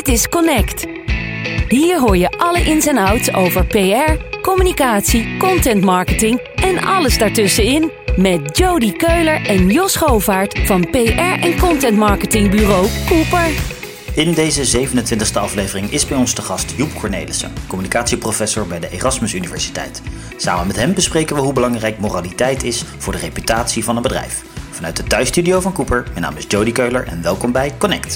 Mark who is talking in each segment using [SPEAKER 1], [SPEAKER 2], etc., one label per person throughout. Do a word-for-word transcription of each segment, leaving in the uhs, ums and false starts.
[SPEAKER 1] Dit is Connect. Hier hoor je alle ins en outs over P R, communicatie, content marketing en alles daartussenin met Jody Keuler en Jos Govaert van P R en content marketingbureau Cooper.
[SPEAKER 2] In deze zevenentwintigste aflevering is bij ons te gast Joep Cornelissen, communicatieprofessor bij de Erasmus Universiteit. Samen met hem bespreken we hoe belangrijk moraliteit is voor de reputatie van een bedrijf. Vanuit de thuisstudio van Cooper, mijn naam is Jody Keuler en welkom bij Connect.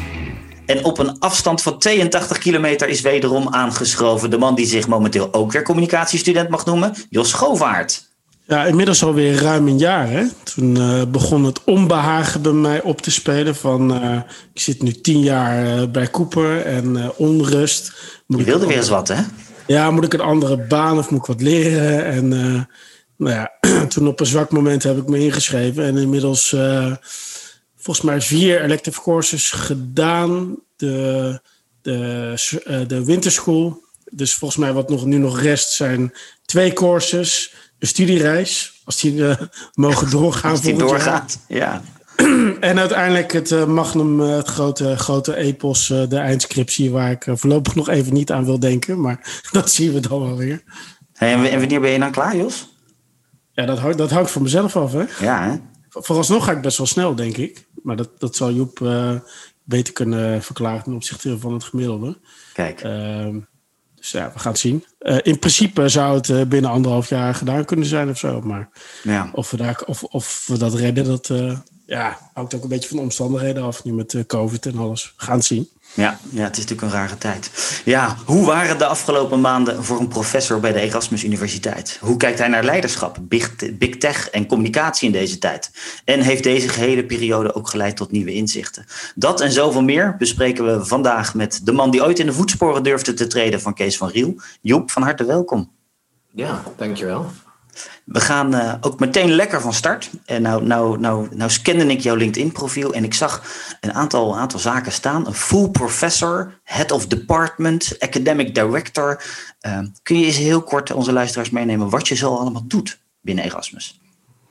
[SPEAKER 2] En op een afstand van tweeëntachtig kilometer is wederom aangeschoven de man die zich momenteel ook weer communicatiestudent mag noemen, Jos Govaert.
[SPEAKER 3] Ja, inmiddels alweer ruim een jaar. Hè? Toen uh, begon het onbehagen bij mij op te spelen van uh, ik zit nu tien jaar uh, bij Cooper en uh, onrust.
[SPEAKER 2] Moet Je wilde weer eens wat, hè?
[SPEAKER 3] Ja, moet ik een andere baan of moet ik wat leren? En uh, nou ja, toen op een zwak moment heb ik me ingeschreven en inmiddels uh, volgens mij vier elective courses gedaan. De, de, uh, de winterschool. Dus volgens mij wat nog, nu nog rest zijn twee courses. Een studiereis, als die uh, mogen doorgaan.
[SPEAKER 2] Als die doorgaat, ja.
[SPEAKER 3] En uiteindelijk het uh, magnum, uh, het grote, grote epos, uh, de eindscriptie... waar ik uh, voorlopig nog even niet aan wil denken. Maar dat zien we dan wel weer.
[SPEAKER 2] Hey, en wanneer ben je dan klaar, Jos?
[SPEAKER 3] Ja, dat, hou, dat hangt van mezelf af, hè?
[SPEAKER 2] Ja, hè?
[SPEAKER 3] Vooralsnog ga ik best wel snel, denk ik. Maar dat, dat zal Joep uh, beter kunnen verklaren ten opzichte van het gemiddelde.
[SPEAKER 2] Kijk.
[SPEAKER 3] Uh, Dus ja, we gaan het zien. Uh, in principe zou het uh, binnen anderhalf jaar gedaan kunnen zijn of zo. Maar
[SPEAKER 2] ja.
[SPEAKER 3] of, we daar, of, of we dat redden, dat uh, ja, hangt ook een beetje van de omstandigheden af. Nu met uh, COVID en alles. We gaan het zien.
[SPEAKER 2] Ja, ja, het is natuurlijk een rare tijd. Ja, hoe waren de afgelopen maanden voor een professor bij de Erasmus Universiteit? Hoe kijkt hij naar leiderschap, big, big tech en communicatie in deze tijd? En heeft deze gehele periode ook geleid tot nieuwe inzichten? Dat en zoveel meer bespreken we vandaag met de man die ooit in de voetsporen durfde te treden van Kees van Riel. Joep, van harte welkom.
[SPEAKER 4] Ja, dankjewel.
[SPEAKER 2] We gaan uh, ook meteen lekker van start. En nou, nou, nou, nou scande ik jouw LinkedIn-profiel en ik zag een aantal, aantal zaken staan. Een full professor, head of department, academic director. Uh, kun je eens heel kort onze luisteraars meenemen wat je zo allemaal doet binnen Erasmus?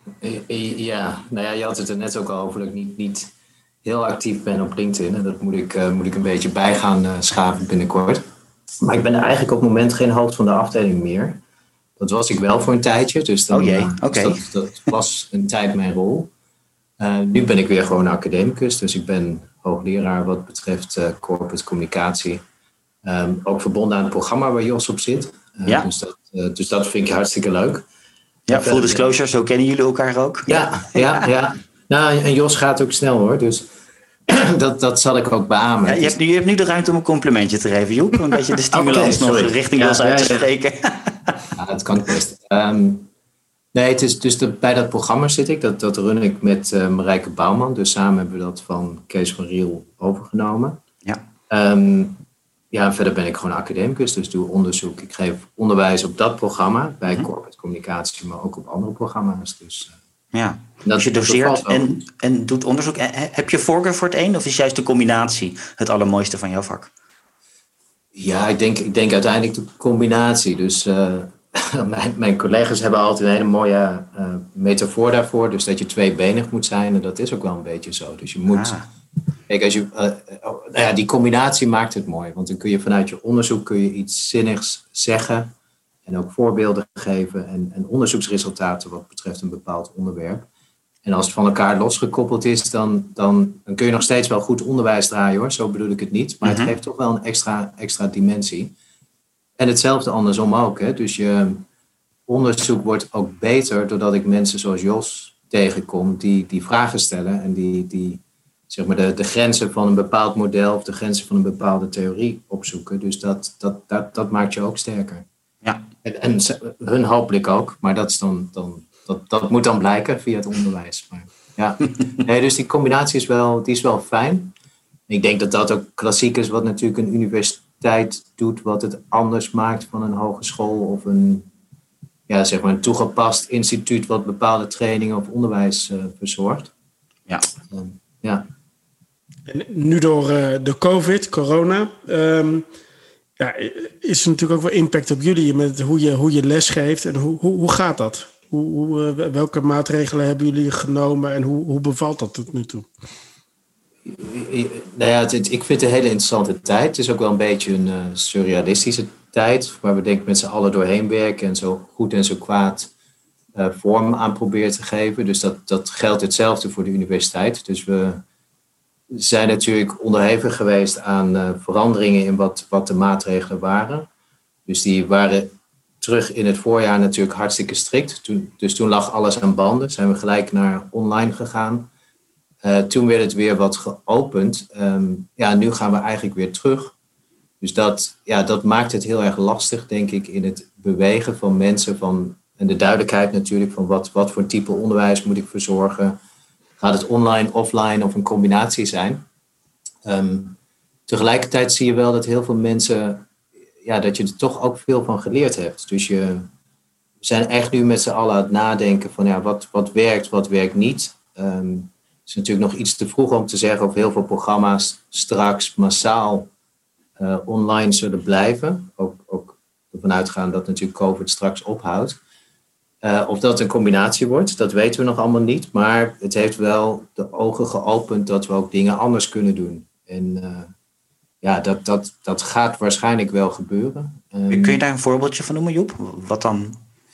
[SPEAKER 4] Ja, nou ja, je had het er net ook al over dat ik niet, niet heel actief ben op LinkedIn. En dat moet ik, uh, moet ik een beetje bij gaan uh, schaven binnenkort. Maar ik ben eigenlijk op het moment geen hoofd van de afdeling meer. Dat was ik wel voor een tijdje, dus, dan,
[SPEAKER 2] oh jee, okay.
[SPEAKER 4] dus dat, dat was een tijd mijn rol. Uh, nu ben ik weer gewoon academicus, dus ik ben hoogleraar wat betreft uh, corporate communicatie. Um, ook verbonden aan het programma waar Jos op zit. Uh,
[SPEAKER 2] ja.
[SPEAKER 4] dus, dat, uh, dus dat vind ik hartstikke leuk.
[SPEAKER 2] Ja, full disclosure, zo kennen jullie elkaar ook.
[SPEAKER 4] Ja, ja, ja. ja. Nou, en Jos gaat ook snel hoor, dus dat, dat zal ik ook beamen.
[SPEAKER 2] Ja, je, hebt nu, je hebt nu de ruimte om een complimentje te geven, Joep. Een beetje de stimulans okay, nog richting Jos ja, uit te ja, spreken. Ja.
[SPEAKER 4] Ja, dat kan ik best. Um, nee, het is dus de, bij dat programma zit ik. Dat, dat run ik met uh, Marijke Bouwman. Dus samen hebben we dat van Kees van Riel overgenomen.
[SPEAKER 2] Ja.
[SPEAKER 4] Um, ja, en verder ben ik gewoon academicus. Dus doe onderzoek. Ik geef onderwijs op dat programma. Bij hm. corporate communicatie, maar ook op andere programma's. Dus, uh,
[SPEAKER 2] ja, dus je doseert en, en doet onderzoek. Heb je voorkeur voor het een? Of is juist de combinatie het allermooiste van jouw vak?
[SPEAKER 4] Ja, ik denk, ik denk uiteindelijk de combinatie. Dus uh, mijn, mijn collega's hebben altijd een hele mooie uh, metafoor daarvoor. Dus dat je tweebenig moet zijn. En dat is ook wel een beetje zo. Dus je moet... Ah. Kijk, als je, uh, uh, nou ja, die combinatie maakt het mooi. Want dan kun je vanuit je onderzoek kun je iets zinnigs zeggen. En ook voorbeelden geven. En, en onderzoeksresultaten wat betreft een bepaald onderwerp. En als het van elkaar losgekoppeld is, dan, dan, dan kun je nog steeds wel goed onderwijs draaien hoor. Zo bedoel ik het niet. Maar mm-hmm. het geeft toch wel een extra, extra dimensie. En hetzelfde andersom ook. Hè. Dus je onderzoek wordt ook beter doordat ik mensen zoals Jos tegenkom die, die vragen stellen. En die, die zeg maar de, de grenzen van een bepaald model of de grenzen van een bepaalde theorie opzoeken. Dus dat, dat, dat, dat maakt je ook sterker.
[SPEAKER 2] Ja.
[SPEAKER 4] En, en hun hopelijk ook. Maar dat is dan... dan Dat, dat moet dan blijken via het onderwijs. Maar, ja. nee, dus die combinatie is wel, die is wel fijn. Ik denk dat dat ook klassiek is wat natuurlijk een universiteit doet. Wat het anders maakt van een hogeschool of een, ja, zeg maar een toegepast instituut. Wat bepaalde trainingen of onderwijs uh, verzorgt.
[SPEAKER 2] Ja.
[SPEAKER 4] Um, ja.
[SPEAKER 3] En nu door uh, de COVID, corona... Um, ja, is er natuurlijk ook wel impact op jullie met hoe je, hoe je les geeft. En hoe, hoe, hoe gaat dat? Hoe, hoe, welke maatregelen hebben jullie genomen en hoe, hoe bevalt dat tot nu toe?
[SPEAKER 4] Nou ja, het, het, ik vind het een hele interessante tijd. Het is ook wel een beetje een uh, surrealistische tijd, waar we denk ik met z'n allen doorheen werken en zo goed en zo kwaad uh, vorm aan proberen te geven. Dus dat, dat geldt hetzelfde voor de universiteit. Dus we zijn natuurlijk onderhevig geweest aan uh, veranderingen in wat, wat de maatregelen waren. Dus die waren terug in het voorjaar natuurlijk hartstikke strikt. Toen, dus toen lag alles aan banden. Zijn we gelijk naar online gegaan. Uh, toen werd het weer wat geopend. Um, ja, nu gaan we eigenlijk weer terug. Dus dat, ja, dat maakt het heel erg lastig, denk ik, in het bewegen van mensen. Van, en de duidelijkheid natuurlijk van wat, wat voor type onderwijs moet ik verzorgen. Gaat het online, offline of een combinatie zijn? Um, tegelijkertijd zie je wel dat heel veel mensen, ja, dat je er toch ook veel van geleerd hebt. Dus je, we zijn echt nu met z'n allen aan het nadenken van ja, wat, wat werkt, wat werkt niet. Um, het is natuurlijk nog iets te vroeg om te zeggen of heel veel programma's straks massaal uh, online zullen blijven. Ook, ook ervan uitgaan dat natuurlijk COVID straks ophoudt. Uh, of dat een combinatie wordt, dat weten we nog allemaal niet. Maar het heeft wel de ogen geopend dat we ook dingen anders kunnen doen. En uh, ja, dat, dat, dat gaat waarschijnlijk wel gebeuren. Um,
[SPEAKER 2] Kun je daar een voorbeeldje van noemen, Joep? Wat dan?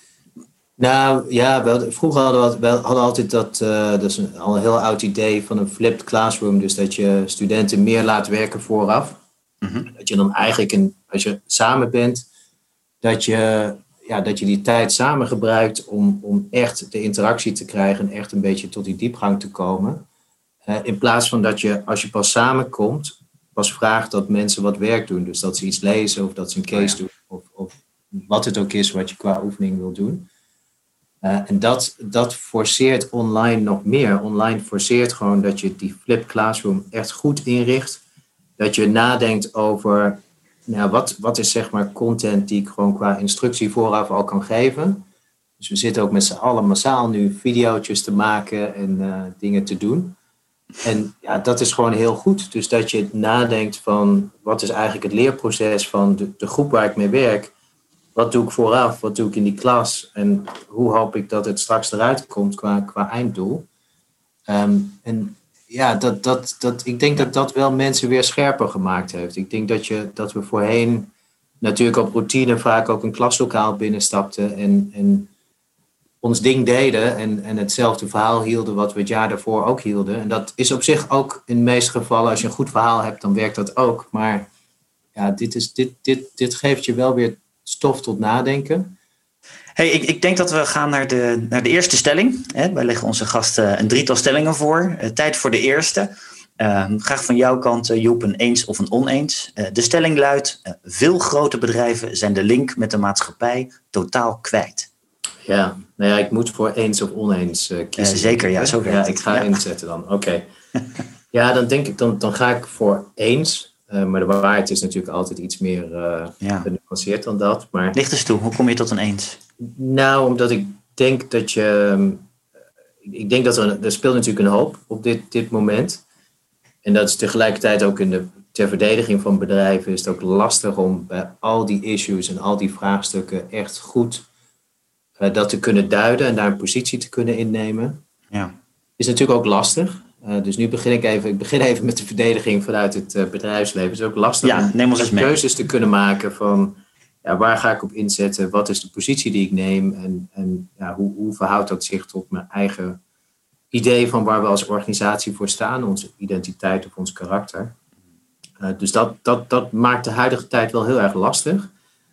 [SPEAKER 4] Nou ja, wel, vroeger hadden we, wel, hadden altijd dat, uh, dat is een, al een heel oud idee van een flipped classroom. Dus dat je studenten meer laat werken vooraf. Mm-hmm. Dat je dan eigenlijk, een, als je samen bent, dat je... Ja, dat je die tijd samen gebruikt om, om echt de interactie te krijgen en echt een beetje tot die diepgang te komen. Uh, in plaats van dat je, als je pas samenkomt, pas vraagt dat mensen wat werk doen. Dus dat ze iets lezen of dat ze een case oh ja. doen of, of wat het ook is wat je qua oefening wil doen. Uh, en dat, dat forceert online nog meer. Online forceert gewoon dat je die flipped classroom echt goed inricht. Dat je nadenkt over... Nou, wat, wat is zeg maar content die ik gewoon qua instructie vooraf al kan geven. Dus we zitten ook met z'n allen massaal nu video's te maken en uh, dingen te doen. En ja, dat is gewoon heel goed. Dus dat je nadenkt van wat is eigenlijk het leerproces van de, de groep waar ik mee werk. Wat doe ik vooraf, wat doe ik in die klas en hoe hoop ik dat het straks eruit komt qua, qua einddoel. Um, en Ja, dat, dat, dat, ik denk dat dat wel mensen weer scherper gemaakt heeft. Ik denk dat, je, dat we voorheen natuurlijk op routine vaak ook een klaslokaal binnenstapten en, en ons ding deden en, en hetzelfde verhaal hielden wat we het jaar daarvoor ook hielden. En dat is op zich ook in de meeste gevallen, als je een goed verhaal hebt, dan werkt dat ook. Maar ja, dit, is, dit, dit, dit geeft je wel weer stof tot nadenken.
[SPEAKER 2] Hey, ik, ik denk dat we gaan naar de, naar de eerste stelling. Hè, wij leggen onze gasten een drietal stellingen voor. Uh, tijd voor de eerste. Uh, graag van jouw kant, uh, Joep, een eens of een oneens. Uh, de stelling luidt, uh, veel grote bedrijven zijn de link met de maatschappij totaal kwijt.
[SPEAKER 4] Ja, nou ja, ik moet voor eens of oneens uh, kiezen.
[SPEAKER 2] Uh, zeker, ja, zo werkt
[SPEAKER 4] Ja,
[SPEAKER 2] het.
[SPEAKER 4] ik ga
[SPEAKER 2] ja.
[SPEAKER 4] inzetten dan, oké. Okay. Ja, dan denk ik, dan, dan ga ik voor eens. Uh, maar de waarheid is natuurlijk altijd iets meer uh, ja. genuanceerd dan dat. Maar...
[SPEAKER 2] Licht eens toe, hoe kom je tot een eens?
[SPEAKER 4] Nou, omdat ik denk dat je... Ik denk dat er, er speelt natuurlijk een hoop op dit, dit moment. En dat is tegelijkertijd ook in de, ter verdediging van bedrijven... is het ook lastig om bij al die issues en al die vraagstukken... echt goed uh, dat te kunnen duiden en daar een positie te kunnen innemen.
[SPEAKER 2] Ja.
[SPEAKER 4] Is natuurlijk ook lastig. Uh, dus nu begin ik even, ik begin even met de verdediging vanuit het uh, bedrijfsleven. Het is ook lastig
[SPEAKER 2] ja, neem ons eens
[SPEAKER 4] om
[SPEAKER 2] mee.
[SPEAKER 4] keuzes te kunnen maken van... Ja, waar ga ik op inzetten? Wat is de positie die ik neem? En, en ja, hoe, hoe verhoudt dat zich tot mijn eigen idee van waar we als organisatie voor staan? Onze identiteit of ons karakter. Uh, dus dat, dat, dat maakt de huidige tijd wel heel erg lastig.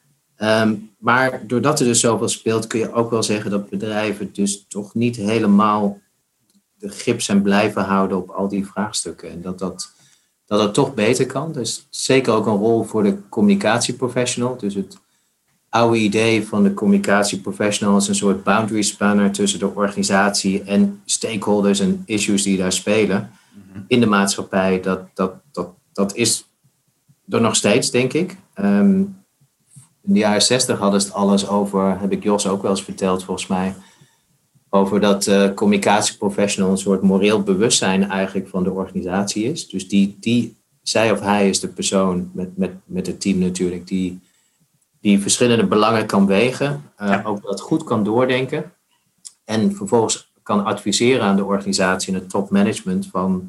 [SPEAKER 4] Um, maar doordat er dus zoveel speelt, kun je ook wel zeggen dat bedrijven dus toch niet helemaal de grip zijn blijven houden op al die vraagstukken. En dat dat... dat dat toch beter kan. Dus zeker ook een rol voor de communicatieprofessional. Dus het oude idee van de communicatieprofessional als een soort boundary spanner tussen de organisatie en stakeholders en issues die daar spelen mm-hmm. in de maatschappij. Dat, dat, dat, dat is er nog steeds, denk ik. Um, in de jaren zestig hadden ze het alles over, heb ik Jos ook wel eens verteld volgens mij, over dat uh, communicatieprofessional een soort moreel bewustzijn eigenlijk van de organisatie is. Dus die, die zij of hij is de persoon met, met, met het team natuurlijk die, die verschillende belangen kan wegen. Uh, ja. Ook dat goed kan doordenken. En vervolgens kan adviseren aan de organisatie en het topmanagement van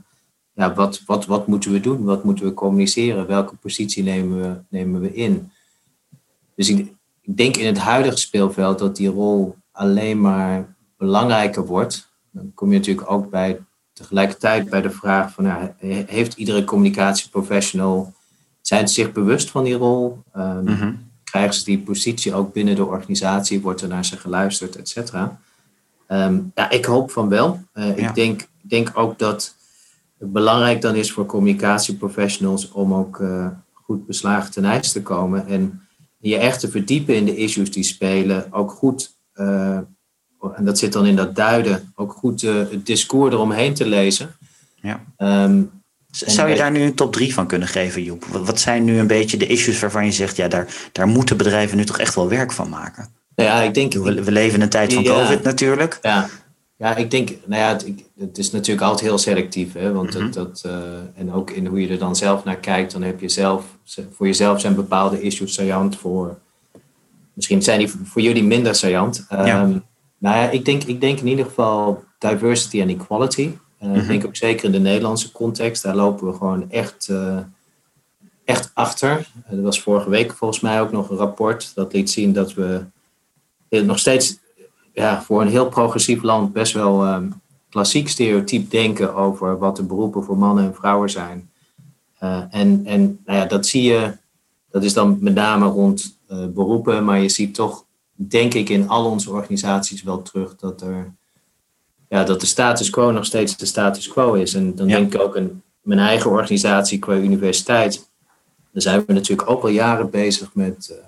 [SPEAKER 4] ja, wat, wat, wat moeten we doen? Wat moeten we communiceren? Welke positie nemen we, nemen we in? Dus ik, ik denk in het huidige speelveld dat die rol alleen maar belangrijker wordt. Dan kom je natuurlijk ook bij tegelijkertijd bij de vraag van, ja, heeft iedere communicatieprofessional, zijn ze zich bewust van die rol? Um, mm-hmm. Krijgen ze die positie ook binnen de organisatie? Wordt er naar ze geluisterd, et cetera? Um, ja, ik hoop van wel. Uh, ja. Ik denk, denk ook dat het belangrijk dan is voor communicatieprofessionals om ook uh, goed beslagen ten ijs te komen en je echt te verdiepen in de issues die spelen. Ook goed, uh, en dat zit dan in dat duiden, ook goed uh, het discours eromheen te lezen.
[SPEAKER 2] Ja.
[SPEAKER 4] Um,
[SPEAKER 2] Zou je daar nu een top drie van kunnen geven, Joep? Wat zijn nu een beetje de issues waarvan je zegt, ja, daar, daar moeten bedrijven nu toch echt wel werk van maken?
[SPEAKER 4] Ja, ik denk,
[SPEAKER 2] we, we leven in een tijd van
[SPEAKER 4] ja,
[SPEAKER 2] COVID natuurlijk.
[SPEAKER 4] Ja, ja, ik denk, nou ja, het, het is natuurlijk altijd heel selectief. Hè, want
[SPEAKER 2] Mm-hmm.
[SPEAKER 4] dat, dat, uh, en ook in hoe je er dan zelf naar kijkt, dan heb je zelf, voor jezelf zijn bepaalde issues saillant. Voor, misschien zijn die voor jullie minder saillant. Um,
[SPEAKER 2] ja.
[SPEAKER 4] Nou ja, ik denk, ik denk in ieder geval diversity en equality. Uh, mm-hmm. Ik denk ook zeker in de Nederlandse context, daar lopen we gewoon echt, uh, echt achter. Uh, er was vorige week volgens mij ook nog een rapport dat liet zien dat we nog steeds ja, voor een heel progressief land best wel um, klassiek stereotyp denken over wat de beroepen voor mannen en vrouwen zijn. Uh, en en nou ja, dat zie je, dat is dan met name rond uh, beroepen, maar je ziet toch, denk ik, in al onze organisaties wel terug dat er ja, dat de status quo nog steeds de status quo is. En dan ja. denk ik ook in mijn eigen organisatie qua universiteit. Daar zijn we natuurlijk ook al jaren bezig met uh,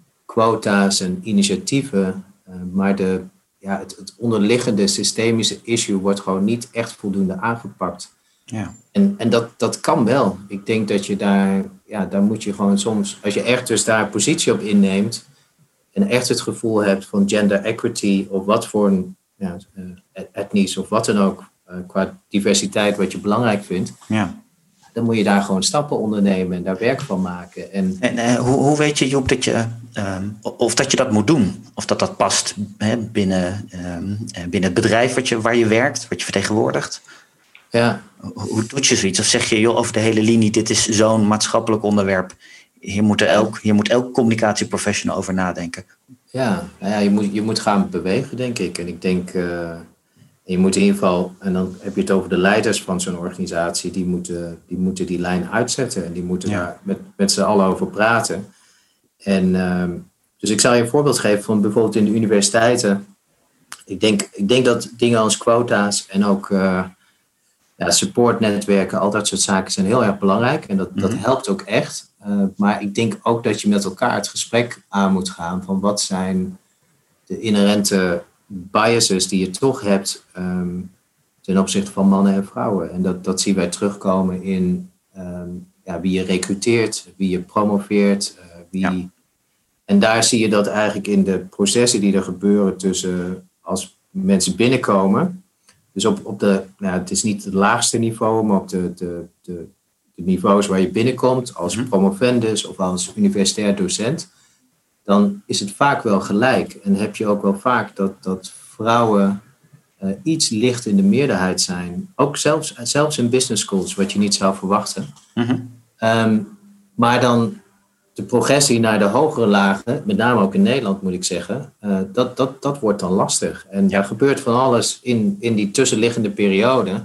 [SPEAKER 4] quota's en initiatieven. Uh, maar de, ja, het, het onderliggende systemische issue wordt gewoon niet echt voldoende aangepakt.
[SPEAKER 2] Ja.
[SPEAKER 4] En, en dat, dat kan wel. Ik denk dat je daar, ja, daar moet je gewoon soms, als je echt dus daar positie op inneemt en echt het gevoel hebt van gender equity of wat voor een ja, etnisch of wat dan ook, uh, qua diversiteit wat je belangrijk vindt,
[SPEAKER 2] ja.
[SPEAKER 4] dan moet je daar gewoon stappen ondernemen en daar werk van maken. En,
[SPEAKER 2] en uh, hoe, hoe weet je, Joep, dat je, uh, of dat je dat moet doen? Of dat dat past hè, binnen, uh, binnen het bedrijf wat je, waar je werkt, wat je vertegenwoordigt?
[SPEAKER 4] Ja.
[SPEAKER 2] Hoe, hoe doe je zoiets? Of zeg je, joh, over de hele linie, dit is zo'n maatschappelijk onderwerp. Hier moet, er elk, hier moet elk communicatieprofessional over nadenken.
[SPEAKER 4] Ja, nou ja je, moet, je moet gaan bewegen, denk ik. En ik denk, uh, je moet in ieder geval, en dan heb je het over de leiders van zo'n organisatie, die moeten die, moeten die lijn uitzetten en die moeten ja. daar met, met z'n allen over praten. En uh, dus ik zal je een voorbeeld geven van bijvoorbeeld in de universiteiten. Ik denk, ik denk dat dingen als quota's en ook uh, ja, supportnetwerken, al dat soort zaken zijn heel erg belangrijk. En dat, mm-hmm. dat helpt ook echt. Uh, maar ik denk ook dat je met elkaar het gesprek aan moet gaan van wat zijn de inherente biases die je toch hebt um, ten opzichte van mannen en vrouwen. En dat, dat zien wij terugkomen in um, ja, wie je recruteert, wie je promoveert. Uh, wie... Ja. En daar zie je dat eigenlijk in de processen die er gebeuren tussen als mensen binnenkomen. Dus op, op de, nou, het is niet het laagste niveau, maar op de, de, de de niveaus waar je binnenkomt als promovendus of als universitair docent, dan is het vaak wel gelijk. En heb je ook wel vaak dat, dat vrouwen uh, iets licht in de meerderheid zijn. Ook zelfs, zelfs in business schools, wat je niet zou verwachten. Mm-hmm. Um, maar dan de progressie naar de hogere lagen, met name ook in Nederland moet ik zeggen, uh, dat, dat, dat wordt dan lastig. En er gebeurt van alles in, in die tussenliggende periode.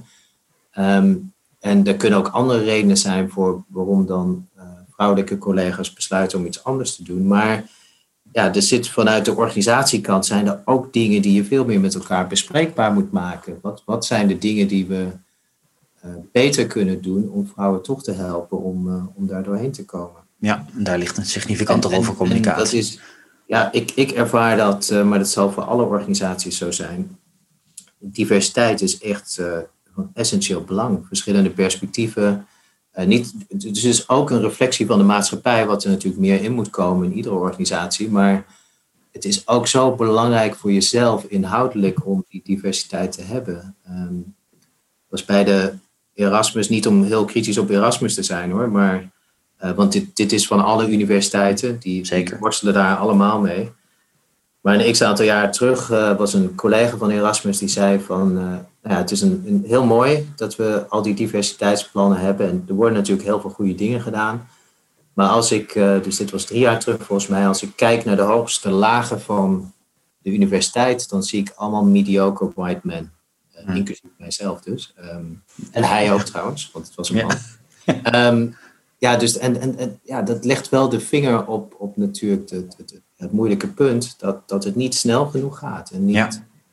[SPEAKER 4] Um, En er kunnen ook andere redenen zijn voor waarom dan uh, vrouwelijke collega's besluiten om iets anders te doen. Maar ja, er zit vanuit de organisatiekant zijn er ook dingen die je veel meer met elkaar bespreekbaar moet maken. Wat, wat zijn de dingen die we uh, beter kunnen doen om vrouwen toch te helpen om, uh, om daar doorheen te komen?
[SPEAKER 2] Ja, en daar ligt een significante rol voor communicatie.
[SPEAKER 4] En dat is, ja, ik, ik ervaar dat, uh, maar dat zal voor alle organisaties zo zijn. Diversiteit is echt Uh, van essentieel belang. Verschillende perspectieven. Uh, niet, dus het is ook een reflectie van de maatschappij, wat er natuurlijk meer in moet komen in iedere organisatie. Maar het is ook zo belangrijk voor jezelf inhoudelijk om die diversiteit te hebben. Um, was bij de Erasmus, niet om heel kritisch op Erasmus te zijn hoor, maar uh, want dit, dit is van alle universiteiten, die, die worstelen daar allemaal mee. Maar een x aantal jaar terug uh, was een collega van Erasmus die zei van, uh, nou ja, het is een, een heel mooi dat we al die diversiteitsplannen hebben. En er worden natuurlijk heel veel goede dingen gedaan. Maar als ik, uh, dus dit was drie jaar terug volgens mij, als ik kijk naar de hoogste lagen van de universiteit, dan zie ik allemaal mediocre white men. Uh, hmm. Inclusief mijzelf dus. Um, en hij ook trouwens, want het was een man. Ja, um, ja dus en, en, en ja, dat legt wel de vinger op, op natuurlijk het, het, het moeilijke punt dat, dat het niet snel genoeg gaat. En, niet, ja.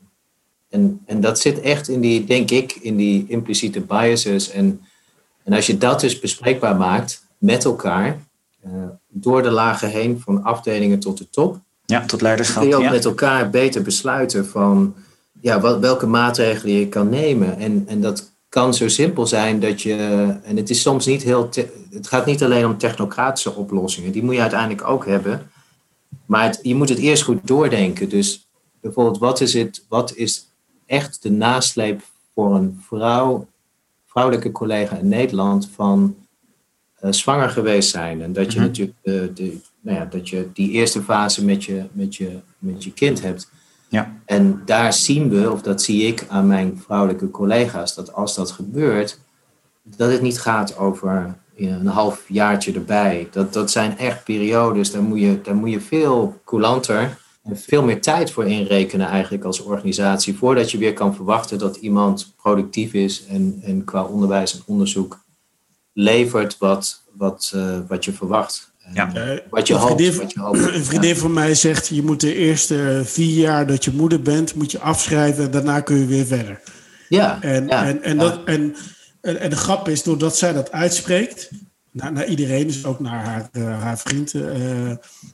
[SPEAKER 4] en, en dat zit echt in die, denk ik, in die impliciete biases. En, en als je dat dus bespreekbaar maakt met elkaar, uh, door de lagen heen, van afdelingen tot de top.
[SPEAKER 2] Ja, tot leiderschap.
[SPEAKER 4] Kun je ook
[SPEAKER 2] ja.
[SPEAKER 4] met elkaar beter besluiten van ja, wat, welke maatregelen je kan nemen. En, en dat kan zo simpel zijn dat je, en het is soms niet heel, te, het gaat niet alleen om technocratische oplossingen, die moet je uiteindelijk ook hebben. Maar het, je moet het eerst goed doordenken. Dus bijvoorbeeld, wat is het, wat is echt de nasleep voor een vrouw, vrouwelijke collega in Nederland van uh, zwanger geweest zijn. En dat je mm-hmm. natuurlijk de, de, nou ja, dat je die eerste fase met je, met je, met je kind hebt.
[SPEAKER 2] Ja.
[SPEAKER 4] En daar zien we, of dat zie ik aan mijn vrouwelijke collega's, dat als dat gebeurt, dat het niet gaat over ja, een half jaartje erbij. Dat, dat zijn echt periodes, daar moet je, daar moet je veel coulanter en veel meer tijd voor inrekenen eigenlijk als organisatie, voordat je weer kan verwachten dat iemand productief is en, en qua onderwijs en onderzoek levert wat, wat, uh, wat je verwacht.
[SPEAKER 2] Ja.
[SPEAKER 3] Uh,
[SPEAKER 4] wat je
[SPEAKER 3] een
[SPEAKER 4] hoopt,
[SPEAKER 3] vriendin,
[SPEAKER 4] wat je hoopt.
[SPEAKER 3] Een vriendin ja. van mij zegt, je moet de eerste vier jaar dat je moeder bent, moet je afschrijven en daarna kun je weer verder.
[SPEAKER 4] Ja.
[SPEAKER 3] En,
[SPEAKER 4] ja,
[SPEAKER 3] en, en,
[SPEAKER 4] ja.
[SPEAKER 3] dat, en, en, en de grap is, doordat zij dat uitspreekt, naar, naar iedereen, dus ook naar haar, uh, haar vriend, uh,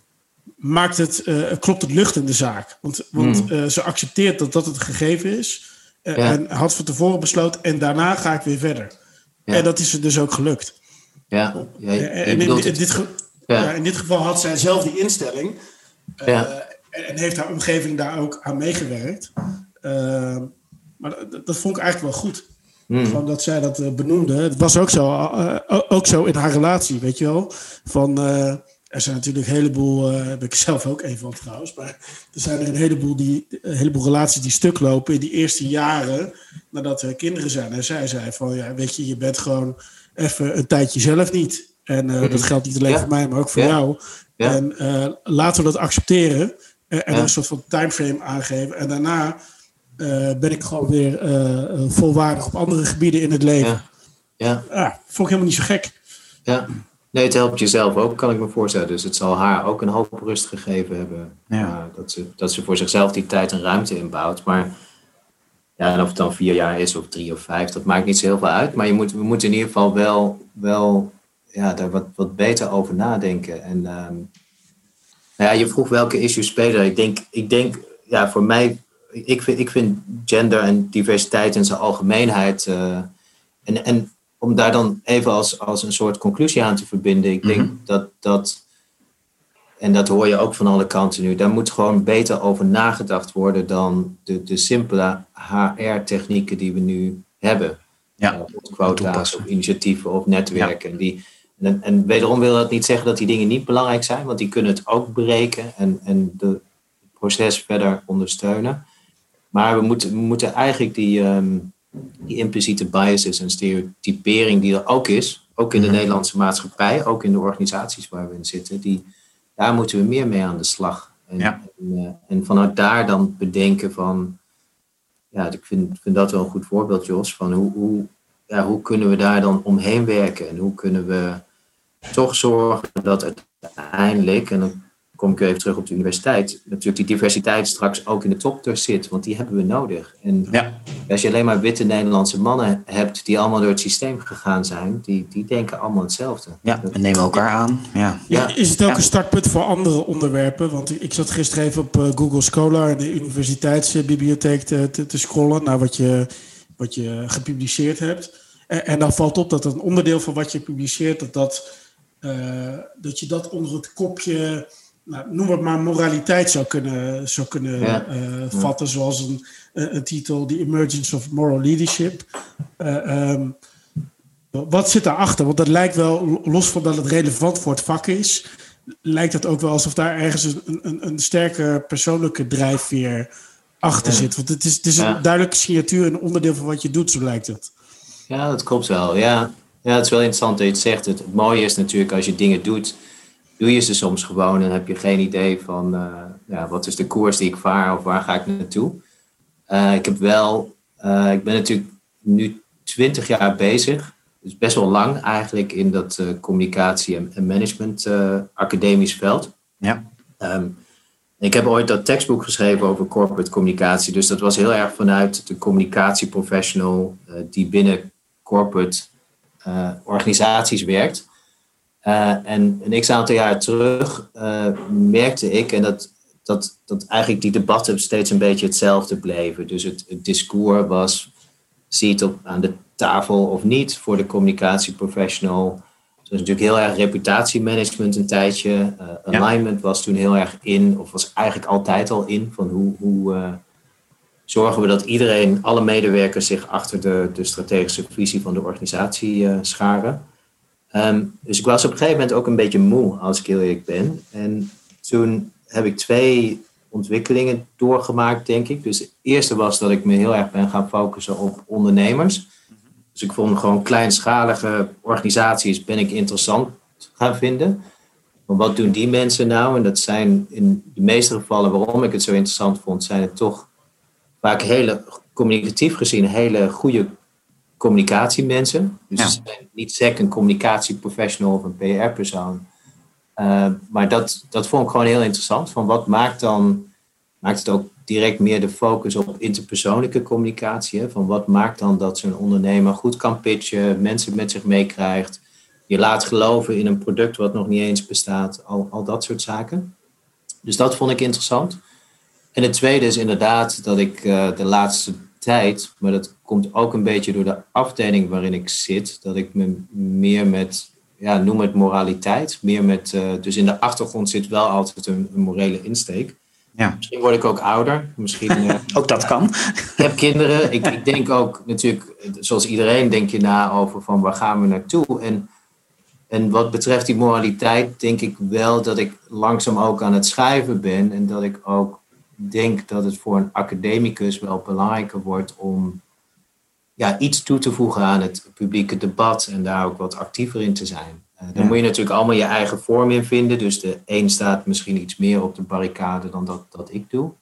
[SPEAKER 3] maakt het, uh, klopt het lucht in de zaak. Want, want mm. uh, ze accepteert dat dat het gegeven is. Uh, ja. En had van tevoren besloten, en daarna ga ik weer verder. Ja. En dat is er dus ook gelukt.
[SPEAKER 4] Ja. ja je,
[SPEAKER 3] en in, in, in, dit ge- ja. Ja, in dit geval had zij zelf die instelling. Uh, ja. en, en heeft haar omgeving daar ook aan meegewerkt. Uh, maar dat, dat vond ik eigenlijk wel goed. Mm. Van dat zij dat uh, benoemde. Het was ook zo, uh, ook zo in haar relatie, weet je wel. Van, uh, er zijn natuurlijk een heleboel, uh, ben ik zelf ook een van trouwens, maar er zijn er een heleboel, die, een heleboel relaties die stuk lopen in die eerste jaren nadat er kinderen zijn. En zij zei van, ja, weet je, je bent gewoon even een tijdje zelf niet. En uh, mm-hmm. dat geldt niet alleen ja. voor mij, maar ook voor ja. jou. Ja. En uh, laten we dat accepteren uh, en ja. een soort van timeframe aangeven. En daarna uh, ben ik gewoon weer uh, volwaardig op andere gebieden in het leven.
[SPEAKER 4] Ja. Ja.
[SPEAKER 3] Ah, vond ik helemaal niet zo gek.
[SPEAKER 4] Ja. Nee, het helpt jezelf ook, kan ik me voorstellen. Dus het zal haar ook een hoop rust gegeven hebben.
[SPEAKER 2] Ja.
[SPEAKER 4] Uh, dat, ze, dat ze voor zichzelf die tijd en ruimte inbouwt. Maar ja, en of het dan vier jaar is of drie of vijf, dat maakt niet zo heel veel uit. Maar je moet, we moeten in ieder geval wel, wel ja, daar wat, wat beter over nadenken. En um, nou ja, je vroeg welke issues spelen. Ik denk, ik denk ja, voor mij, ik vind, ik vind gender en diversiteit in zijn algemeenheid. Uh, en, en om daar dan even als, als een soort conclusie aan te verbinden. Ik denk mm-hmm. dat, dat, en dat hoor je ook van alle kanten nu, daar moet gewoon beter over nagedacht worden dan de, de simpele H R-technieken die we nu hebben.
[SPEAKER 2] Ja,
[SPEAKER 4] uh, of quota's of initiatieven of netwerken. Ja. Die, en, en wederom wil dat niet zeggen dat die dingen niet belangrijk zijn, want die kunnen het ook breken en, en de, het proces verder ondersteunen. Maar we moeten, we moeten eigenlijk die, um, die impliciete biases en stereotypering die er ook is, ook in de mm-hmm. Nederlandse maatschappij, ook in de organisaties waar we in zitten, die, daar moeten we meer mee aan de slag. En,
[SPEAKER 2] ja.
[SPEAKER 4] en, uh, en vanuit daar dan bedenken van, ja, ik vind, vind dat wel een goed voorbeeld, Jos, van hoe, hoe, ja, hoe kunnen we daar dan omheen werken en hoe kunnen we toch zorgen dat uiteindelijk, en dan kom ik weer even terug op de universiteit, natuurlijk die diversiteit straks ook in de top er zit, want die hebben we nodig. En
[SPEAKER 2] ja.
[SPEAKER 4] als je alleen maar witte Nederlandse mannen hebt die allemaal door het systeem gegaan zijn, die, die denken allemaal hetzelfde.
[SPEAKER 2] Ja, we nemen elkaar aan. Ja.
[SPEAKER 3] Ja. Is het ook ja. een startpunt voor andere onderwerpen? Want ik zat gisteren even op Google Scholar, de universiteitsbibliotheek, te, te, te scrollen naar wat je, wat je gepubliceerd hebt. En, en dan valt op dat een onderdeel van wat je publiceert, dat, dat, uh, dat je dat onder het kopje, nou, noem het maar moraliteit zou kunnen, zou kunnen ja. uh, vatten, ja. zoals een, uh, een titel, The Emergence of Moral Leadership. Uh, um, wat zit daarachter? Want dat lijkt wel, los van dat het relevant voor het vak is, lijkt het ook wel alsof daar ergens een, een, een sterke persoonlijke drijfveer achter
[SPEAKER 4] Ja.
[SPEAKER 3] zit. Want het is, het is een
[SPEAKER 4] Ja.
[SPEAKER 3] duidelijke signatuur en onderdeel van wat je doet, zo lijkt het.
[SPEAKER 4] Ja, dat klopt wel. Ja. Ja, het is wel interessant dat je het zegt. Het, het mooie is natuurlijk als je dingen doet, doe je ze soms gewoon en heb je geen idee van uh, ja, wat is de koers die ik vaar of waar ga ik naartoe. Uh, ik heb wel, uh, ik ben natuurlijk nu twintig jaar bezig, dus best wel lang eigenlijk in dat uh, communicatie en, en management uh, academisch veld.
[SPEAKER 2] Ja.
[SPEAKER 4] Um, ik heb ooit dat tekstboek geschreven over corporate communicatie, dus dat was heel erg vanuit de communicatieprofessional uh, die binnen corporate uh, organisaties werkt. Uh, en een x-aantal jaar terug uh, merkte ik en dat, dat, dat eigenlijk die debatten steeds een beetje hetzelfde bleven. Dus het, het discours was, zie je het op, aan de tafel of niet voor de communicatieprofessional. Het was natuurlijk heel erg reputatiemanagement een tijdje. Uh, alignment ja. was toen heel erg in, of was eigenlijk altijd al in, van hoe, hoe uh, zorgen we dat iedereen, alle medewerkers zich achter de, de strategische visie van de organisatie uh, scharen. Um, dus ik was op een gegeven moment ook een beetje moe, als ik heel eerlijk ben. En toen heb ik twee ontwikkelingen doorgemaakt, denk ik. Dus het eerste was dat ik me heel erg ben gaan focussen op ondernemers. Dus ik vond gewoon kleinschalige organisaties ben ik interessant gaan vinden. Maar wat doen die mensen nou? En dat zijn in de meeste gevallen, waarom ik het zo interessant vond, zijn het toch vaak hele, communicatief gezien, hele goede communicatiemensen. Dus ja. Ze zijn niet sec een communicatieprofessional of een P R-persoon. Uh, maar dat, dat vond ik gewoon heel interessant. Van wat maakt dan, maakt het ook direct meer de focus op interpersoonlijke communicatie. Hè? Van wat maakt dan dat zo'n ondernemer goed kan pitchen, mensen met zich meekrijgt, je laat geloven in een product wat nog niet eens bestaat, al, al dat soort zaken. Dus dat vond ik interessant. En het tweede is inderdaad dat ik uh, de laatste tijd, maar dat komt ook een beetje door de afdeling waarin ik zit, dat ik me meer met, ja, noem het moraliteit, meer met, uh, dus in de achtergrond zit wel altijd een, een morele insteek. Ja. Misschien word ik ook ouder. Misschien, uh,
[SPEAKER 2] ook dat kan.
[SPEAKER 4] Ik heb kinderen. Ik, ik denk ook natuurlijk, zoals iedereen denk je na over van waar gaan we naartoe. En, en wat betreft die moraliteit denk ik wel dat ik langzaam ook aan het schrijven ben. En dat ik ook denk dat het voor een academicus wel belangrijker wordt om ja, iets toe te voegen aan het publieke debat. En daar ook wat actiever in te zijn. Uh, dan ja. moet je natuurlijk allemaal je eigen vorm in vinden. Dus de een staat misschien iets meer op de barricade dan dat, dat ik doe.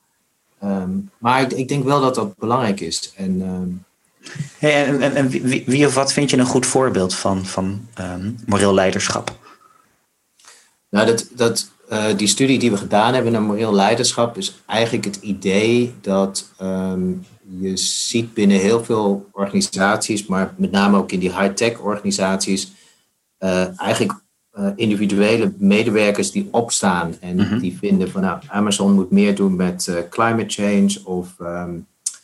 [SPEAKER 4] Um, maar ik, ik denk wel dat dat belangrijk is. En, um...
[SPEAKER 2] hey, en, en, en wie, wie of wat vind je een goed voorbeeld van, van um, moreel leiderschap?
[SPEAKER 4] Nou, dat, dat, uh, die studie die we gedaan hebben naar moreel leiderschap is eigenlijk het idee dat um, je ziet binnen heel veel organisaties, maar met name ook in die high-tech organisaties, Uh, eigenlijk uh, individuele medewerkers die opstaan en mm-hmm. die vinden van nou, Amazon moet meer doen met uh, climate change of um,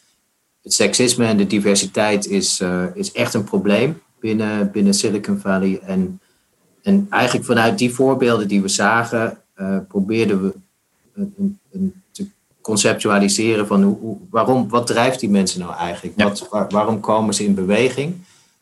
[SPEAKER 4] het seksisme en de diversiteit is, uh, is echt een probleem binnen, binnen Silicon Valley. En, en eigenlijk vanuit die voorbeelden die we zagen, uh, probeerden we een, een, te conceptualiseren van hoe, hoe, waarom, wat drijft die mensen nou eigenlijk? Ja. Wat, waar, waarom komen ze in beweging?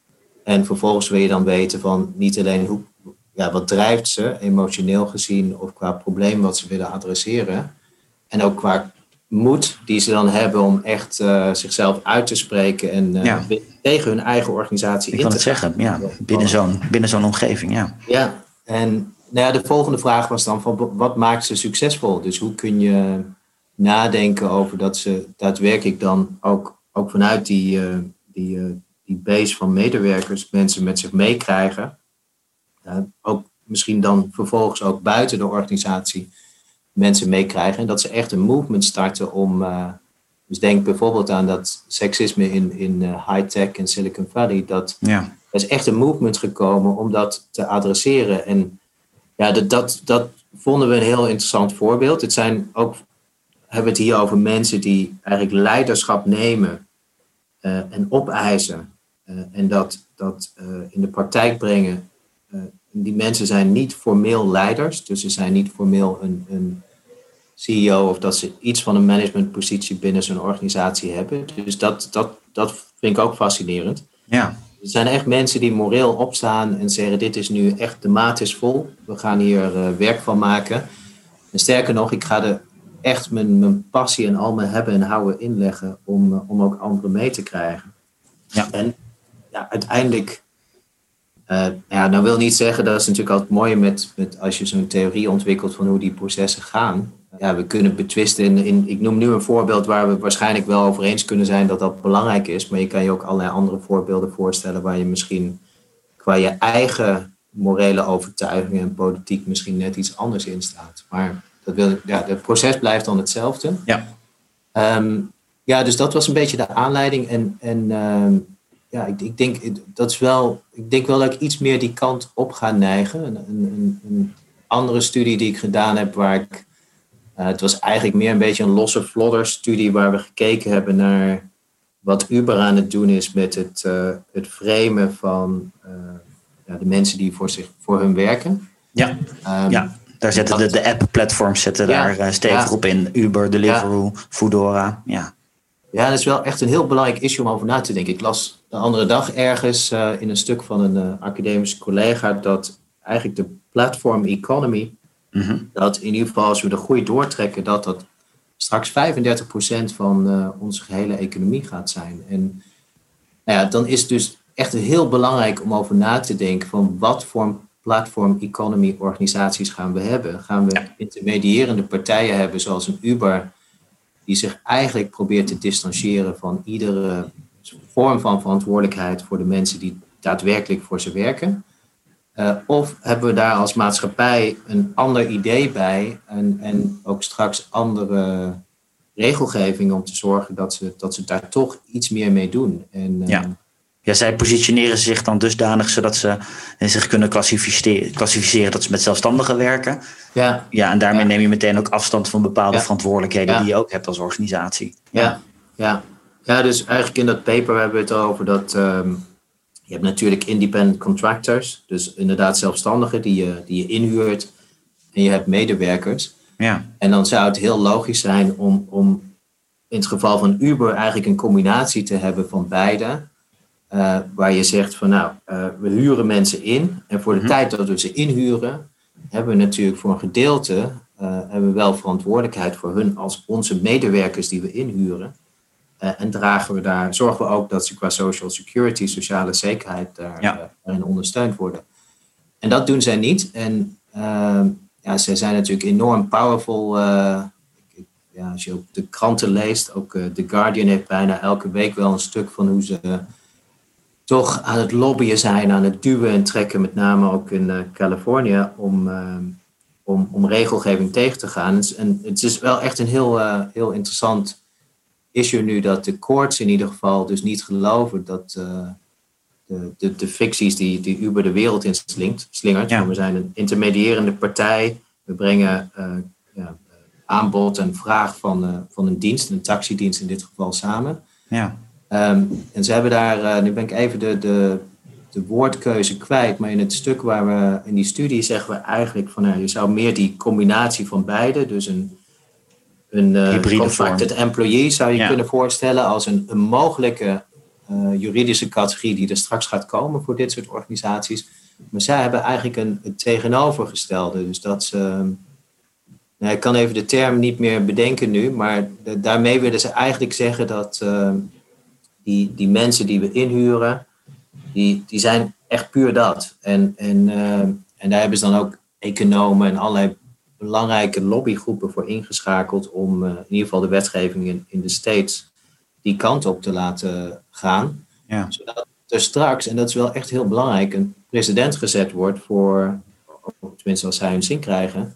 [SPEAKER 4] En vervolgens wil je dan weten van niet alleen hoe, ja, wat drijft ze emotioneel gezien of qua probleem wat ze willen adresseren. En ook qua moed die ze dan hebben om echt uh, zichzelf uit te spreken en uh, ja. tegen hun eigen organisatie
[SPEAKER 2] Ik
[SPEAKER 4] in te
[SPEAKER 2] kan het zeggen, ja, binnen zo'n, binnen zo'n omgeving. Ja,
[SPEAKER 4] ja. En nou ja, de volgende vraag was dan van wat maakt ze succesvol? Dus hoe kun je nadenken over dat ze daadwerkelijk dan ook, ook vanuit die, uh, die uh, die base van medewerkers mensen met zich meekrijgen. Uh, ook misschien dan vervolgens ook buiten de organisatie mensen meekrijgen. En dat ze echt een movement starten om... Uh, dus denk bijvoorbeeld aan dat seksisme in, in uh, high-tech in Silicon Valley. Dat, ja. Er is echt een movement gekomen om dat te adresseren. En ja, dat, dat, dat vonden we een heel interessant voorbeeld. Het zijn ook... hebben we het hier over mensen die eigenlijk leiderschap nemen uh, en opeisen. Uh, en dat, dat uh, in de praktijk brengen. Uh, die mensen zijn niet formeel leiders. Dus ze zijn niet formeel een, een C E O of dat ze iets van een managementpositie binnen zo'n organisatie hebben. Dus dat, dat, dat vind ik ook fascinerend. Ja. Er zijn echt mensen die moreel opstaan en zeggen dit is nu echt, de maat is vol. We gaan hier uh, werk van maken. En sterker nog, ik ga de echt mijn, mijn passie en al mijn hebben en houden inleggen om, uh, om ook anderen mee te krijgen.
[SPEAKER 2] Ja.
[SPEAKER 4] En ja, uiteindelijk, uh, ja, nou wil niet zeggen, dat is natuurlijk altijd mooi met, met als je zo'n theorie ontwikkelt van hoe die processen gaan. Ja, we kunnen betwisten in, in, ik noem nu een voorbeeld waar we waarschijnlijk wel over eens kunnen zijn dat dat belangrijk is, maar je kan je ook allerlei andere voorbeelden voorstellen waar je misschien qua je eigen morele overtuigingen en politiek misschien net iets anders in staat. Maar dat wil, ja, het proces blijft dan hetzelfde.
[SPEAKER 2] Ja.
[SPEAKER 4] Um, ja, dus dat was een beetje de aanleiding. En, en um, ja, ik, ik, denk, dat is wel, ik denk wel dat ik iets meer die kant op ga neigen. Een, een, een andere studie die ik gedaan heb, waar ik... Uh, het was eigenlijk meer een beetje een losse vlodder studie waar we gekeken hebben naar wat Uber aan het doen is met het, uh, het framen van uh, ja, de mensen die voor, zich, voor hun werken.
[SPEAKER 2] Ja, um, ja. Daar zetten de, de app-platforms zetten ja, daar uh, stevig ja. op in. Uber, Deliveroo, ja. Foodora. Ja.
[SPEAKER 4] ja, dat is wel echt een heel belangrijk issue om over na te denken. Ik las de andere dag ergens uh, in een stuk van een uh, academische collega dat eigenlijk de platform economy, mm-hmm. dat in ieder geval als we de groei doortrekken, dat dat straks vijfendertig procent van uh, onze gehele economie gaat zijn. En nou ja, dan is het dus echt heel belangrijk om over na te denken van wat voor platform economy organisaties gaan we hebben. Gaan we ja. intermediërende partijen hebben zoals een Uber, die zich eigenlijk probeert te distancieren van iedere vorm van verantwoordelijkheid voor de mensen die daadwerkelijk voor ze werken. Uh, of hebben we daar als maatschappij een ander idee bij en, en ook straks andere regelgeving om te zorgen dat ze, dat ze daar toch iets meer mee doen. En, uh,
[SPEAKER 2] ja. ja, zij positioneren zich dan dusdanig zodat ze zich kunnen klassificeren, klassificeren dat ze met zelfstandigen werken.
[SPEAKER 4] Ja,
[SPEAKER 2] ja en daarmee
[SPEAKER 4] ja.
[SPEAKER 2] neem je meteen ook afstand van bepaalde
[SPEAKER 4] ja.
[SPEAKER 2] verantwoordelijkheden
[SPEAKER 4] ja.
[SPEAKER 2] die je ook hebt als organisatie.
[SPEAKER 4] Ja, ja. ja. ja dus eigenlijk in dat paper hebben we het over dat Um, je hebt natuurlijk independent contractors, dus inderdaad zelfstandigen die je, die je inhuurt. En je hebt medewerkers.
[SPEAKER 2] Ja.
[SPEAKER 4] En dan zou het heel logisch zijn om, om in het geval van Uber eigenlijk een combinatie te hebben van beide. Uh, waar je zegt van nou, uh, we huren mensen in. En voor de mm-hmm. tijd dat we ze inhuren, hebben we natuurlijk voor een gedeelte uh, hebben we wel verantwoordelijkheid voor hun als onze medewerkers die we inhuren. Uh, en dragen we daar, zorgen we ook dat ze qua social security, sociale zekerheid daar,
[SPEAKER 2] ja.
[SPEAKER 4] uh, daarin ondersteund worden. En dat doen zij niet. En uh, ja, zij zijn natuurlijk enorm powerful. Uh, ja, als je ook de kranten leest, ook uh, The Guardian heeft bijna elke week wel een stuk van hoe ze uh, toch aan het lobbyen zijn, aan het duwen en trekken, met name ook in uh, Californië, om, uh, om, om regelgeving tegen te gaan. En het is wel echt een heel, uh, heel interessant issue nu dat de courts in ieder geval dus niet geloven dat uh, de, de, de ficties die, die Uber de wereld in slingt, slingert. Ja. We zijn een intermediërende partij. We brengen uh, ja, aanbod en vraag van, uh, van een dienst, een taxidienst in dit geval, samen.
[SPEAKER 2] Ja.
[SPEAKER 4] Um, en ze hebben daar, uh, nu ben ik even de, de, de woordkeuze kwijt, maar in het stuk waar we, in die studie zeggen we eigenlijk van, nou, je zou meer die combinatie van beide, dus een Een uh, contracted vorm. Employee zou je ja. kunnen voorstellen als een, een mogelijke uh, juridische categorie die er straks gaat komen voor dit soort organisaties. Maar zij hebben eigenlijk een, het tegenovergestelde. Dus dat ze, nou, ik kan even de term niet meer bedenken nu, maar de, daarmee willen ze eigenlijk zeggen dat uh, die, die mensen die we inhuren, die, die zijn echt puur dat. En, en, uh, en daar hebben ze dan ook economen en allerlei belangrijke lobbygroepen voor ingeschakeld om uh, in ieder geval de wetgeving in, in de States die kant op te laten gaan.
[SPEAKER 2] Ja.
[SPEAKER 4] Zodat er straks, en dat is wel echt heel belangrijk, een precedent gezet wordt voor, tenminste als zij hun zin krijgen,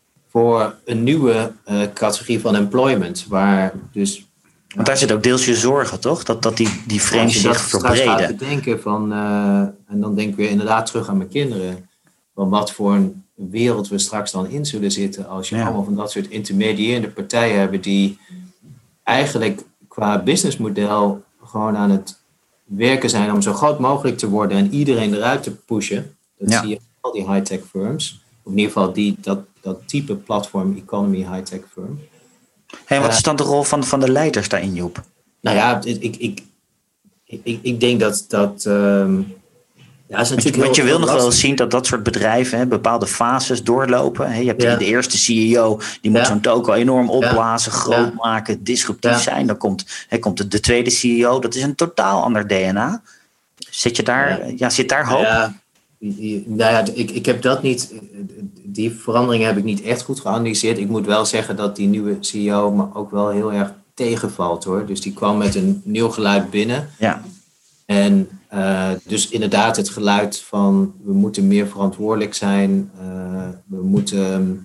[SPEAKER 4] voor een nieuwe uh, categorie van employment. Waar dus,
[SPEAKER 2] Want daar zit ook deels je zorgen, toch? Dat, dat die, die frames zich verbreden.
[SPEAKER 4] Als je dat denken van, uh, en dan denk ik weer inderdaad terug aan mijn kinderen, van wat voor een wereld we straks dan in zullen zitten als je ja. allemaal van dat soort intermediërende partijen hebben die eigenlijk qua businessmodel gewoon aan het werken zijn om zo groot mogelijk te worden en iedereen eruit te pushen. Dat ja. zie je al die high-tech firms. Of in ieder geval die, dat, dat type platform economy high-tech firm.
[SPEAKER 2] Hey, wat is dan de rol van, van de leiders daarin, Joep?
[SPEAKER 4] Nou ja, ik, ik, ik, ik, ik denk dat, dat um, Ja, is
[SPEAKER 2] want je, want je wil nog wel eens zien dat dat soort bedrijven hè, bepaalde fases doorlopen. Hè. Je hebt ja. de eerste C E O, die moet ja. zo'n toko enorm opblazen, ja. groot ja. maken, disruptief ja. zijn. Dan komt, hè, komt de, de tweede C E O, dat is een totaal ander D N A. Zit je daar, ja. Ja, zit daar hoop?
[SPEAKER 4] Ja, nou ja, ik, ik heb dat niet, die veranderingen heb ik niet echt goed geanalyseerd. Ik moet wel zeggen dat die nieuwe C E O me ook wel heel erg tegenvalt hoor. Dus die kwam met een nieuw geluid binnen.
[SPEAKER 2] Ja.
[SPEAKER 4] En uh, dus inderdaad het geluid van we moeten meer verantwoordelijk zijn. Uh, we moeten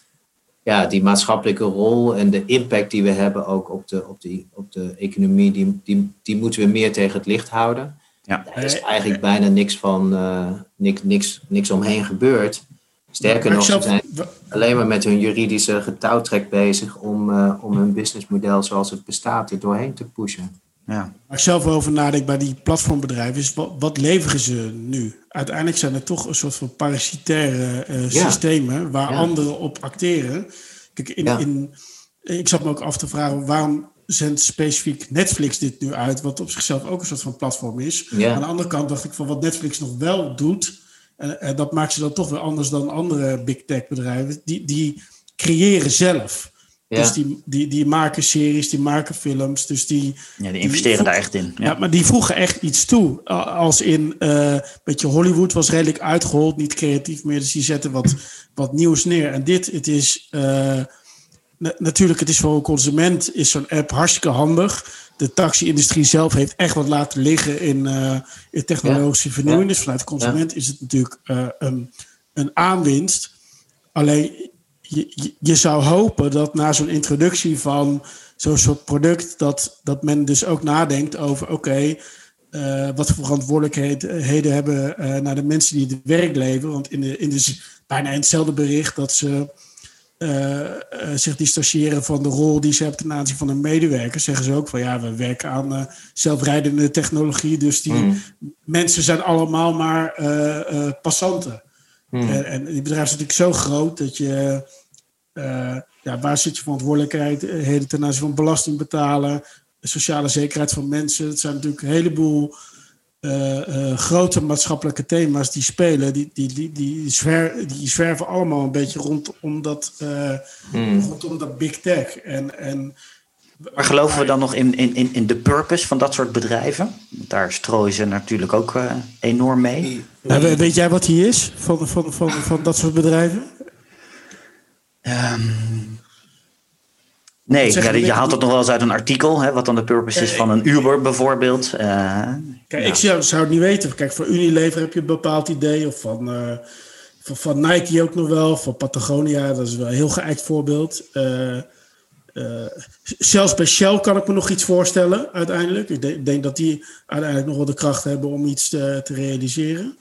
[SPEAKER 4] ja, die maatschappelijke rol en de impact die we hebben ook op de, op de, op de economie, die, die, die moeten we meer tegen het licht houden.
[SPEAKER 2] Ja.
[SPEAKER 4] Er is eigenlijk bijna niks van uh, niks, niks, niks omheen gebeurd. Sterker nog, ze zijn alleen maar met hun juridische getouwtrek bezig om, uh, om hun businessmodel zoals het bestaat er doorheen te pushen.
[SPEAKER 3] Ja. Waar ik zelf over nadenk bij die platformbedrijven is, wat, wat leveren ze nu? Uiteindelijk zijn het toch een soort van parasitaire uh, ja. systemen waar ja. anderen op acteren. Kijk, in, ja. in, ik zat me ook af te vragen, waarom zendt specifiek Netflix dit nu uit, wat op zichzelf ook een soort van platform is. Ja. Aan de andere kant dacht ik van wat Netflix nog wel doet, en, en dat maakt ze dan toch weer anders dan andere big tech bedrijven, die, die creëren zelf. Ja. Dus die, die, die maken series, die maken films. Dus die,
[SPEAKER 2] ja, die investeren die voeg, daar echt in. Ja.
[SPEAKER 3] Ja, maar die voegen echt iets toe. Als in, uh, beetje Hollywood was redelijk uitgehold, niet creatief meer. Dus die zetten wat, wat nieuws neer. En dit, het is... Uh, na, natuurlijk, het is voor een consument, is zo'n app hartstikke handig. De taxi-industrie zelf heeft echt wat laten liggen in, uh, in technologische ja. vernieuwing. Dus vanuit de consument ja. is het natuurlijk uh, een, een aanwinst. Alleen... Je, je zou hopen dat na zo'n introductie van zo'n soort product, dat, dat men dus ook nadenkt over, oké, okay, uh, wat voor verantwoordelijkheden hebben uh, naar de mensen die het werk leveren. Want in, de, in de, bijna in hetzelfde bericht dat ze uh, uh, zich distancieren van de rol die ze hebben ten aanzien van hun medewerkers, zeggen ze ook van ja, we werken aan uh, zelfrijdende technologie, dus die mm. mensen zijn allemaal maar uh, uh, passanten. Mm. En, en die bedrijven zijn natuurlijk zo groot dat je... Uh, ja, waar zit je verantwoordelijkheid ten aanzien van belasting betalen, sociale zekerheid van mensen. Het zijn natuurlijk een heleboel uh, uh, grote maatschappelijke thema's die spelen. Die, die, die, die, zwer, die zwerven allemaal een beetje rondom dat, uh, mm. rondom dat big tech. En, en,
[SPEAKER 2] maar geloven we dan nog in, in, in de purpose van dat soort bedrijven? Daar strooien ze natuurlijk ook uh, enorm mee.
[SPEAKER 3] Ja, weet jij wat die is van, van, van, van dat soort bedrijven?
[SPEAKER 2] Um, nee, ja, je haalt het nog wel eens uit een artikel, hè, wat dan de purpose is van een Uber bijvoorbeeld. Uh,
[SPEAKER 3] Kijk, ja. ik zou, zou het niet weten. Kijk, voor Unilever heb je een bepaald idee, of van, uh, van, van Nike ook nog wel, van Patagonia, dat is wel een heel geëikt voorbeeld. Uh, uh, zelfs bij Shell kan ik me nog iets voorstellen, uiteindelijk. Ik denk, denk dat die uiteindelijk nog wel de kracht hebben om iets te, te realiseren.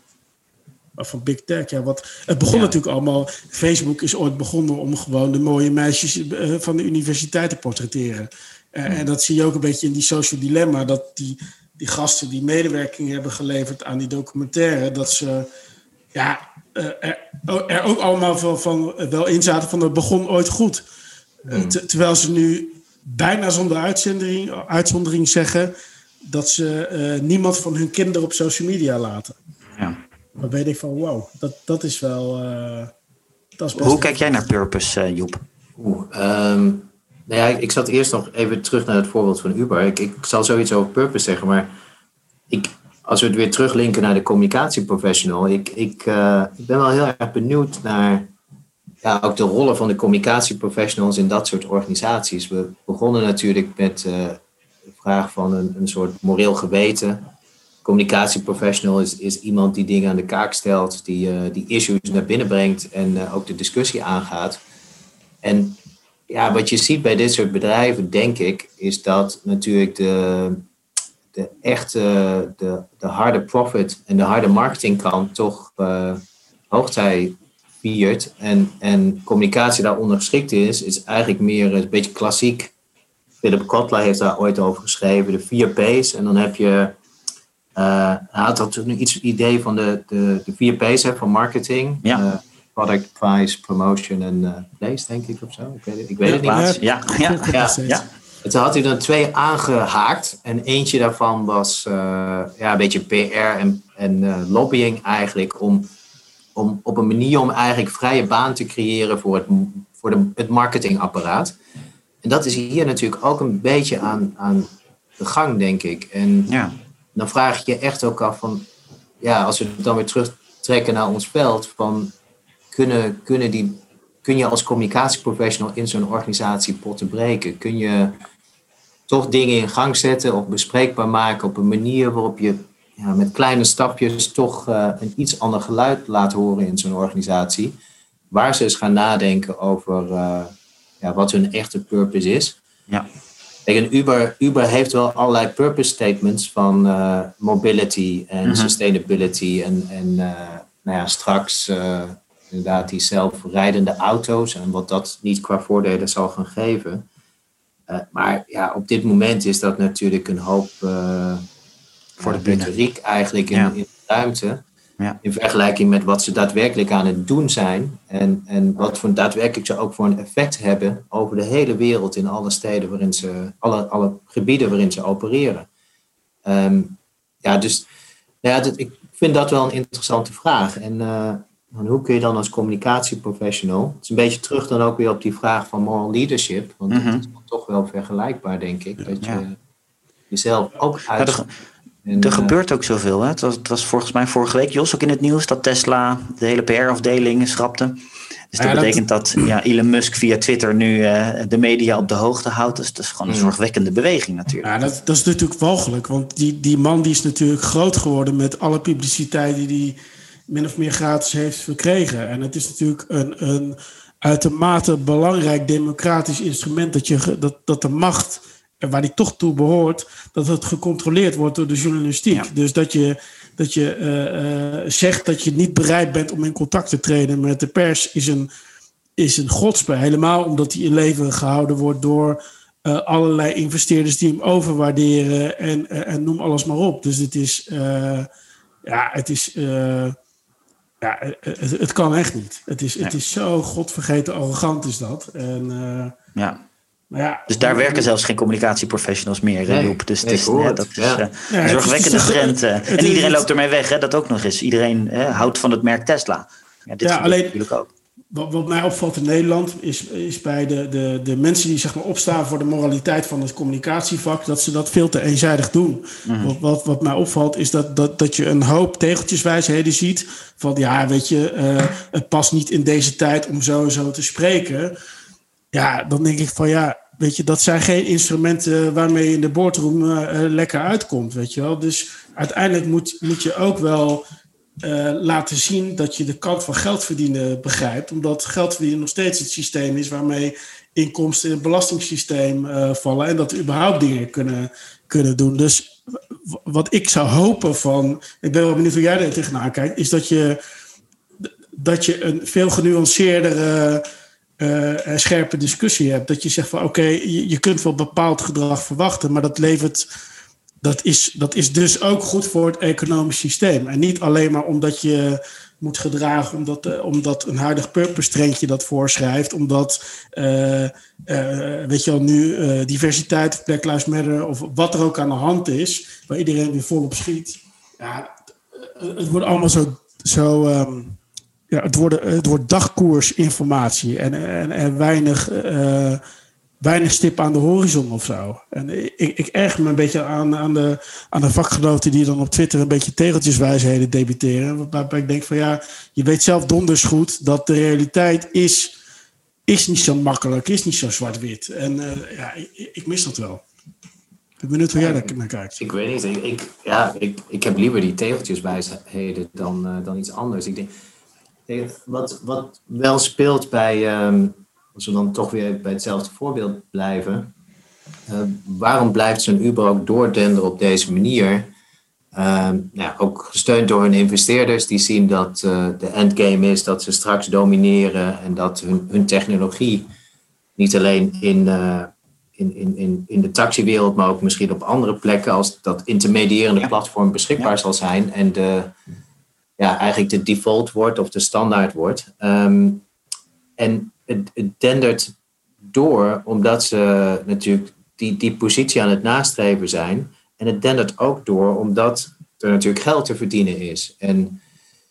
[SPEAKER 3] Van big tech, ja. Wat, het begon ja. natuurlijk allemaal... Facebook is ooit begonnen om gewoon de mooie meisjes uh, van de universiteit te portretteren. Uh, mm. En dat zie je ook een beetje in die social dilemma. Dat die, die gasten die medewerking hebben geleverd aan die documentaire, dat ze ja, uh, er, er ook allemaal van, van wel in zaten van het begon ooit goed. Mm. Uh, t- terwijl ze nu bijna zonder uitzondering, uitzondering zeggen dat ze uh, niemand van hun kinderen op social media laten.
[SPEAKER 2] Ja.
[SPEAKER 3] Dan weet ik van, wow, dat, dat is wel... Uh, dat is best
[SPEAKER 2] Hoe kijk jij naar purpose, uh, Joep?
[SPEAKER 4] Oeh, um, nou ja, ik, ik zat eerst nog even terug naar het voorbeeld van Uber. Ik, ik zal zoiets over purpose zeggen, maar ik, als we het weer teruglinken naar de communicatieprofessional, ik, ik, uh, ik ben wel heel erg benieuwd naar ja, ook de rollen van de communicatieprofessionals in dat soort organisaties. We begonnen natuurlijk met uh, de vraag van een, een soort moreel geweten. Communicatieprofessional is, is iemand die dingen aan de kaak stelt, die, uh, die issues naar binnen brengt en uh, ook de discussie aangaat. En ja, wat je ziet bij dit soort bedrijven, denk ik, is dat natuurlijk de, de echte, de, de harde profit en de harde marketingkant toch uh, hoogtij viert. En, en communicatie daaronder geschikt is, is eigenlijk meer een beetje klassiek. Philip Kotler heeft daar ooit over geschreven, de vier P's. En dan heb je... Uh, hij had natuurlijk iets idee van de, de, de vier P's hè, van marketing.
[SPEAKER 2] Ja.
[SPEAKER 4] Uh, product, price, promotion en uh, place, denk ik of zo. Ik weet het, ik weet het niet.
[SPEAKER 2] Ja, ja, ja.
[SPEAKER 4] ja.
[SPEAKER 2] ja.
[SPEAKER 4] En toen had hij er twee aangehaakt. En eentje daarvan was uh, ja, een beetje P R en, en uh, lobbying eigenlijk. Om, om op een manier om eigenlijk vrije baan te creëren voor het, voor de, het marketingapparaat. En dat is hier natuurlijk ook een beetje aan, aan de gang, denk ik. En ja. dan vraag je je echt ook af van... Ja, als we het dan weer terugtrekken naar ons veld... van kunnen, kunnen die, kun je als communicatieprofessional in zo'n organisatie potten breken? Kun je toch dingen in gang zetten of bespreekbaar maken... op een manier waarop je ja, met kleine stapjes... toch uh, een iets ander geluid laat horen in zo'n organisatie... waar ze eens gaan nadenken over... Uh, Ja, wat hun echte purpose is.
[SPEAKER 2] Ja.
[SPEAKER 4] Kijk, en Uber, Uber heeft wel allerlei purpose statements van uh, mobility en mm-hmm. sustainability. En, en uh, nou ja, straks uh, inderdaad die zelfrijdende auto's en wat dat niet qua voordelen zal gaan geven. Uh, maar ja, op dit moment is dat natuurlijk een hoop uh, voor de retoriek eigenlijk in, ja. in de ruimte. Ja. In vergelijking met wat ze daadwerkelijk aan het doen zijn. En, en wat voor daadwerkelijk ze ook voor een effect hebben over de hele wereld in alle steden waarin ze, alle, alle gebieden waarin ze opereren. Um, ja, dus nou ja, dat, ik vind dat wel een interessante vraag. En uh, hoe kun je dan als communicatieprofessional, het is een beetje terug dan ook weer op die vraag van moral leadership, want mm-hmm. dat is toch wel vergelijkbaar, denk ik, dat je ja. jezelf ook uit... Ja,
[SPEAKER 2] En, er gebeurt ook zoveel. Hè? Het, was, het was volgens mij vorige week, Jos, ook in het nieuws... dat Tesla de hele P R-afdeling schrapte. Dus dat ja, betekent dat, dat ja, Elon Musk via Twitter nu uh, de media op de hoogte houdt. Dus dat is gewoon een zorgwekkende beweging natuurlijk.
[SPEAKER 3] Ja, dat, dat is natuurlijk walgelijk. Want die, die man die is natuurlijk groot geworden... met alle publiciteit die hij min of meer gratis heeft verkregen. En het is natuurlijk een, een uitermate belangrijk democratisch instrument... dat, je, dat, dat de macht... waar die toch toe behoort, dat het gecontroleerd wordt door de journalistiek. Ja. Dus dat je, dat je uh, uh, zegt dat je niet bereid bent om in contact te treden met de pers... is een, is een godspe. Helemaal omdat die in leven gehouden wordt door uh, allerlei investeerders... die hem overwaarderen en, uh, en noem alles maar op. Dus het is... Uh, ja, het is... Uh, ja, het, het kan echt niet. Het is, het is zo godvergeten arrogant is dat. En... Uh,
[SPEAKER 2] ja. Ja, dus daar werken zelfs geen communicatieprofessionals meer nee, op. Dus het is, nee, hè, dat is ja. uh, ja, een zorgwekkende is, trend. Uh, en iedereen is, loopt ermee weg, hè, dat ook nog eens. Iedereen hè, houdt van het merk Tesla. Ja, dit
[SPEAKER 3] ja alleen
[SPEAKER 2] natuurlijk ook.
[SPEAKER 3] Wat, wat mij opvalt in Nederland is, is bij de, de, de mensen die zeg maar, opstaan voor de moraliteit van het communicatievak, dat ze dat veel te eenzijdig doen. Mm-hmm. Wat, wat, wat mij opvalt is dat, dat, dat je een hoop tegeltjeswijsheden ziet. Van ja, weet je, uh, het past niet in deze tijd om zo en zo te spreken. Ja, dan denk ik van ja, weet je, dat zijn geen instrumenten waarmee je in de boardroom uh, lekker uitkomt, weet je wel. Dus uiteindelijk moet, moet je ook wel uh, laten zien dat je de kant van geld verdienen begrijpt. Omdat geld verdienen nog steeds het systeem is waarmee inkomsten in het belastingssysteem uh, vallen. En dat we überhaupt dingen kunnen, kunnen doen. Dus w- wat ik zou hopen van, ik ben wel benieuwd hoe jij er tegenaan kijkt, is dat je, dat je een veel genuanceerdere... Uh, een scherpe discussie hebt. Dat je zegt van oké, okay, je, je kunt wel bepaald gedrag verwachten, maar dat levert, dat is, dat is dus ook goed voor het economisch systeem. En niet alleen maar omdat je moet gedragen, omdat, uh, omdat een huidig purpose trendje dat voorschrijft, omdat uh, uh, weet je wel, nu uh, diversiteit of Black Lives Matter of wat er ook aan de hand is, waar iedereen weer volop schiet. Ja, het wordt allemaal zo, zo um, Ja, het wordt, het wordt dagkoersinformatie en, en, en weinig, uh, weinig stip aan de horizon of zo. En ik, ik erger me een beetje aan, aan, de, aan de vakgenoten die dan op Twitter een beetje tegeltjeswijsheden debiteren. Waarbij ik denk van ja, je weet zelf donders goed dat de realiteit is, is niet zo makkelijk, is niet zo zwart-wit. En uh, ja, ik, ik mis dat wel. Ik ben benieuwd hoe jij daar naar kijkt.
[SPEAKER 4] Ik weet niet. Ik, ik, ja, ik, ik heb liever die tegeltjeswijsheden dan, uh, dan iets anders. Ik denk... Wat, wat wel speelt bij, um, als we dan toch weer bij hetzelfde voorbeeld blijven, uh, waarom blijft zo'n Uber ook doordenderen op deze manier? Um, ja, ook gesteund door hun investeerders die zien dat uh, de endgame is dat ze straks domineren en dat hun, hun technologie niet alleen in, uh, in, in, in, in de taxiwereld, maar ook misschien op andere plekken als dat intermediërende platform beschikbaar ja. zal zijn en de ja, eigenlijk de default wordt of de standaard wordt. Um, en het, het dendert door omdat ze natuurlijk die, die positie aan het nastreven zijn. En het dendert ook door omdat er natuurlijk geld te verdienen is. En,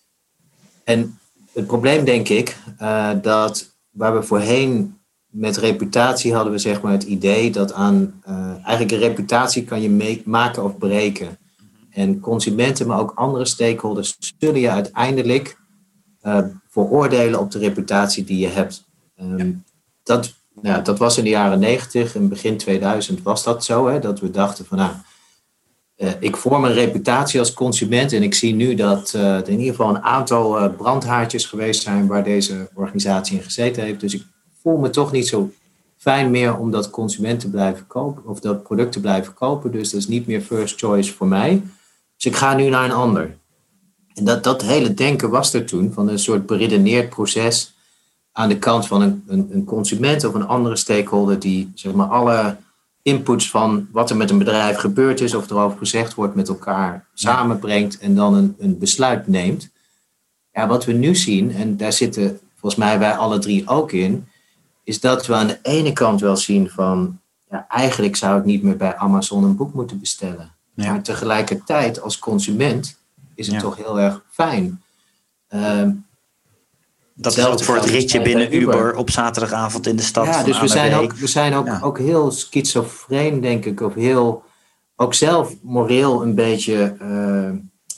[SPEAKER 4] en het probleem denk ik, uh, dat waar we voorheen met reputatie hadden we zeg maar het idee dat aan uh, eigenlijk een reputatie kan je mee, maken of breken. En consumenten, maar ook andere stakeholders zullen je uiteindelijk uh, veroordelen op de reputatie die je hebt. Um, ja. dat, nou, dat was in de jaren negentig en begin tweeduizend was dat zo, hè, dat we dachten van nou, uh, ik vorm een reputatie als consument en ik zie nu dat uh, er in ieder geval een aantal uh, brandhaartjes geweest zijn waar deze organisatie in gezeten heeft. Dus ik voel me toch niet zo fijn meer om dat consument te blijven kopen of dat product te blijven kopen. Dus dat is niet meer first choice voor mij. Dus ik ga nu naar een ander. En dat, dat hele denken was er toen, van een soort beredeneerd proces aan de kant van een, een, een consument of een andere stakeholder die zeg maar alle inputs van wat er met een bedrijf gebeurd is of erover gezegd wordt met elkaar samenbrengt en dan een, een besluit neemt. Ja, wat we nu zien, en daar zitten volgens mij wij alle drie ook in, is dat we aan de ene kant wel zien van ja, eigenlijk zou ik niet meer bij Amazon een boek moeten bestellen. Ja. Maar tegelijkertijd als consument is het ja. toch heel erg fijn. Uh,
[SPEAKER 2] dat is ook voor het ritje binnen Uber. Uber op zaterdagavond in de stad.
[SPEAKER 4] Ja, dus we zijn, ook, we zijn ook, ja. ook heel schizofreen, denk ik. Of heel, ook zelf moreel een beetje uh,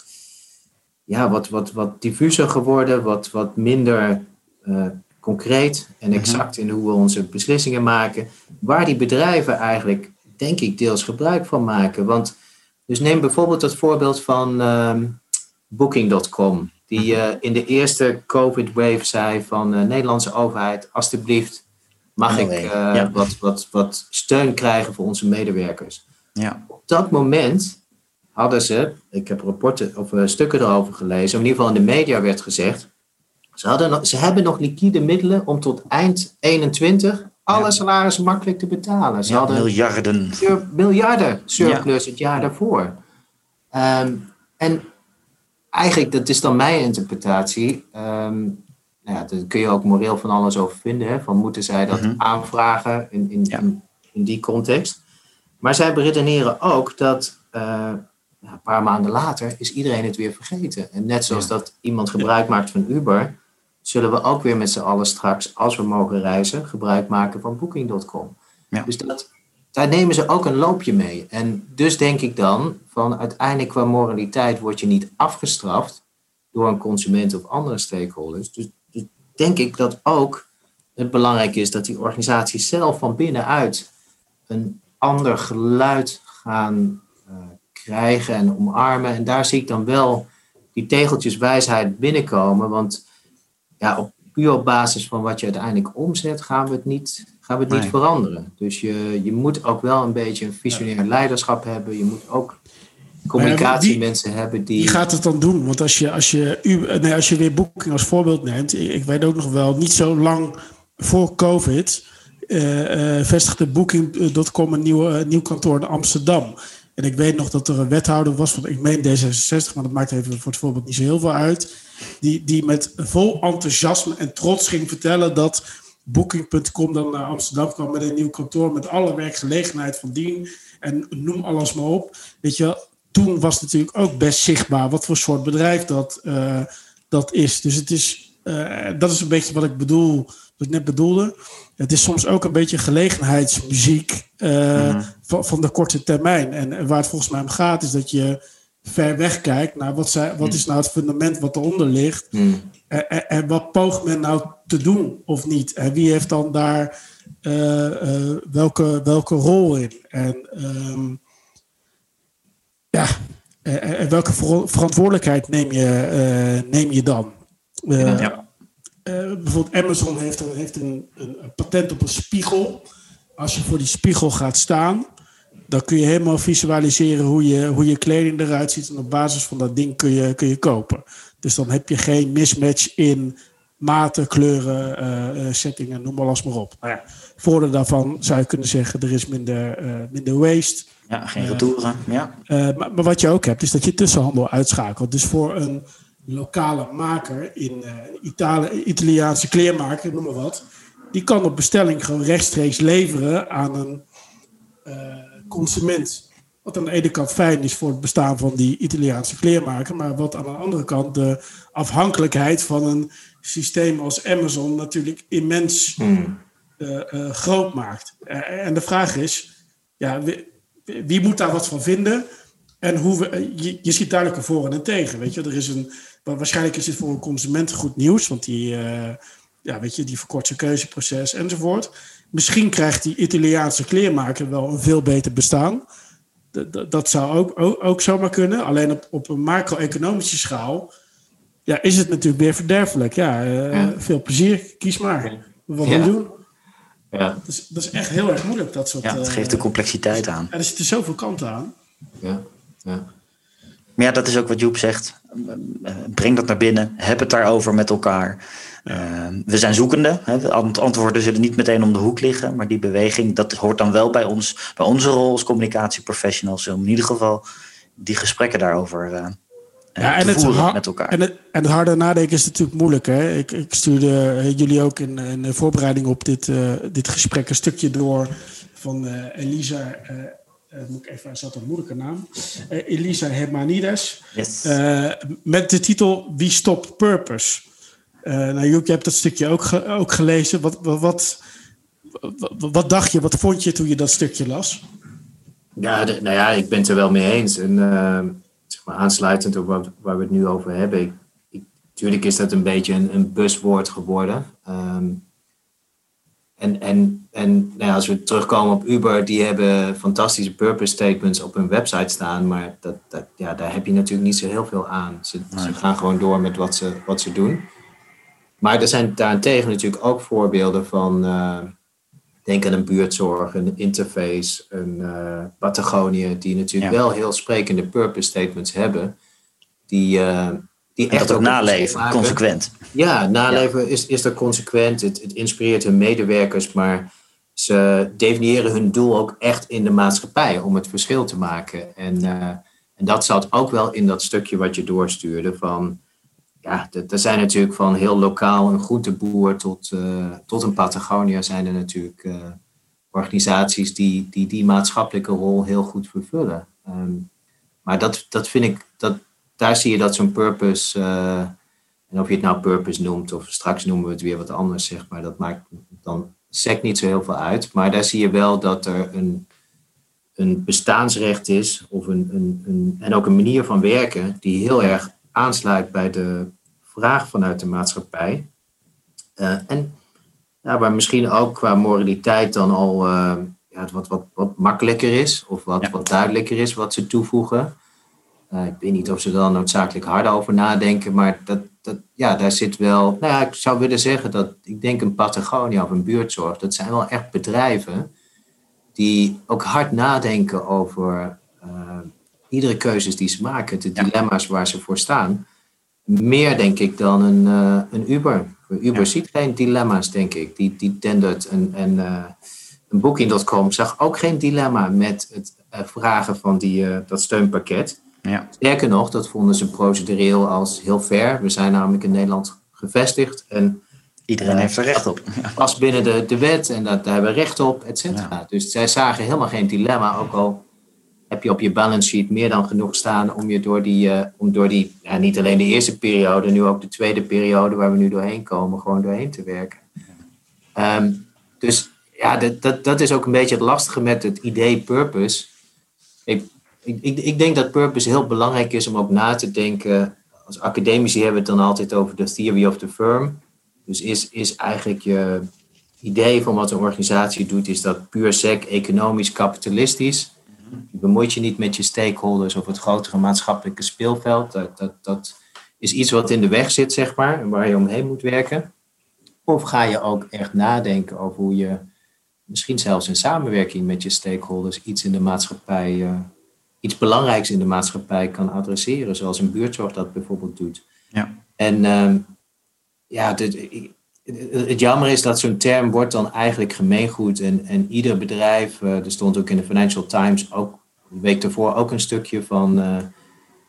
[SPEAKER 4] ja, wat, wat, wat diffuser geworden. Wat, wat minder uh, concreet en exact in hoe we onze beslissingen maken. Waar die bedrijven eigenlijk, denk ik, deels gebruik van maken. Want dus neem bijvoorbeeld het voorbeeld van um, Booking punt com. Die uh, in de eerste COVID-wave zei van uh, Nederlandse overheid, alstublieft mag ik uh, ja. wat, wat, wat steun krijgen voor onze medewerkers.
[SPEAKER 2] Ja.
[SPEAKER 4] Op dat moment hadden ze, ik heb rapporten of uh, stukken erover gelezen, in ieder geval in de media werd gezegd, ze, hadden nog, ze hebben nog liquide middelen om tot eind eenentwintig alle ja. salarissen makkelijk te betalen. Ze
[SPEAKER 2] ja,
[SPEAKER 4] hadden
[SPEAKER 2] miljarden.
[SPEAKER 4] Sur, miljarden surplus ja. het jaar daarvoor. Um, en eigenlijk, dat is dan mijn interpretatie. Um, nou ja, daar kun je ook moreel van alles over vinden. Hè, van moeten zij dat mm-hmm. aanvragen in, in, ja. in, in die context. Maar zij beredeneren ook dat uh, een paar maanden later is iedereen het weer vergeten. En net zoals ja. dat iemand gebruik maakt van Uber, zullen we ook weer met z'n allen straks, als we mogen reizen, gebruik maken van Booking punt com. Ja. Dus dat, daar nemen ze ook een loopje mee. En dus denk ik dan, van uiteindelijk qua moraliteit word je niet afgestraft door een consument of andere stakeholders. Dus, dus denk ik dat ook het belangrijk is dat die organisaties zelf van binnenuit een ander geluid gaan uh, krijgen en omarmen. En daar zie ik dan wel die tegeltjes wijsheid binnenkomen, want ja, op puur op basis van wat je uiteindelijk omzet, gaan we het niet, gaan we het niet nee. veranderen. Dus je, je moet ook wel een beetje een visionair leiderschap hebben. Je moet ook communicatiemensen hebben die...
[SPEAKER 3] Wie gaat het dan doen? Want als je, als je, nee, als je weer Booking als voorbeeld neemt, ik, ik weet ook nog wel, niet zo lang voor COVID uh, uh, vestigde Booking punt com een nieuw, uh, nieuw kantoor in Amsterdam. En ik weet nog dat er een wethouder was van, ik meen D zesenzestig, maar dat maakt even voor het voorbeeld niet zo heel veel uit. Die, die met vol enthousiasme en trots ging vertellen dat Booking punt com dan naar Amsterdam kwam met een nieuw kantoor met alle werkgelegenheid van dien. En noem alles maar op. Weet je, toen was het natuurlijk ook best zichtbaar wat voor soort bedrijf dat, uh, dat is. Dus het is, uh, dat is een beetje wat ik bedoel, wat ik net bedoelde. Het is soms ook een beetje gelegenheidsmuziek uh, mm-hmm. van, van de korte termijn. En waar het volgens mij om gaat is dat je ver weg kijkt naar wat, zij, wat is nou het fundament wat eronder ligt. Mm. En, en wat poogt men nou te doen of niet? En wie heeft dan daar uh, uh, welke, welke rol in? En um, ja, en, en welke ver- verantwoordelijkheid neem je, uh, neem je dan? Uh, ja. uh, bijvoorbeeld Amazon heeft, een, heeft een, een patent op een spiegel. Als je voor die spiegel gaat staan, dan kun je helemaal visualiseren hoe je, hoe je kleding eruit ziet. En op basis van dat ding kun je, kun je kopen. Dus dan heb je geen mismatch in maten, kleuren, uh, uh, settingen, noem alles maar op. Nou ja, voordeel daarvan zou je kunnen zeggen, er is minder, uh, minder waste.
[SPEAKER 2] Ja, geen retouren. Uh, ja.
[SPEAKER 3] uh, maar, maar wat je ook hebt, is dat je tussenhandel uitschakelt. Dus voor een lokale maker in uh, Itali- Italiaanse kleermaker, noem maar wat, die kan op bestelling gewoon rechtstreeks leveren aan een uh, consument. Wat aan de ene kant fijn is voor het bestaan van die Italiaanse kleermaker, maar wat aan de andere kant de afhankelijkheid van een systeem als Amazon natuurlijk immens mm. uh, uh, groot maakt. Uh, en de vraag is, ja, wie, wie moet daar wat van vinden? En hoe we, je, je ziet duidelijk een voor en een tegen. Weet je, er is een, waarschijnlijk is dit voor een consument goed nieuws, want die, uh, ja, weet je, die verkort zijn keuzeproces enzovoort. Misschien krijgt die Italiaanse kleermaker wel een veel beter bestaan. Dat, dat zou ook, ook, ook zomaar kunnen. Alleen op, op een macro-economische schaal ja, is het natuurlijk weer verderfelijk. Ja, uh, ja. Veel plezier, kies maar. Wat we ja. doen. Ja. Dat, is, dat is echt heel erg moeilijk. Dat soort,
[SPEAKER 2] ja, het geeft de complexiteit aan.
[SPEAKER 3] Ja, er zitten zoveel kanten aan.
[SPEAKER 4] Ja, ja.
[SPEAKER 2] Maar ja, dat is ook wat Joep zegt. Breng dat naar binnen. Heb het daarover met elkaar. Ja. Uh, we zijn zoekende. Hè. Antwoorden zullen niet meteen om de hoek liggen. Maar die beweging, dat hoort dan wel bij ons, bij onze rol als communicatieprofessionals. Om in ieder geval die gesprekken daarover uh, ja, te en voeren het ha- met elkaar.
[SPEAKER 3] En het, en het harde nadenken is natuurlijk moeilijk. Hè? Ik, ik stuurde jullie ook in, in de voorbereiding op dit, uh, dit gesprek een stukje door van uh, Elisa... Uh, Uh, moet ik even, er zat een moeilijke naam. Uh, Elisa Hermanides. Yes. Uh, met de titel Wie stopt Purpose? Uh, nou, Joep, je hebt dat stukje ook, ge- ook gelezen. Wat, wat, wat, wat, wat dacht je, wat vond je toen je dat stukje las?
[SPEAKER 4] Ja, de, nou ja, ik ben het er wel mee eens. En uh, zeg maar aansluitend op wat, waar we het nu over hebben. Ik, ik, tuurlijk is dat een beetje een, een buzzwoord geworden. Um, En, en, en nou ja, als we terugkomen op Uber, die hebben fantastische purpose statements op hun website staan. Maar dat, dat, ja, daar heb je natuurlijk niet zo heel veel aan. Ze, nee. ze gaan gewoon door met wat ze, wat ze doen. Maar er zijn daarentegen natuurlijk ook voorbeelden van, uh, denk aan een buurtzorg, een interface, een uh, Patagonië, die natuurlijk ja. wel heel sprekende purpose statements hebben. Die... Uh, Die
[SPEAKER 2] en echt dat ook naleven, consequent.
[SPEAKER 4] Ja, naleven ja. Is, is er consequent. Het, het inspireert hun medewerkers, maar ze definiëren hun doel ook echt in de maatschappij om het verschil te maken. En, uh, en dat zat ook wel in dat stukje wat je doorstuurde van, ja, er zijn natuurlijk van heel lokaal een groenteboer tot, uh, tot een Patagonia zijn er natuurlijk uh, organisaties die, die die maatschappelijke rol heel goed vervullen. Um, maar dat, dat vind ik, dat daar zie je dat zo'n purpose, uh, en of je het nou purpose noemt of straks noemen we het weer wat anders, zeg maar, dat maakt dan sec niet zo heel veel uit. Maar daar zie je wel dat er een, een bestaansrecht is of een, een, een, en ook een manier van werken die heel erg aansluit bij de vraag vanuit de maatschappij. Uh, en ja, waar misschien ook qua moraliteit dan al uh, ja, wat, wat, wat makkelijker is of wat, ja. wat duidelijker is wat ze toevoegen. Uh, ik weet niet of ze er dan noodzakelijk harder over nadenken, maar dat, dat, ja, daar zit wel... Nou ja, ik zou willen zeggen dat, ik denk een Patagonia of een buurtzorg, dat zijn wel echt bedrijven die ook hard nadenken over uh, iedere keuzes die ze maken, de dilemma's waar ze voor staan. Meer, denk ik, dan een, uh, een Uber. Uber ja. ziet geen dilemma's, denk ik. Die, die tendert en, en uh, een Booking punt com zag ook geen dilemma met het uh, vragen van die, uh, dat steunpakket. Ja. Sterker nog, dat vonden ze procedureel als heel fair. We zijn namelijk in Nederland gevestigd. En
[SPEAKER 2] iedereen uh, heeft er recht op.
[SPEAKER 4] Ja. Past binnen de, de wet en dat, daar hebben we recht op, et cetera. Ja. Dus zij zagen helemaal geen dilemma. Ook al heb je op je balance sheet meer dan genoeg staan om je door die, uh, om door die ja, niet alleen de eerste periode, nu ook de tweede periode waar we nu doorheen komen, gewoon doorheen te werken. Ja. Um, dus ja, dat, dat, dat is ook een beetje het lastige met het idee purpose. Ik, Ik, ik, ik denk dat purpose heel belangrijk is om ook na te denken. Als academici hebben we het dan altijd over de theory of the firm. Dus is, is eigenlijk je idee van wat een organisatie doet, is dat puur sec, economisch, kapitalistisch. Je bemoeit je niet met je stakeholders of het grotere maatschappelijke speelveld. Dat, dat, dat is iets wat in de weg zit, zeg maar, en waar je omheen moet werken. Of ga je ook echt nadenken over hoe je misschien zelfs in samenwerking met je stakeholders iets in de maatschappij... Uh, iets belangrijks in de maatschappij kan adresseren, zoals een buurtzorg dat bijvoorbeeld doet. Ja. En um, ja, dit, het jammer is dat zo'n term wordt dan eigenlijk gemeengoed en, en ieder bedrijf, uh, er stond ook in de Financial Times ook de week daarvoor ook een stukje van uh,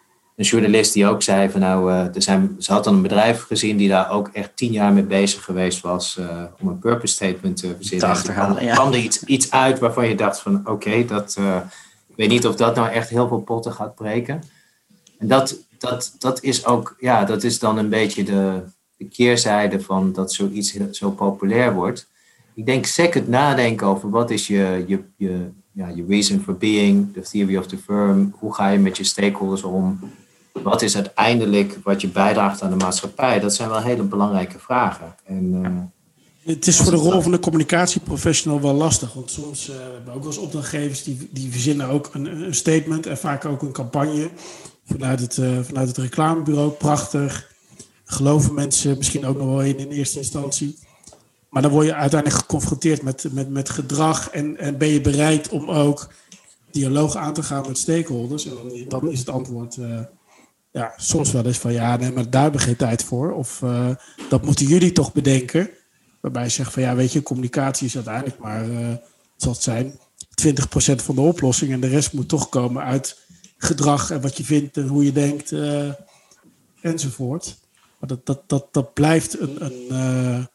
[SPEAKER 4] een journalist die ook zei van nou, uh, er zijn, ze had dan een bedrijf gezien die daar ook echt tien jaar mee bezig geweest was uh, om een purpose statement te verzinnen.
[SPEAKER 2] Te achterhalen, ja.
[SPEAKER 4] kwam er iets, iets uit waarvan je dacht van oké, okay, dat uh, ik weet niet of dat nou echt heel veel potten gaat breken. En dat, dat, dat is ook, ja, dat is dan een beetje de, de keerzijde van dat zoiets zo populair wordt. Ik denk second nadenken over wat is je, je, je, ja, je reason for being, the theory of the firm, hoe ga je met je stakeholders om, wat is uiteindelijk wat je bijdraagt aan de maatschappij, dat zijn wel hele belangrijke vragen. En, uh,
[SPEAKER 3] het is voor de rol van de communicatieprofessional wel lastig, want soms uh, hebben we ook wel eens opdrachtgevers die, die verzinnen ook een, een statement en vaak ook een campagne vanuit het, uh, vanuit het reclamebureau. Prachtig, geloven mensen misschien ook nog wel in in eerste instantie. Maar dan word je uiteindelijk geconfronteerd met, met, met gedrag en, en ben je bereid om ook dialoog aan te gaan met stakeholders. En dan, dan is het antwoord uh, ja, soms wel eens van ja, nee, maar daar hebben we geen tijd voor. Of uh, dat moeten jullie toch bedenken. Waarbij je zegt van ja, weet je, communicatie is uiteindelijk maar, uh, zal het zijn, twintig procent van de oplossing. En de rest moet toch komen uit gedrag en wat je vindt en hoe je denkt uh, enzovoort. Maar dat, dat, dat, dat blijft een... een uh,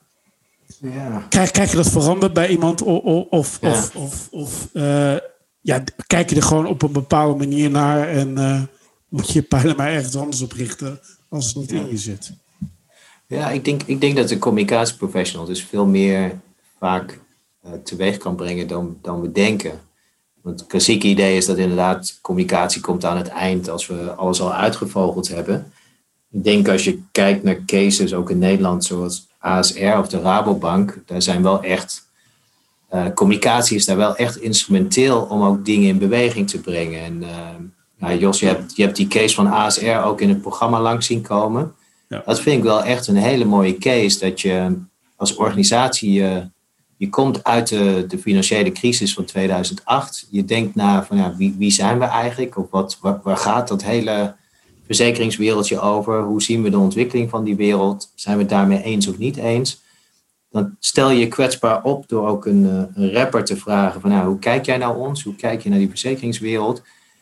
[SPEAKER 3] Ja. Krijg, krijg je dat veranderd bij iemand? Of, of, ja. of, of, of uh, ja, kijk je er gewoon op een bepaalde manier naar en uh, moet je je pijlen maar ergens anders op richten als het niet in je zit?
[SPEAKER 4] Ja, ik denk, ik denk dat de communicatieprofessional dus veel meer vaak uh, teweeg kan brengen dan, dan we denken. Want het klassieke idee is dat inderdaad communicatie komt aan het eind als we alles al uitgevogeld hebben. Ik denk als je kijkt naar cases, ook in Nederland, zoals A S R of de Rabobank, daar zijn wel echt, uh, communicatie is daar wel echt instrumenteel om ook dingen in beweging te brengen. En uh, nou, Jos, je hebt, je hebt die case van A S R ook in het programma langs zien komen. Ja. Dat vind ik wel echt een hele mooie case, dat je als organisatie, uh, je komt uit de, de financiële crisis van tweeduizend acht. Je denkt na van ja, wie, wie zijn we eigenlijk? Of wat, waar, waar gaat dat hele verzekeringswereldje over? Hoe zien we de ontwikkeling van die wereld? Zijn we het daarmee eens of niet eens? Dan stel je je kwetsbaar op door ook een, een rapper te vragen van nou, hoe kijk jij naar ons? Hoe kijk je naar die verzekeringswereld?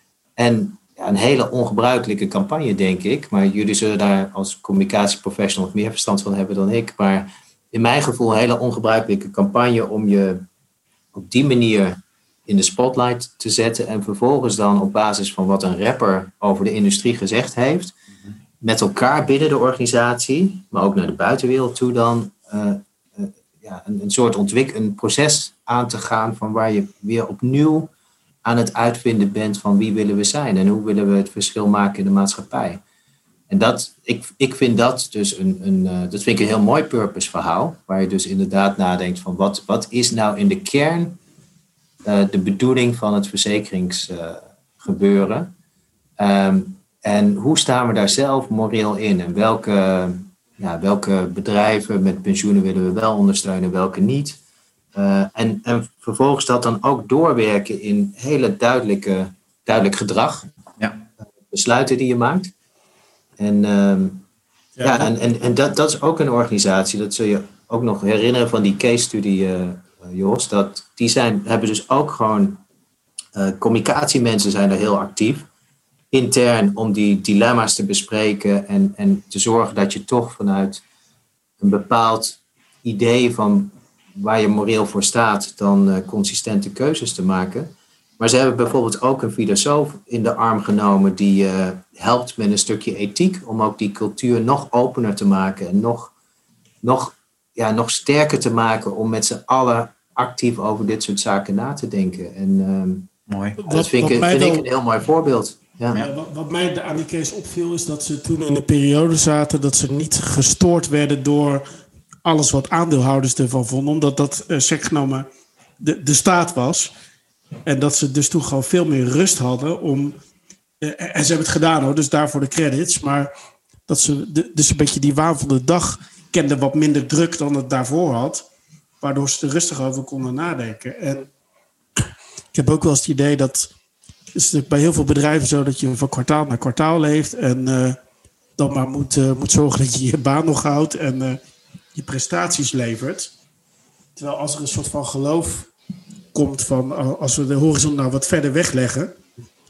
[SPEAKER 4] En ja, een hele ongebruikelijke campagne, denk ik. Maar jullie zullen daar als communicatieprofessional meer verstand van hebben dan ik. Maar in mijn gevoel een hele ongebruikelijke campagne om je op die manier in de spotlight te zetten en vervolgens dan op basis van wat een rapper over de industrie gezegd heeft, met elkaar binnen de organisatie, maar ook naar de buitenwereld toe dan, uh, uh, ja, een, een soort ontwik- een proces aan te gaan van waar je weer opnieuw aan het uitvinden bent van wie willen we zijn en hoe willen we het verschil maken in de maatschappij. En dat, ik, ik vind dat dus een, een, uh, dat vind ik een heel mooi purpose verhaal, waar je dus inderdaad nadenkt van wat, wat is nou in de kern Uh, de bedoeling van het verzekeringsgebeuren. Uh, um, en hoe staan we daar zelf moreel in? En welke, ja, welke bedrijven met pensioenen willen we wel ondersteunen, welke niet? Uh, en, en vervolgens dat dan ook doorwerken in hele duidelijke, duidelijk gedrag. Ja. Uh, besluiten die je maakt. En, um, ja. Ja, en, en, en dat, dat is ook een organisatie, dat zul je ook nog herinneren van die case study, uh, Jos, dat die zijn, hebben dus ook gewoon uh, communicatiemensen zijn er heel actief intern om die dilemma's te bespreken en, en te zorgen dat je toch vanuit een bepaald idee van waar je moreel voor staat dan uh, consistente keuzes te maken. Maar ze hebben bijvoorbeeld ook een filosoof in de arm genomen die uh, helpt met een stukje ethiek om ook die cultuur nog opener te maken en nog, nog, ja, nog sterker te maken om met z'n allen actief over dit soort zaken na te denken. En um, mooi. Dat wat, vind, ik, vind dan, ik een heel mooi voorbeeld. Ja.
[SPEAKER 3] Ja, wat, wat mij aan die case opviel is dat ze toen in de periode zaten dat ze niet gestoord werden door alles wat aandeelhouders ervan vonden, omdat dat uh, sec genomen de, de staat was. En dat ze dus toen gewoon veel meer rust hadden om... Uh, en ze hebben het gedaan hoor, dus daarvoor de credits. Maar dat ze de, dus een beetje die waan van de dag kenden wat minder druk dan het daarvoor had. Waardoor ze er rustig over konden nadenken. En ik heb ook wel eens het idee dat... Het is natuurlijk bij heel veel bedrijven zo dat je van kwartaal naar kwartaal leeft. En uh, dan maar moet, uh, moet zorgen dat je je baan nog houdt. En uh, je prestaties levert. Terwijl als er een soort van geloof komt van... Als we de horizon nou wat verder wegleggen...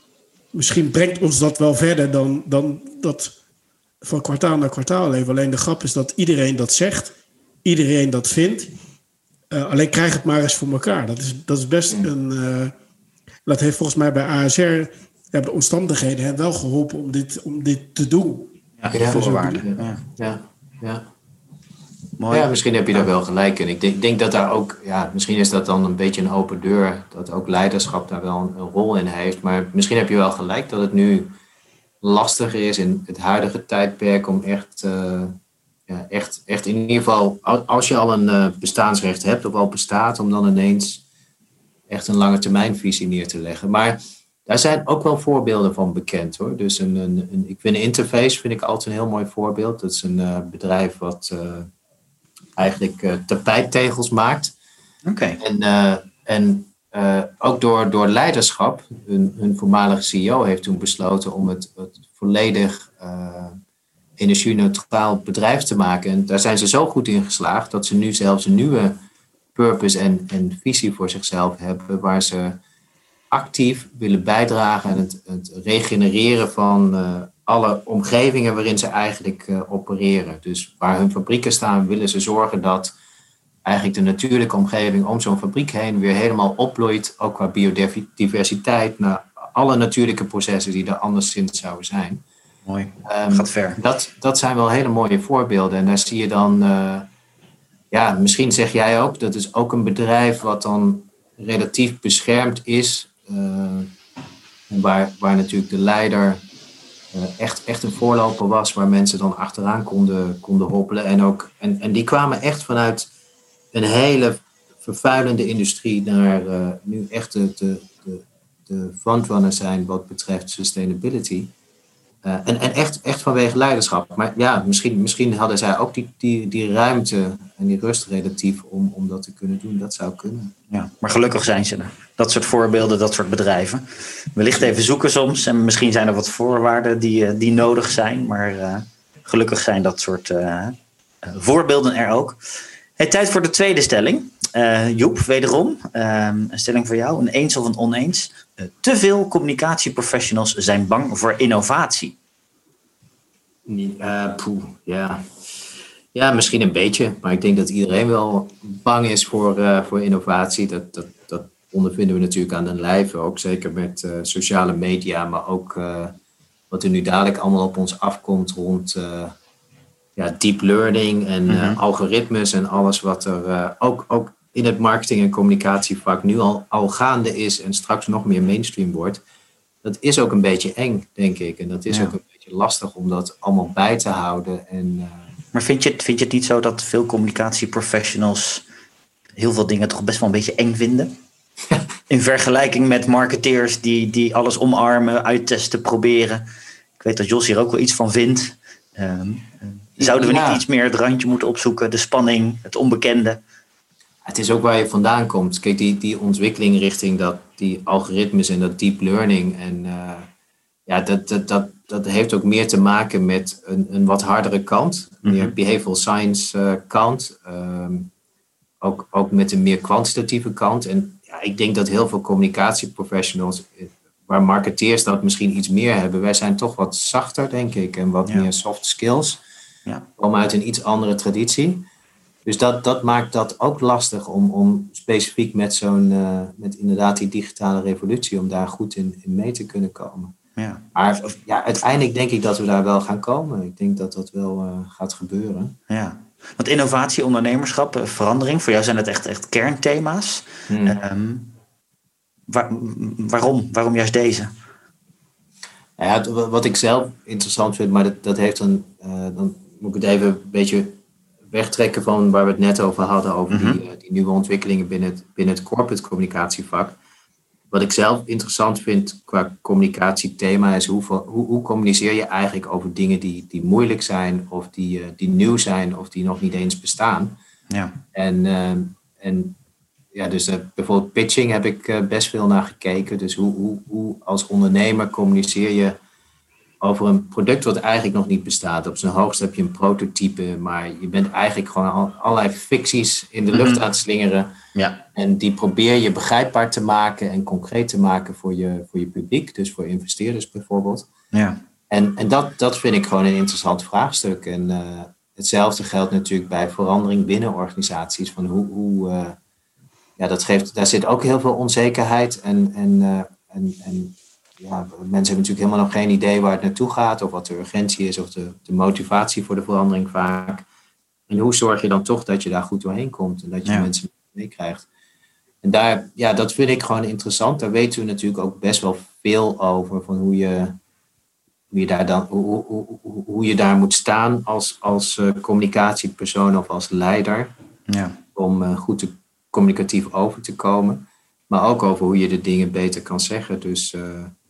[SPEAKER 3] misschien brengt ons dat wel verder dan, dan dat van kwartaal naar kwartaal leven. Alleen de grap is dat iedereen dat zegt. Iedereen dat vindt. Uh, alleen krijg het maar eens voor elkaar. Dat is, dat is best een... Uh, dat heeft volgens mij bij A S R... hebben de omstandigheden hè, wel geholpen om dit, om dit te doen.
[SPEAKER 2] Ja, ja, voorwaarden.
[SPEAKER 4] Ja, ja, ja. Mooi. Ja, misschien heb je daar wel gelijk in. Ik denk, denk dat daar ook... Ja, misschien is dat dan een beetje een open deur. Dat ook leiderschap daar wel een, een rol in heeft. Maar misschien heb je wel gelijk dat het nu lastiger is in het huidige tijdperk om echt... Uh, Ja, echt, echt in ieder geval, als je al een uh, bestaansrecht hebt of al bestaat, om dan ineens echt een lange termijnvisie neer te leggen. Maar daar zijn ook wel voorbeelden van bekend hoor. Dus een, een, een, ik vind Interface vind ik altijd een heel mooi voorbeeld. Dat is een uh, bedrijf wat uh, eigenlijk uh, tapijttegels maakt.
[SPEAKER 2] Oké. Okay.
[SPEAKER 4] En, uh, en uh, ook door, door leiderschap, hun, hun voormalige C E O heeft toen besloten om het, het volledig... Uh, energie-neutraal bedrijf te maken. En daar zijn ze zo goed in geslaagd dat ze nu zelfs een nieuwe purpose en, en visie voor zichzelf hebben, waar ze actief willen bijdragen aan het, het regenereren van uh, alle omgevingen waarin ze eigenlijk uh, opereren. Dus waar hun fabrieken staan, willen ze zorgen dat eigenlijk de natuurlijke omgeving om zo'n fabriek heen weer helemaal opbloeit, ook qua biodiversiteit, naar alle natuurlijke processen die er anderszins zouden zijn.
[SPEAKER 2] Mooi, gaat ver.
[SPEAKER 4] Um, dat, dat zijn wel hele mooie voorbeelden. En daar zie je dan... Uh, ja, misschien zeg jij ook... dat is ook een bedrijf wat dan relatief beschermd is. Uh, waar, waar natuurlijk de leider uh, echt, echt een voorloper was... waar mensen dan achteraan konden, konden hobbelen. En, ook, en, en die kwamen echt vanuit een hele vervuilende industrie... naar uh, nu echt de, de, de, de frontrunner zijn wat betreft sustainability... Uh, en en echt, echt vanwege leiderschap. Maar ja, misschien, misschien hadden zij ook die, die, die ruimte en die rust relatief om, om dat te kunnen doen. Dat zou kunnen.
[SPEAKER 2] Ja, maar gelukkig zijn ze er. Dat soort voorbeelden, dat soort bedrijven. Wellicht even zoeken soms. En misschien zijn er wat voorwaarden die, die nodig zijn. Maar uh, gelukkig zijn dat soort uh, voorbeelden er ook. Hey, tijd voor de tweede stelling. Uh, Joep, wederom. Uh, een stelling voor jou. Een eens of een oneens. Uh, te veel communicatieprofessionals zijn bang voor innovatie.
[SPEAKER 4] Uh, poeh, ja. ja, misschien een beetje. Maar ik denk dat iedereen wel bang is voor, uh, voor innovatie. Dat, dat, dat ondervinden we natuurlijk aan de lijve. Ook zeker met uh, sociale media. Maar ook uh, wat er nu dadelijk allemaal op ons afkomt rond... Uh, Ja, deep learning en uh, mm-hmm. algoritmes en alles wat er uh, ook, ook in het marketing- en communicatievak nu al, al gaande is en straks nog meer mainstream wordt. Dat is ook een beetje eng, denk ik. En dat is ja. ook een beetje lastig om dat allemaal bij te houden. En, uh,
[SPEAKER 2] maar vind je, vind je het niet zo dat veel communicatieprofessionals heel veel dingen toch best wel een beetje eng vinden? In vergelijking met marketeers die, die alles omarmen, uittesten, proberen. Ik weet dat Jos hier ook wel iets van vindt. Um, Zouden we ja. niet iets meer het randje moeten opzoeken? De spanning, het onbekende?
[SPEAKER 4] Het is ook waar je vandaan komt. Kijk, die, die ontwikkeling richting dat, die algoritmes en dat deep learning. En uh, ja, dat, dat, dat, dat heeft ook meer te maken met een, een wat hardere kant. Mm-hmm. Meer behavioral science uh, kant. Um, ook, ook met een meer kwantitatieve kant. En ja, ik denk dat heel veel communicatieprofessionals... waar marketeers dat misschien iets meer hebben. Wij zijn toch wat zachter, denk ik. En wat ja. meer soft skills. Ja. Komen uit een iets andere traditie. Dus dat, dat maakt dat ook lastig om, om specifiek met zo'n, uh, met inderdaad die digitale revolutie, om daar goed in, in mee te kunnen komen. Ja. Maar ja, uiteindelijk denk ik dat we daar wel gaan komen. Ik denk dat dat wel uh, gaat gebeuren.
[SPEAKER 2] Ja. Want innovatie, ondernemerschap, verandering, voor jou zijn het echt, echt kernthema's. Hmm. Um, waar, waarom? Waarom juist deze?
[SPEAKER 4] Ja, wat ik zelf interessant vind, maar dat, dat heeft dan, uh, dan moet ik het even een beetje wegtrekken van waar we het net over hadden, over mm-hmm. die, die nieuwe ontwikkelingen binnen het, binnen het corporate communicatievak. Wat ik zelf interessant vind qua communicatiethema is hoe, hoe, hoe communiceer je eigenlijk over dingen die, die moeilijk zijn of die, uh, die nieuw zijn of die nog niet eens bestaan. Ja. En, uh, en ja, dus uh, bijvoorbeeld pitching heb ik uh, best veel naar gekeken. Dus hoe, hoe, hoe als ondernemer communiceer je over een product wat eigenlijk nog niet bestaat. Op zijn hoogst heb je een prototype, maar je bent eigenlijk gewoon al, allerlei ficties in de lucht mm-hmm. aan het slingeren.
[SPEAKER 2] Ja.
[SPEAKER 4] En die probeer je begrijpbaar te maken en concreet te maken voor je, voor je publiek, dus voor investeerders bijvoorbeeld.
[SPEAKER 2] Ja.
[SPEAKER 4] En, en dat, dat vind ik gewoon een interessant vraagstuk. En uh, hetzelfde geldt natuurlijk bij verandering binnen organisaties. Van hoe, hoe, uh, ja, dat geeft, daar zit ook heel veel onzekerheid. En, en, uh, en, en ja, mensen hebben natuurlijk helemaal nog geen idee waar het naartoe gaat. Of wat de urgentie is of de, de motivatie voor de verandering vaak. En hoe zorg je dan toch dat je daar goed doorheen komt. En dat je ja. mensen meekrijgt. En daar, ja, dat vind ik gewoon interessant. Daar weten we natuurlijk ook best wel veel over. Van hoe je... Hoe je, daar dan, hoe, hoe, hoe, hoe je daar moet staan als, als uh, communicatiepersoon of als leider.
[SPEAKER 2] Ja.
[SPEAKER 4] Om uh, goed te, communicatief over te komen. Maar ook over hoe je de dingen beter kan zeggen. Dus, uh,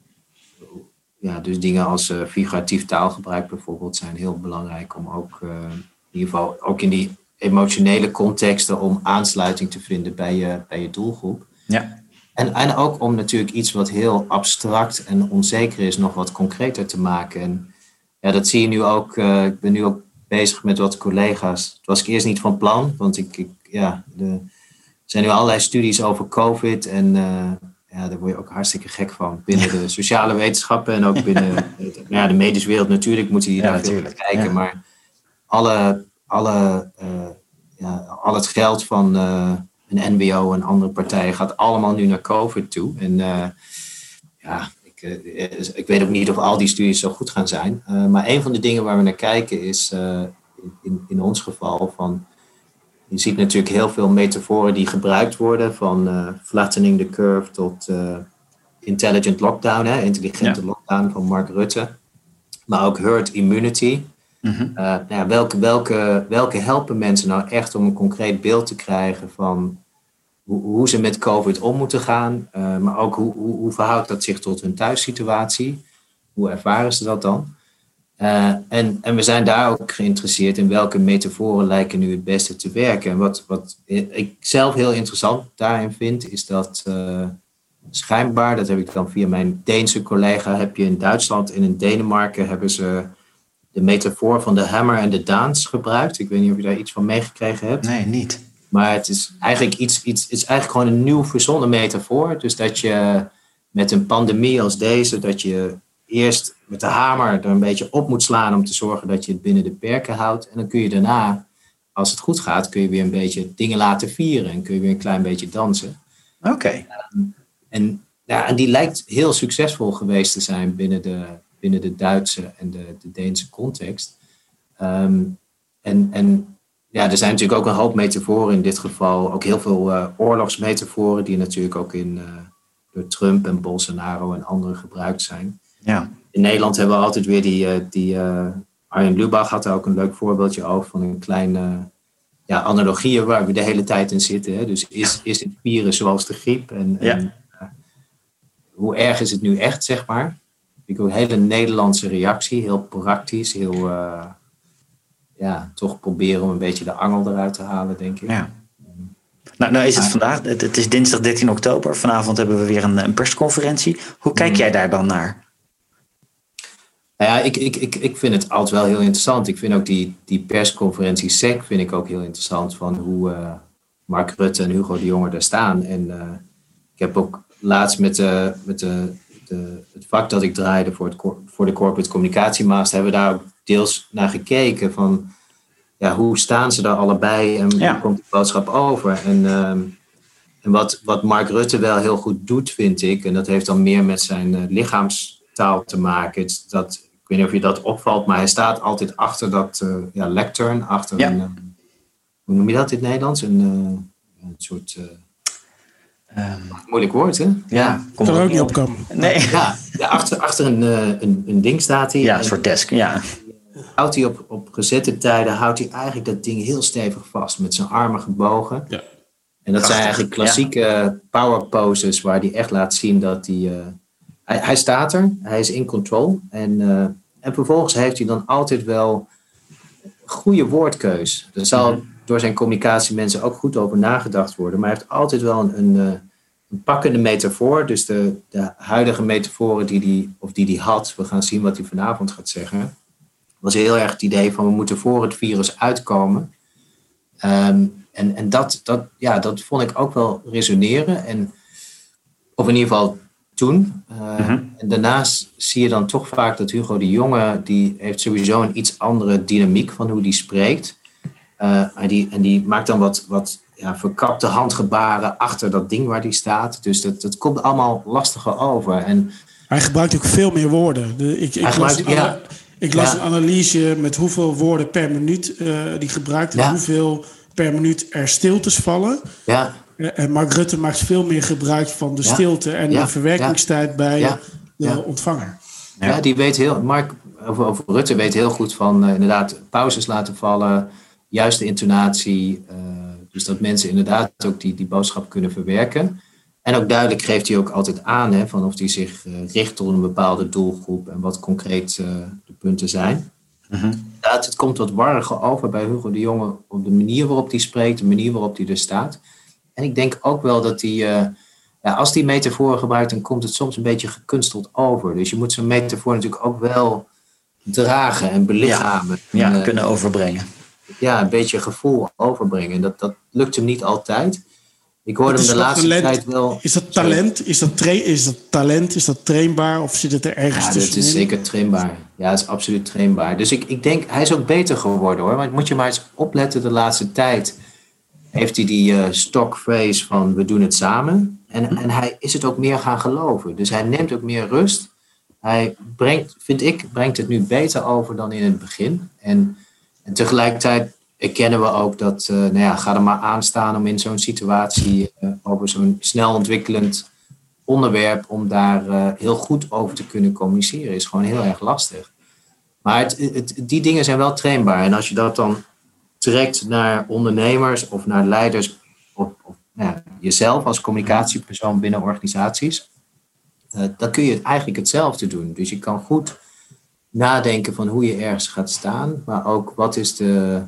[SPEAKER 4] ja, dus dingen als uh, figuratief taalgebruik bijvoorbeeld zijn heel belangrijk. Om ook, uh, in ieder geval ook in die emotionele contexten om aansluiting te vinden bij je, bij je doelgroep.
[SPEAKER 2] Ja.
[SPEAKER 4] En, en ook om natuurlijk iets wat heel abstract en onzeker is nog wat concreter te maken. En ja, dat zie je nu ook. Uh, ik ben nu ook bezig met wat collega's. Dat was ik eerst niet van plan. Want ik, ik, ja, de, er zijn nu allerlei studies over COVID. En uh, ja, daar word je ook hartstikke gek van. Binnen de sociale wetenschappen en ook binnen ja, de medische wereld natuurlijk moeten die
[SPEAKER 2] ja,
[SPEAKER 4] daar veel kijken. Ja. Maar alle, alle, uh, ja, al het geld van... Uh, een N B O en andere partijen gaat allemaal nu naar COVID toe. En uh, ja, ik, uh, ik weet ook niet of al die studies zo goed gaan zijn. Uh, maar een van de dingen waar we naar kijken is uh, in, in ons geval van... Je ziet natuurlijk heel veel metaforen die gebruikt worden. Van uh, flattening the curve tot uh, intelligent lockdown. Hè, intelligente ja. lockdown van Mark Rutte. Maar ook herd immunity. Mm-hmm. Uh, nou ja, welke, welke, welke helpen mensen nou echt om een concreet beeld te krijgen van hoe, hoe ze met COVID om moeten gaan. Uh, maar ook hoe, hoe, hoe verhoudt dat zich tot hun thuissituatie? Hoe ervaren ze dat dan? Uh, en, en we zijn daar ook geïnteresseerd in welke metaforen lijken nu het beste te werken. En wat, wat ik zelf heel interessant daarin vind, is dat uh, schijnbaar, dat heb ik dan via mijn Deense collega, heb je in Duitsland en in Denemarken hebben ze de metafoor van de hammer en de daans gebruikt. Ik weet niet of je daar iets van meegekregen hebt.
[SPEAKER 2] Nee, niet.
[SPEAKER 4] Maar het is eigenlijk iets, iets het is eigenlijk gewoon een nieuw verzonnen metafoor. Dus dat je met een pandemie als deze, dat je eerst met de hamer er een beetje op moet slaan om te zorgen dat je het binnen de perken houdt. En dan kun je daarna, als het goed gaat, kun je weer een beetje dingen laten vieren en kun je weer een klein beetje dansen.
[SPEAKER 2] Oké. Okay.
[SPEAKER 4] Um, en, ja, en die lijkt heel succesvol geweest te zijn binnen de binnen de Duitse en de, de Deense context. Um, en, en ja, er zijn natuurlijk ook een hoop metaforen in dit geval. Ook heel veel uh, oorlogsmetaforen die natuurlijk ook in, uh, door Trump en Bolsonaro en anderen gebruikt zijn.
[SPEAKER 2] Ja.
[SPEAKER 4] In Nederland hebben we altijd weer die... Uh, die uh, Arjen Lubach had daar ook een leuk voorbeeldje over van een kleine ja, analogieën waar we de hele tijd in zitten. Hè? Dus is, is het virus zoals de griep? En,
[SPEAKER 2] ja.
[SPEAKER 4] en uh, hoe erg is het nu echt, zeg maar? Ik wil een hele Nederlandse reactie, heel praktisch, heel, uh, ja, toch proberen om een beetje de angel eruit te halen, denk ik.
[SPEAKER 2] Ja. Nou, nou is het vandaag, het, het is dinsdag dertien oktober, vanavond hebben we weer een, een persconferentie. Hoe kijk mm. jij daar dan naar?
[SPEAKER 4] Nou ja, ik, ik, ik, ik vind het altijd wel heel interessant. Ik vind ook die, die persconferentie S E C vind ik ook heel interessant van hoe uh, Mark Rutte en Hugo de Jonge daar staan. En uh, ik heb ook laatst met de, met de De, het vak dat ik draaide voor, het, voor de Corporate Communicatiemaster, hebben we daar ook deels naar gekeken van ja, hoe staan ze daar allebei en
[SPEAKER 2] ja.
[SPEAKER 4] hoe komt de boodschap over. En, um, en wat, wat Mark Rutte wel heel goed doet, vind ik, en dat heeft dan meer met zijn uh, lichaamstaal te maken. Het, dat, ik weet niet of je dat opvalt, maar hij staat altijd achter dat uh, ja, lectern, achter
[SPEAKER 2] ja.
[SPEAKER 4] een, uh, hoe noem je dat in het Nederlands? Een, uh, een soort... Uh, Um, moeilijk woord, hè?
[SPEAKER 3] Ja, ja kan er ook niet op komen.
[SPEAKER 2] Nee.
[SPEAKER 4] Ja, ja, achter, achter een, een, een ding staat hij.
[SPEAKER 2] Ja, een soort desk, ja.
[SPEAKER 4] Houdt hij op, op gezette tijden, houdt hij eigenlijk dat ding heel stevig vast met zijn armen gebogen. Ja. En dat Krachtig, zijn eigenlijk klassieke ja. power poses waar hij echt laat zien dat hij, uh, hij... Hij staat er, hij is in control. En, uh, en vervolgens heeft hij dan altijd wel goede woordkeus. Er zal mm-hmm. door zijn communicatie mensen ook goed over nagedacht worden. Maar hij heeft altijd wel een, een, een een pakkende metafoor. Dus de, de huidige metaforen die die, of die die had, we gaan zien wat hij vanavond gaat zeggen, was heel erg het idee van we moeten voor het virus uitkomen. Um, en en dat, dat, ja, dat vond ik ook wel resoneren. En, of in ieder geval toen. Uh, mm-hmm. En daarnaast zie je dan toch vaak dat Hugo de Jonge, die heeft sowieso een iets andere dynamiek van hoe die spreekt. Uh, en, die, en die maakt dan wat, wat ja, verkapte handgebaren achter dat ding waar die staat. Dus dat, dat komt allemaal lastiger over. En
[SPEAKER 3] hij gebruikt ook veel meer woorden. De, ik, ik
[SPEAKER 4] hij gebruikt,
[SPEAKER 3] las, een,
[SPEAKER 4] ja.
[SPEAKER 3] ik las
[SPEAKER 4] ja.
[SPEAKER 3] een analyse met hoeveel woorden per minuut uh, die gebruikt. En ja. hoeveel per minuut er stiltes vallen.
[SPEAKER 4] Ja.
[SPEAKER 3] En Mark Rutte maakt veel meer gebruik van de ja. stilte en ja. de verwerkingstijd ja. bij ja. de ja. ontvanger.
[SPEAKER 4] Ja. ja, die weet heel. Mark over, over Rutte weet heel goed van uh, inderdaad pauzes laten vallen, juiste intonatie. Uh, dus dat mensen inderdaad ook die, die boodschap kunnen verwerken. En ook duidelijk geeft hij ook altijd aan hè, van of hij zich uh, richt op een bepaalde doelgroep en wat concreet uh, de punten zijn. Mm-hmm. Inderdaad, het komt wat warriger over bij Hugo de Jonge op de manier waarop hij spreekt, de manier waarop hij er staat. En ik denk ook wel dat hij, uh, ja, als hij metaforen gebruikt, dan komt het soms een beetje gekunsteld over. Dus je moet zo'n metafoor natuurlijk ook wel dragen en belichamen.
[SPEAKER 2] Ja, ja
[SPEAKER 4] en,
[SPEAKER 2] kunnen overbrengen.
[SPEAKER 4] Ja, een beetje gevoel overbrengen. Dat, dat lukt hem niet altijd. Ik hoorde hem de laatste
[SPEAKER 3] talent,
[SPEAKER 4] tijd wel...
[SPEAKER 3] Is dat talent? Is dat, tra- is dat talent? Is dat trainbaar? Of zit het er ergens
[SPEAKER 4] ja,
[SPEAKER 3] tussenin?
[SPEAKER 4] Ja, het is zeker trainbaar. Ja, het is absoluut trainbaar. Dus ik, ik denk, hij is ook beter geworden hoor. Maar moet je maar eens opletten de laatste tijd. Heeft hij die uh, stokphrase van we doen het samen. En, en hij is het ook meer gaan geloven. Dus hij neemt ook meer rust. Hij brengt, vind ik, brengt het nu beter over dan in het begin. En, en tegelijkertijd erkennen we ook dat, uh, nou ja, ga er maar aan staan om in zo'n situatie uh, over zo'n snel ontwikkelend onderwerp, om daar uh, heel goed over te kunnen communiceren, is gewoon heel erg lastig. Maar het, het, die dingen zijn wel trainbaar. En als je dat dan trekt naar ondernemers of naar leiders of, of nou ja, jezelf als communicatiepersoon binnen organisaties, uh, dan kun je het eigenlijk hetzelfde doen. Dus je kan goed nadenken van hoe je ergens gaat staan, maar ook wat is de,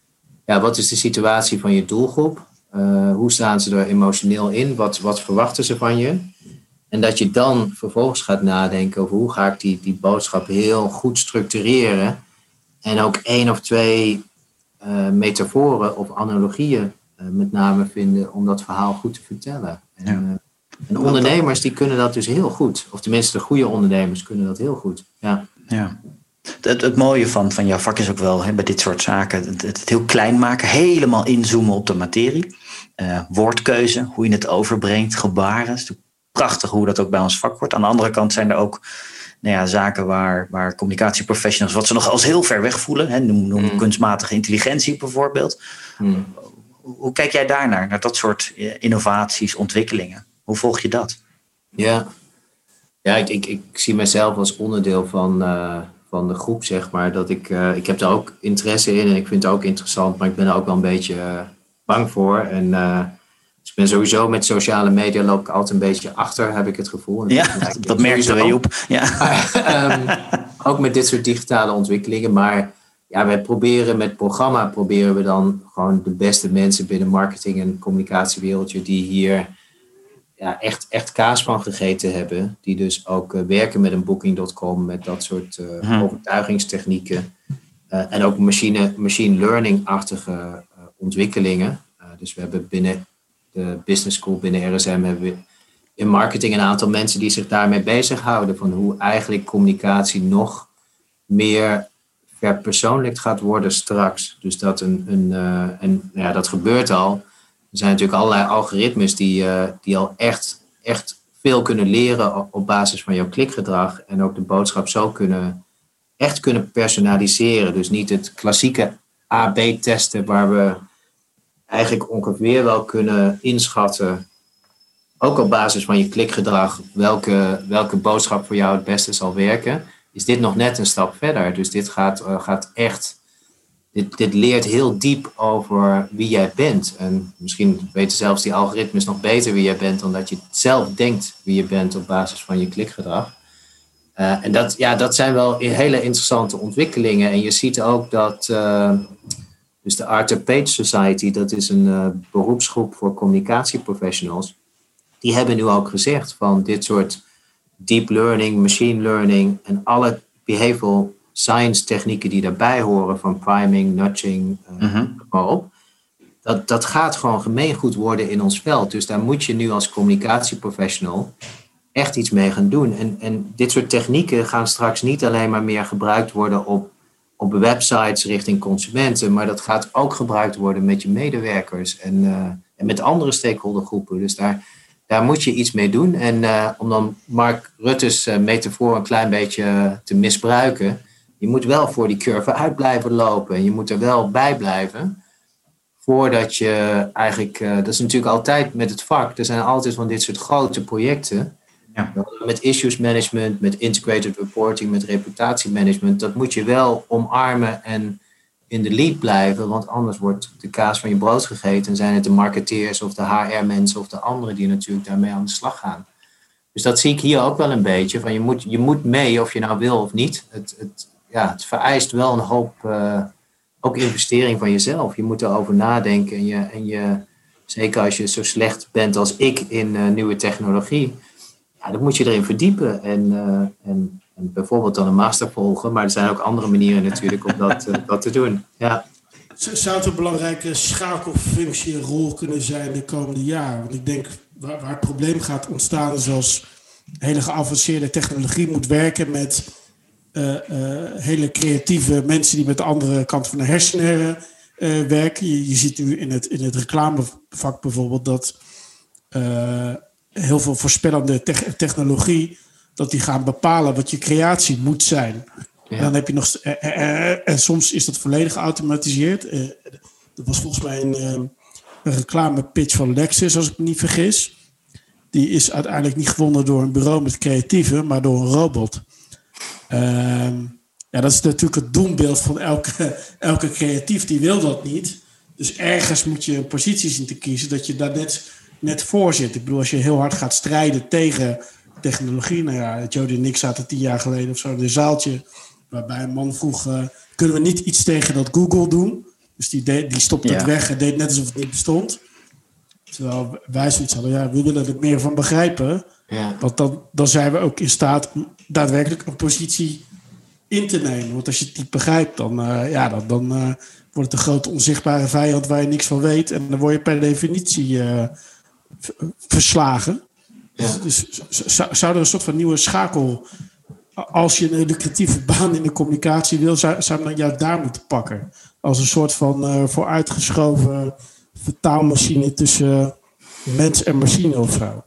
[SPEAKER 4] ja, wat is de situatie van je doelgroep? Uh, hoe staan ze er emotioneel in? Wat, wat verwachten ze van je? En dat je dan vervolgens gaat nadenken over hoe ga ik die, die boodschap heel goed structureren en ook één of twee uh, metaforen of analogieën uh, met name vinden om dat verhaal goed te vertellen. En, ja. uh, en ondernemers die kunnen dat dus heel goed. Of tenminste de goede ondernemers kunnen dat heel goed. Ja.
[SPEAKER 2] Ja. Het, het mooie van, van jouw vak is ook wel hè, bij dit soort zaken het, het heel klein maken, helemaal inzoomen op de materie. Uh, woordkeuze, hoe je het overbrengt, gebaren. Het is natuurlijk prachtig hoe dat ook bij ons vak wordt. Aan de andere kant zijn er ook nou ja, zaken waar, waar communicatieprofessionals wat ze nog als heel ver weg voelen. Hè, noem, noem mm. kunstmatige intelligentie bijvoorbeeld. Mm. Hoe, hoe kijk jij daarnaar, naar dat soort innovaties, ontwikkelingen? Hoe volg je dat?
[SPEAKER 4] Ja, ja ik, ik, ik zie mezelf als onderdeel van, uh, van de groep, zeg maar. Dat ik, uh, ik heb daar ook interesse in en ik vind het ook interessant, maar ik ben er ook wel een beetje uh, bang voor. En uh, dus ik ben sowieso met sociale media loop ik altijd een beetje achter, heb ik het gevoel. En
[SPEAKER 2] ja, dat, dat merkten we op. Ja.
[SPEAKER 4] Maar, um, ook met dit soort digitale ontwikkelingen. Maar ja, wij proberen met het programma proberen we dan gewoon de beste mensen binnen marketing en communicatiewereldje die hier ja, echt, echt kaas van gegeten hebben. Die dus ook uh, werken met een booking punt com, met dat soort uh, hmm. overtuigingstechnieken. Uh, en ook machine, machine learning-achtige uh, ontwikkelingen. Uh, dus we hebben binnen de business school, binnen R S M, hebben we in marketing een aantal mensen die zich daarmee bezighouden. Van hoe eigenlijk communicatie nog meer verpersoonlijkt gaat worden straks. Dus dat een, een uh, en ja, dat gebeurt al. Er zijn natuurlijk allerlei algoritmes die, uh, die al echt, echt veel kunnen leren op, op basis van jouw klikgedrag. En ook de boodschap zo kunnen, echt kunnen personaliseren. Dus niet het klassieke A B testen waar we eigenlijk ongeveer wel kunnen inschatten, ook op basis van je klikgedrag, welke, welke boodschap voor jou het beste zal werken. Is dit nog net een stap verder. Dus dit gaat, uh, gaat echt, dit, dit leert heel diep over wie jij bent. En misschien weten zelfs die algoritmes nog beter wie jij bent, dan dat je zelf denkt wie je bent op basis van je klikgedrag. Uh, en dat, ja, dat zijn wel hele interessante ontwikkelingen. En je ziet ook dat uh, dus de Arthur Page Society, dat is een uh, beroepsgroep voor communicatieprofessionals. die hebben nu ook gezegd van dit soort deep learning, machine learning en alle behavioral science technieken die daarbij horen, van priming, nudging, uh, mm-hmm. maar op. Dat, dat gaat gewoon gemeengoed worden in ons veld. Dus daar moet je nu als communicatieprofessional echt iets mee gaan doen. En, en dit soort technieken gaan straks niet alleen maar meer gebruikt worden op, op websites richting consumenten, maar dat gaat ook gebruikt worden met je medewerkers en, uh, en met andere stakeholdergroepen. Dus daar, daar moet je iets mee doen. En uh, om dan Mark Rutte's uh, metafoor een klein beetje te misbruiken, je moet wel voor die curve uit blijven lopen en je moet er wel bij blijven. Voordat je eigenlijk, uh, dat is natuurlijk altijd met het vak, er zijn altijd van dit soort grote projecten. Ja. Met issues management, met integrated reporting, met reputatiemanagement. Dat moet je wel omarmen en in de lead blijven, want anders wordt de kaas van je brood gegeten en zijn het de marketeers of de H R-mensen of de anderen die natuurlijk daarmee aan de slag gaan. Dus dat zie ik hier ook wel een beetje. Van je, moet, je moet mee of je nou wil of niet. Het, het, ja, het vereist wel een hoop... Uh, Ook investering van jezelf. Je moet erover nadenken. En je, en je, zeker als je zo slecht bent als ik in uh, nieuwe technologie. Ja, dan moet je erin verdiepen. En, uh, en, en bijvoorbeeld dan een master volgen. Maar er zijn ook andere manieren natuurlijk om dat, uh, dat te doen. Ja.
[SPEAKER 3] Zou het een belangrijke schakelfunctie en rol kunnen zijn de komende jaren? Want ik denk waar, waar het probleem gaat ontstaan is als hele geavanceerde technologie moet werken met... Uh, uh, hele creatieve mensen die met de andere kant van de hersenen uh, werken. Je, je ziet nu in het, in het reclamevak bijvoorbeeld dat uh, heel veel voorspellende te- technologie, dat die gaan bepalen wat je creatie moet zijn. Ja. En dan heb je nog uh, uh, uh, en soms is dat volledig geautomatiseerd. Uh, dat was volgens mij een, uh, een reclamepitch van Lexus, als ik me niet vergis. Die is uiteindelijk niet gewonnen door een bureau met creatieven, maar door een robot. Uh, ja, dat is natuurlijk het doembeeld van elke, elke creatief, die wil dat niet. Dus ergens moet je een positie zien te kiezen dat je daar net, net voor zit. Ik bedoel, als je heel hard gaat strijden tegen technologie. Nou ja, Jody en ik zaten tien jaar geleden of zo in een zaaltje waarbij een man vroeg, uh, kunnen we niet iets tegen dat Google doen? Dus die, deed, die stopte ja. het weg en deed net alsof het niet bestond. Terwijl wij zoiets hadden, ja, we willen er meer van begrijpen. Ja. Want dan, dan zijn we ook in staat daadwerkelijk een positie in te nemen. Want als je het niet begrijpt, dan, uh, ja, dan, dan uh, wordt het een grote onzichtbare vijand waar je niks van weet. En dan word je per definitie uh, v- verslagen. Ja. Dus, dus zou er een soort van nieuwe schakel... Als je een lucratieve baan in de communicatie wil, zou, zou je dan juist daar moeten pakken. Als een soort van uh, vooruitgeschoven vertaalmachine tussen mens en machine of zo.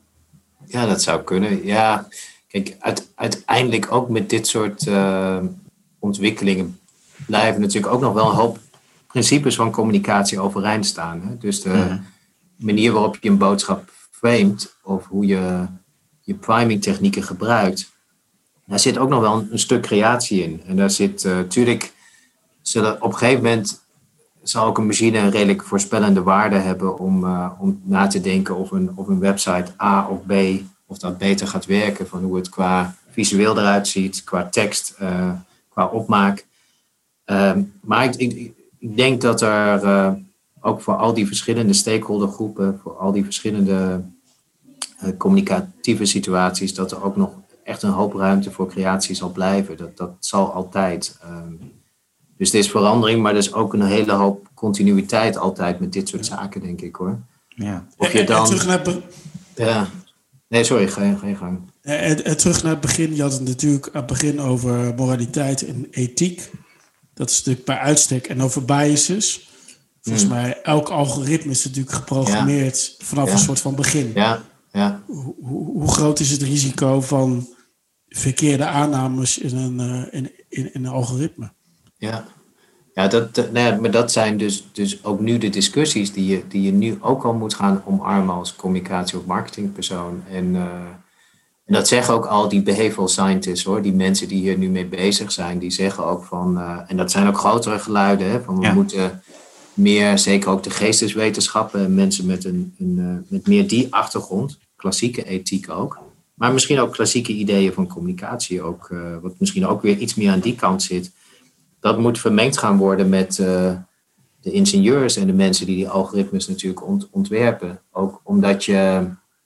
[SPEAKER 4] Ja, dat zou kunnen. Ja, kijk, uit, uiteindelijk ook met dit soort uh, ontwikkelingen blijven natuurlijk ook nog wel een hoop principes van communicatie overeind staan. Hè? Dus de mm-hmm. manier waarop je een boodschap framet of hoe je je priming technieken gebruikt, daar zit ook nog wel een, een stuk creatie in. En daar zit natuurlijk, uh, zullen op een gegeven moment zal ook een machine een redelijk voorspellende waarde hebben om, uh, om na te denken of een, of een website A of B, of dat beter gaat werken, van hoe het qua visueel eruit ziet, qua tekst, uh, qua opmaak. Uh, maar ik, ik, ik denk dat er uh, ook voor al die verschillende stakeholdergroepen, voor al die verschillende uh, communicatieve situaties, dat er ook nog echt een hoop ruimte voor creatie zal blijven. Dat, dat zal altijd. Um, dus er is verandering, maar er is ook een hele hoop continuïteit altijd met dit soort zaken, denk ik, hoor.
[SPEAKER 3] Ja. Of je dan... En, en terug naar het be-
[SPEAKER 4] ja. Nee, sorry, ga je, ga je gang.
[SPEAKER 3] En, en terug naar het begin. Je had het natuurlijk aan het begin over moraliteit en ethiek. Dat is natuurlijk bij uitstek. En over biases. Volgens hmm. mij, elk algoritme is natuurlijk geprogrammeerd ja. vanaf ja. een soort van begin.
[SPEAKER 4] Ja. Ja.
[SPEAKER 3] Hoe, hoe, hoe groot is het risico van verkeerde aannames in een, uh, in, in, in een algoritme?
[SPEAKER 4] Ja, ja, dat, nou ja, maar dat zijn dus, dus ook nu de discussies die je, die je nu ook al moet gaan omarmen als communicatie- of marketingpersoon. En, uh, en dat zeggen ook al die behavioral scientists, hoor, die mensen die hier nu mee bezig zijn, die zeggen ook van, uh, en dat zijn ook grotere geluiden, hè, van we ja. moeten meer, zeker ook de geesteswetenschappen en mensen met, een, een, uh, met meer die achtergrond, klassieke ethiek ook, maar misschien ook klassieke ideeën van communicatie, ook, uh, wat misschien ook weer iets meer aan die kant zit. Dat moet vermengd gaan worden met uh, de ingenieurs en de mensen die die algoritmes natuurlijk ont- ontwerpen. Ook omdat je,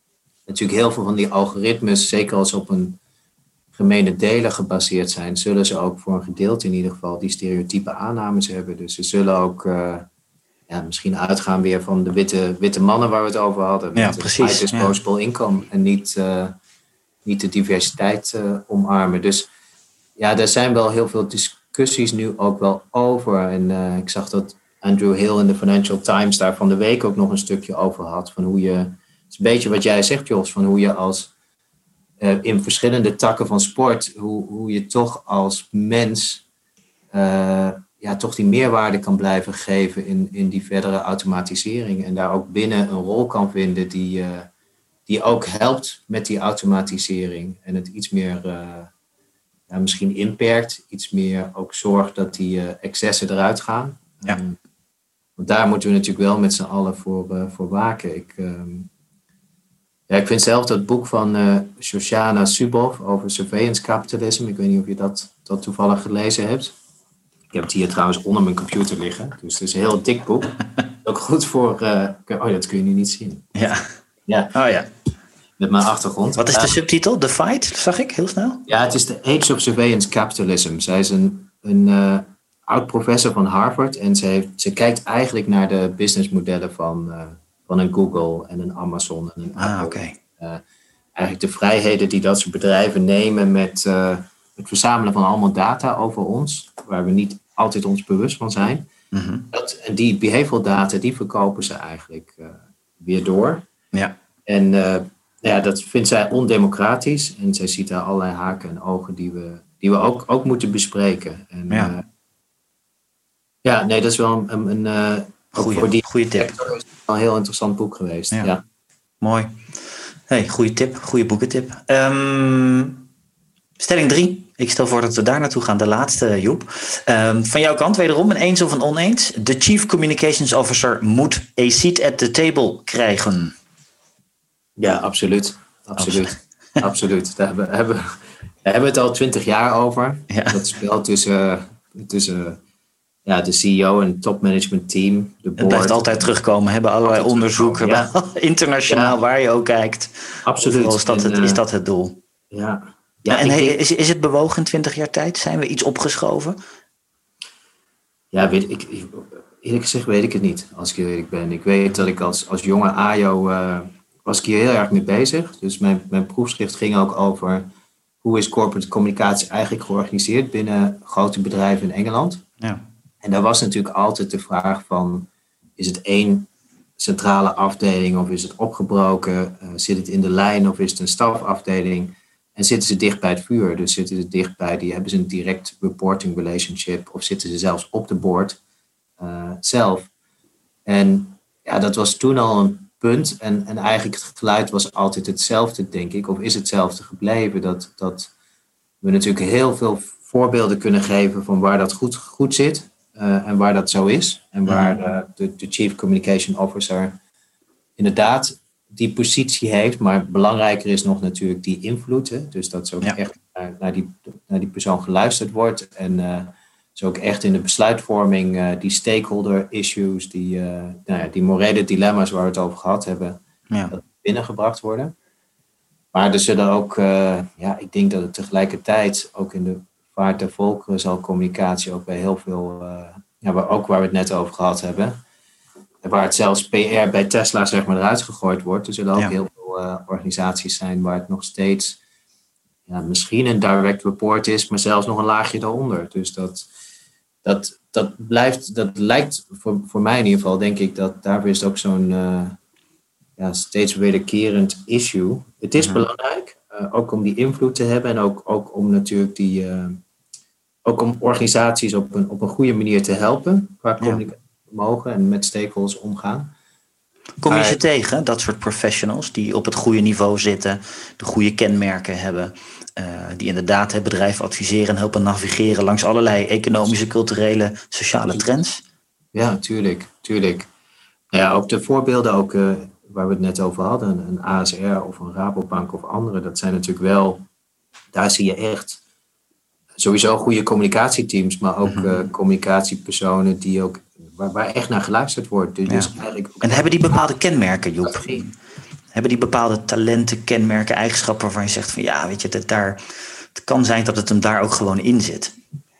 [SPEAKER 4] natuurlijk heel veel van die algoritmes, zeker als ze op een gemene delen gebaseerd zijn, zullen ze ook voor een gedeelte in ieder geval die stereotype aannames hebben. Dus ze zullen ook uh, ja, misschien uitgaan weer van de witte, witte mannen waar we het over hadden.
[SPEAKER 2] Ja,
[SPEAKER 4] met
[SPEAKER 2] precies.
[SPEAKER 4] High disposable ja. income en niet, uh, niet de diversiteit uh, omarmen. Dus ja, er zijn wel heel veel discussies nu ook wel over. En uh, ik zag dat Andrew Hill in de Financial Times daar van de week ook nog een stukje over had. Van hoe je, het is een beetje wat jij zegt, Jos, van hoe je als uh, in verschillende takken van sport, hoe, hoe je toch als mens uh, ja, toch die meerwaarde kan blijven geven in, in die verdere automatisering. En daar ook binnen een rol kan vinden die, uh, die ook helpt met die automatisering. En het iets meer uh, ja, misschien inperkt, iets meer ook zorgt dat die uh, excessen eruit gaan.
[SPEAKER 2] Ja.
[SPEAKER 4] Um, want daar moeten we natuurlijk wel met z'n allen voor, uh, voor waken. Ik, um, ja, ik vind zelf dat boek van uh, Shoshana Zuboff over surveillance capitalism. Ik weet niet of je dat, dat toevallig gelezen hebt. Ik heb het hier trouwens onder mijn computer liggen. Dus het is een heel dik boek. Ook goed voor... Uh, oh, dat kun je nu niet zien.
[SPEAKER 2] Ja.
[SPEAKER 4] Ja.
[SPEAKER 2] Oh ja.
[SPEAKER 4] Met mijn achtergrond.
[SPEAKER 2] Wat is de
[SPEAKER 4] uh,
[SPEAKER 2] subtitel? The Fight, zag ik heel snel.
[SPEAKER 4] Ja, het is The Age of Surveillance Capitalism. Zij is een... een uh, oud-professor van Harvard en ze, heeft, ze kijkt eigenlijk naar de businessmodellen van, uh, van een Google en een Amazon en een Apple.
[SPEAKER 2] Ah, okay.
[SPEAKER 4] uh, eigenlijk de vrijheden die dat soort bedrijven nemen met uh, het verzamelen van allemaal data over ons, waar we niet altijd ons bewust van zijn.
[SPEAKER 2] Mm-hmm.
[SPEAKER 4] Dat, en die behavioral data, die verkopen ze eigenlijk uh, weer door.
[SPEAKER 2] Ja.
[SPEAKER 4] En uh, ja, dat vindt zij ondemocratisch en zij ziet daar allerlei haken en ogen die we, die we ook, ook moeten bespreken. En,
[SPEAKER 2] ja.
[SPEAKER 4] Uh, Ja, nee, dat is wel een, een, een
[SPEAKER 2] goeie,
[SPEAKER 4] voor die
[SPEAKER 2] goeie tip.
[SPEAKER 4] Is wel een heel interessant boek geweest. Ja. Ja.
[SPEAKER 2] Mooi. Hey, goede tip, goede boekentip. Um, stelling drie. Ik stel voor dat we daar naartoe gaan. De laatste, Joep. Um, van jouw kant wederom, een eens of een oneens. De Chief Communications Officer moet a seat at the table krijgen.
[SPEAKER 4] Ja, absoluut. Absoluut. Absoluut. Daar hebben, hebben, daar hebben we het al twintig jaar over. Ja. Dat spel tussen... tussen Ja, de C E O en het topmanagement team. De board.
[SPEAKER 2] Het blijft altijd terugkomen. Hebben allerlei onderzoeken. Ja. Internationaal, ja. Waar je ook kijkt.
[SPEAKER 4] Absoluut.
[SPEAKER 2] Is dat, het,
[SPEAKER 4] en, uh,
[SPEAKER 2] is dat het doel?
[SPEAKER 4] Ja.
[SPEAKER 2] ja en denk, is, is het bewogen in twintig jaar tijd? Zijn we iets opgeschoven?
[SPEAKER 4] Ja, weet ik, eerlijk gezegd weet ik het niet. Als ik heel eerlijk ben. Ik weet dat ik als, als jonge A J O... Uh, was ik hier heel erg mee bezig. Dus mijn, mijn proefschrift ging ook over... hoe is corporate communicatie eigenlijk georganiseerd... binnen grote bedrijven in Engeland.
[SPEAKER 2] Ja.
[SPEAKER 4] En daar was natuurlijk altijd de vraag van, is het één centrale afdeling of is het opgebroken? Uh, zit het in de lijn of is het een stafafdeling? En zitten ze dicht bij het vuur? Dus zitten ze dicht bij, die, hebben ze een direct reporting relationship of zitten ze zelfs op de board uh, zelf? En ja, dat was toen al een punt en, en eigenlijk het geluid was altijd hetzelfde, denk ik, of is hetzelfde gebleven. Dat, dat we natuurlijk heel veel voorbeelden kunnen geven van waar dat goed, goed zit. Uh, en waar dat zo is. En waar uh, de, de Chief Communication Officer inderdaad die positie heeft. Maar belangrijker is nog natuurlijk die invloed. Hè? Dus dat zo ja. echt naar, naar, die, naar die persoon geluisterd wordt. En uh, zo ook echt in de besluitvorming uh, die stakeholder issues, die, uh, nou ja, die morele dilemma's waar we het over gehad hebben, ja. dat binnengebracht worden. Maar er zullen ook, uh, ja, ik denk dat het tegelijkertijd ook in de vaart der volkeren zal communicatie ook bij heel veel, uh, ja, waar, ook waar we het net over gehad hebben, waar het zelfs P R bij Tesla zeg maar eruit gegooid wordt. Er zullen ook ja. heel veel uh, organisaties zijn waar het nog steeds ja, misschien een direct report is, maar zelfs nog een laagje daaronder. Dus dat, dat, dat blijft, dat lijkt voor, voor mij in ieder geval, denk ik, dat daarvoor is het ook zo'n uh, ja, steeds wederkerend issue. Het is ja. belangrijk, uh, ook om die invloed te hebben en ook, ook om natuurlijk die... Uh, Ook om organisaties op een, op een goede manier te helpen qua communicatie mogen en met stakeholders omgaan.
[SPEAKER 2] Kom je
[SPEAKER 4] maar,
[SPEAKER 2] ze tegen, dat soort professionals die op het goede niveau zitten, de goede kenmerken hebben, uh, die inderdaad het bedrijf adviseren en helpen navigeren langs allerlei economische, culturele, sociale trends?
[SPEAKER 4] Ja, tuurlijk. tuurlijk. Ja, ook de voorbeelden ook, uh, waar we het net over hadden, een A S R of een Rabobank of andere, dat zijn natuurlijk wel, daar zie je echt sowieso goede communicatieteams, maar ook uh, communicatiepersonen die ook, waar, waar echt naar geluisterd wordt. Dus
[SPEAKER 2] ja.
[SPEAKER 4] eigenlijk ook
[SPEAKER 2] en hebben die bepaalde kenmerken, Joep? Hebben die bepaalde talenten, kenmerken, eigenschappen waarvan je zegt van ja, weet je, dat daar, het kan zijn dat het hem daar ook gewoon in zit?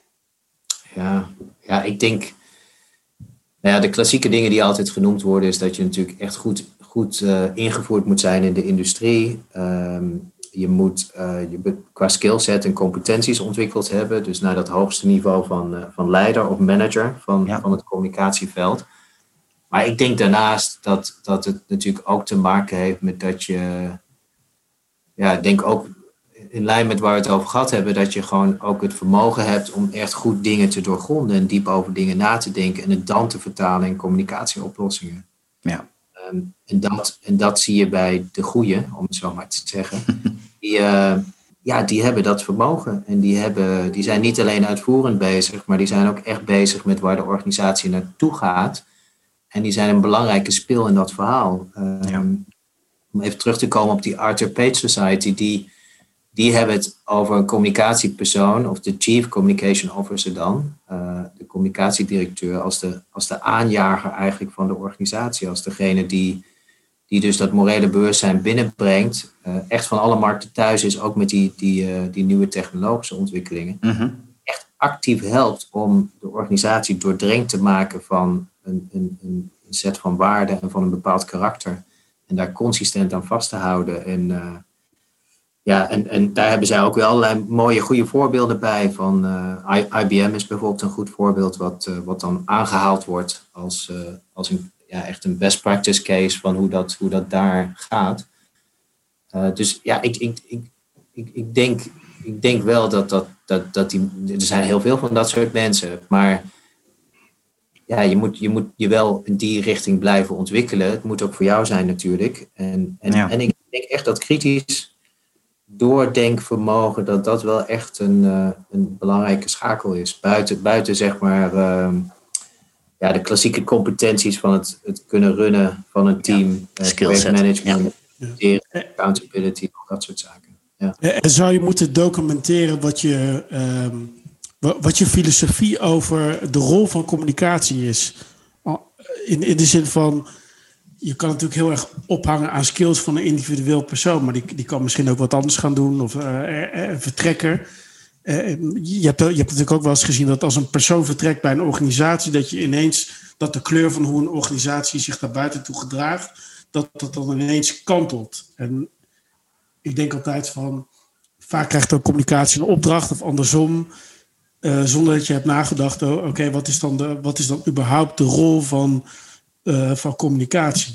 [SPEAKER 4] Ja, ja ik denk, nou ja, de klassieke dingen die altijd genoemd worden is dat je natuurlijk echt goed, goed uh, ingevoerd moet zijn in de industrie. Um, je moet uh, je qua skillset en competenties ontwikkeld hebben, dus naar dat hoogste niveau van, uh, van leider of manager van, ja. van het communicatieveld. Maar ik denk daarnaast dat, dat het natuurlijk ook te maken heeft met dat je, ja, ik denk ook in lijn met waar we het over gehad hebben, dat je gewoon ook het vermogen hebt om echt goed dingen te doorgronden en diep over dingen na te denken en het dan te vertalen in communicatieoplossingen.
[SPEAKER 2] Ja.
[SPEAKER 4] Um, en, dat, en dat zie je bij de goeie, om het zo maar te zeggen. Die, uh, ja, die hebben dat vermogen en die, hebben, die zijn niet alleen uitvoerend bezig, maar die zijn ook echt bezig met waar de organisatie naartoe gaat. En die zijn een belangrijke spil in dat verhaal. Um, ja. Om even terug te komen op die Arthur Page Society. Die, die hebben het over een communicatiepersoon, of de Chief Communication Officer dan. Uh, de communicatiedirecteur als de, als de aanjager eigenlijk van de organisatie. Als degene die, die dus dat morele bewustzijn binnenbrengt. Uh, echt van alle markten thuis is, ook met die, die, uh, die nieuwe technologische ontwikkelingen. Mm-hmm. Echt actief helpt om de organisatie doordrenkt te maken van Een, een, een set van waarden en van een bepaald karakter. En daar consistent aan vast te houden. En, uh, ja, en, en daar hebben zij ook wel allerlei mooie, goede voorbeelden bij. Van, uh, I B M is bijvoorbeeld een goed voorbeeld wat, uh, wat dan aangehaald wordt als, uh, als een, ja, echt een best practice case van hoe dat, hoe dat daar gaat. Uh, dus ja, ik, ik, ik, ik, ik, denk, ik denk wel dat, dat, dat, dat die... Er zijn heel veel van dat soort mensen, maar ja, je moet, je moet je wel in die richting blijven ontwikkelen. Het moet ook voor jou zijn natuurlijk. En, en, ja. en ik denk echt dat kritisch doordenkvermogen, dat dat wel echt een, uh, een belangrijke schakel is. Buiten, buiten zeg maar uh, ja, de klassieke competenties van het, het kunnen runnen van een team. Ja. Projectmanagement, ja. accountability, dat soort zaken. Ja.
[SPEAKER 3] En zou je moeten documenteren wat je... Um... wat je filosofie over de rol van communicatie is. In, in de zin van, je kan natuurlijk heel erg ophangen aan skills van een individueel persoon, maar die, die kan misschien ook wat anders gaan doen of uh, een vertrekker. Uh, je, hebt, je hebt natuurlijk ook wel eens gezien dat als een persoon vertrekt bij een organisatie, dat je ineens, dat de kleur van hoe een organisatie zich daar buiten toe gedraagt, dat dat dan ineens kantelt. En ik denk altijd van, vaak krijgt ook communicatie een opdracht of andersom. Uh, zonder dat je hebt nagedacht, oh, oké, okay, wat is dan de, wat is dan überhaupt de rol van, uh, van communicatie?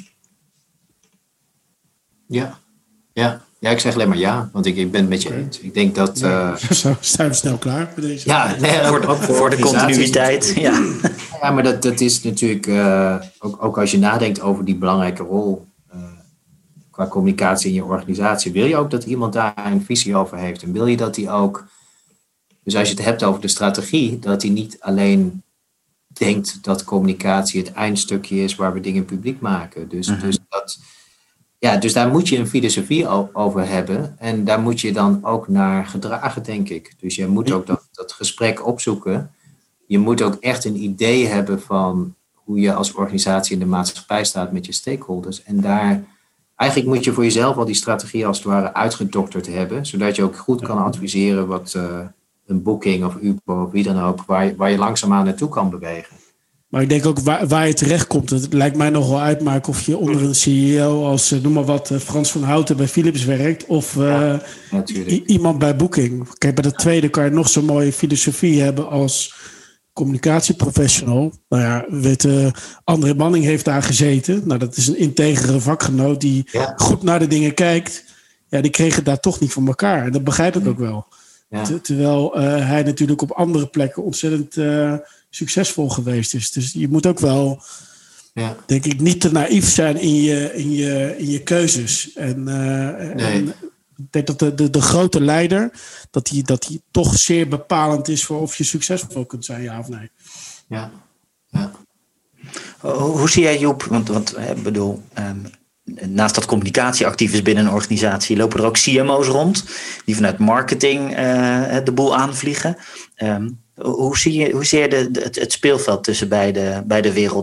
[SPEAKER 4] Ja. ja, ja, ik zeg alleen maar ja, want ik, ik ben het met je
[SPEAKER 3] okay.
[SPEAKER 4] eens. Ik denk dat... Uh...
[SPEAKER 3] Ja, zo staan we snel klaar bij deze.
[SPEAKER 4] Ja, nee, ook, ook voor,
[SPEAKER 2] voor de continuïteit. Ja,
[SPEAKER 4] ja maar dat, dat is natuurlijk, uh, ook, ook als je nadenkt over die belangrijke rol uh, qua communicatie in je organisatie, wil je ook dat iemand daar een visie over heeft en wil je dat die ook... Dus als je het hebt over de strategie, dat hij niet alleen denkt dat communicatie het eindstukje is waar we dingen publiek maken. Dus, uh-huh. dus, dat, ja, dus daar moet je een filosofie over hebben en daar moet je dan ook naar gedragen, denk ik. Dus je moet ook dat, dat gesprek opzoeken. Je moet ook echt een idee hebben van hoe je als organisatie in de maatschappij staat met je stakeholders. En daar, eigenlijk moet je voor jezelf al die strategie als het ware uitgedokterd hebben, zodat je ook goed kan adviseren wat... Uh, een Booking of Uber of wie dan ook, waar je, waar je langzaamaan naartoe kan bewegen.
[SPEAKER 3] Maar ik denk ook waar, waar je terecht komt. Het lijkt mij nog wel uitmaken of je onder een C E O als, noem maar wat, Frans van Houten bij Philips werkt. Of uh, ja, i- iemand bij Booking. Kijk, bij de tweede kan je nog zo'n mooie filosofie hebben als communicatieprofessional. Nou ja, weet, uh, André Manning heeft daar gezeten. Nou, dat is een integere vakgenoot die ja. goed naar de dingen kijkt. Ja, die kregen daar toch niet van elkaar. En dat begrijp ik ook wel. Ja. Ter, terwijl uh, hij natuurlijk op andere plekken ontzettend uh, succesvol geweest is. Dus je moet ook wel, ja. denk ik, niet te naïef zijn in je, in je, in je keuzes. En, uh, nee. en ik denk dat de, de, de grote leider, dat die, dat die toch zeer bepalend is voor of je succesvol kunt zijn, ja of nee.
[SPEAKER 4] Ja, ja.
[SPEAKER 2] Hoe zie jij, Joep, want, want ik bedoel... Um, naast dat communicatie actief is binnen een organisatie, lopen er ook C M O's rond die vanuit marketing uh, de boel aanvliegen. Um, hoe zie je, hoe zie je de, de, het speelveld tussen beide, beide werelden?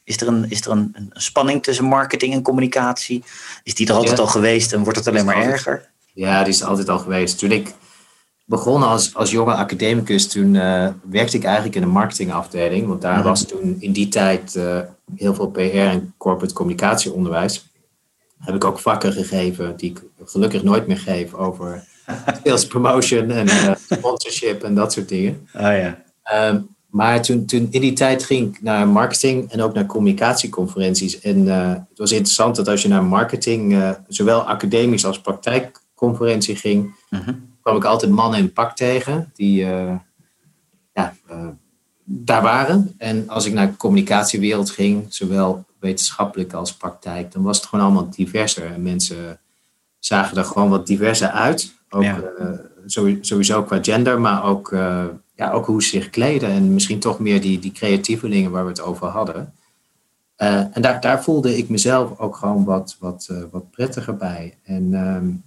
[SPEAKER 2] Is er een, is er een, een spanning tussen marketing en communicatie? Is die er altijd ja. al geweest en wordt het alleen maar altijd, erger?
[SPEAKER 4] Ja, die is er altijd al geweest. Toen ik begon als, als jonge academicus, toen uh, werkte ik eigenlijk in de marketingafdeling. Want daar mm-hmm. was toen in die tijd uh, heel veel P R en corporate communicatieonderwijs. Heb ik ook vakken gegeven die ik gelukkig nooit meer geef over sales promotion en uh, sponsorship en dat soort dingen.
[SPEAKER 2] Oh ja.
[SPEAKER 4] Um, maar toen, toen in die tijd ging ik naar marketing en ook naar communicatieconferenties. En uh, het was interessant dat als je naar marketing, uh, zowel academisch als praktijkconferentie ging, mm-hmm. kwam ik altijd mannen in pak tegen die uh, ja, uh, daar waren. En als ik naar de communicatiewereld ging, zowel wetenschappelijk als praktijk, dan was het gewoon allemaal diverser. En mensen zagen er gewoon wat diverser uit. Ook ja. uh, sowieso qua gender, maar ook, uh, ja, ook hoe ze zich kleden. En misschien toch meer die, die creatievelingen waar we het over hadden. Uh, en daar, daar voelde ik mezelf ook gewoon wat, wat, uh, wat prettiger bij. En um,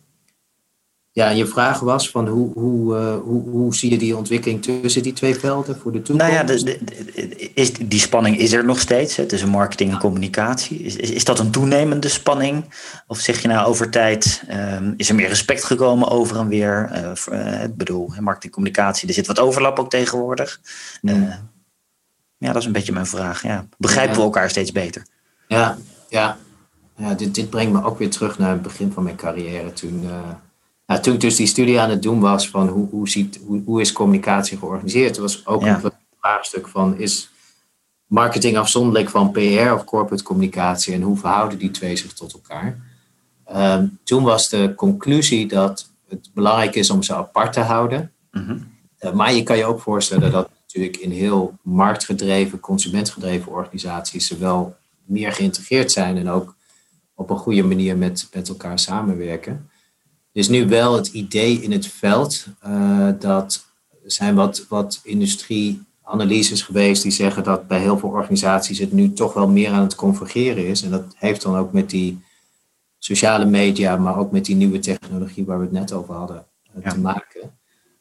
[SPEAKER 4] ja, je vraag was van hoe, hoe, uh, hoe, hoe zie je die ontwikkeling tussen die twee velden voor de toekomst?
[SPEAKER 2] Nou ja, de, de, de, is, die spanning is er nog steeds hè, tussen marketing en communicatie. Is, is, is dat een toenemende spanning? Of zeg je nou over tijd, um, is er meer respect gekomen over en weer? Uh, voor, uh, ik bedoel, marketing en communicatie, er zit wat overlap ook tegenwoordig. Uh, mm. Ja, dat is een beetje mijn vraag. Ja. Begrijpen ja. we elkaar steeds beter?
[SPEAKER 4] Ja, ja. ja dit, dit brengt me ook weer terug naar het begin van mijn carrière toen... Uh, Nou, toen ik dus die studie aan het doen was van hoe, hoe, ziet, hoe, hoe is communicatie georganiseerd, er was ook ja. een vraagstuk van is marketing afzonderlijk van P R of corporate communicatie en hoe verhouden die twee zich tot elkaar. Um, toen was de conclusie dat het belangrijk is om ze apart te houden. Mm-hmm. Uh, maar je kan je ook voorstellen dat natuurlijk in heel marktgedreven, consumentgedreven organisaties ze wel meer geïntegreerd zijn en ook op een goede manier met, met elkaar samenwerken. Er is nu wel het idee in het veld uh, dat er zijn wat, wat industrieanalyses geweest die zeggen dat bij heel veel organisaties het nu toch wel meer aan het convergeren is. En dat heeft dan ook met die sociale media, maar ook met die nieuwe technologie waar we het net over hadden uh, ja. te maken.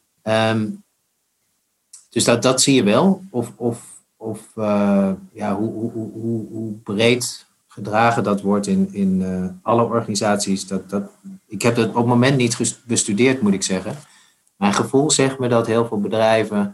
[SPEAKER 4] Um, dus dat, dat zie je wel. Of, of, of uh, ja, hoe, hoe, hoe, hoe breed gedragen dat wordt in, in uh, alle organisaties. Dat, dat, ik heb het op het moment niet bestudeerd, moet ik zeggen. Mijn gevoel zegt me dat heel veel bedrijven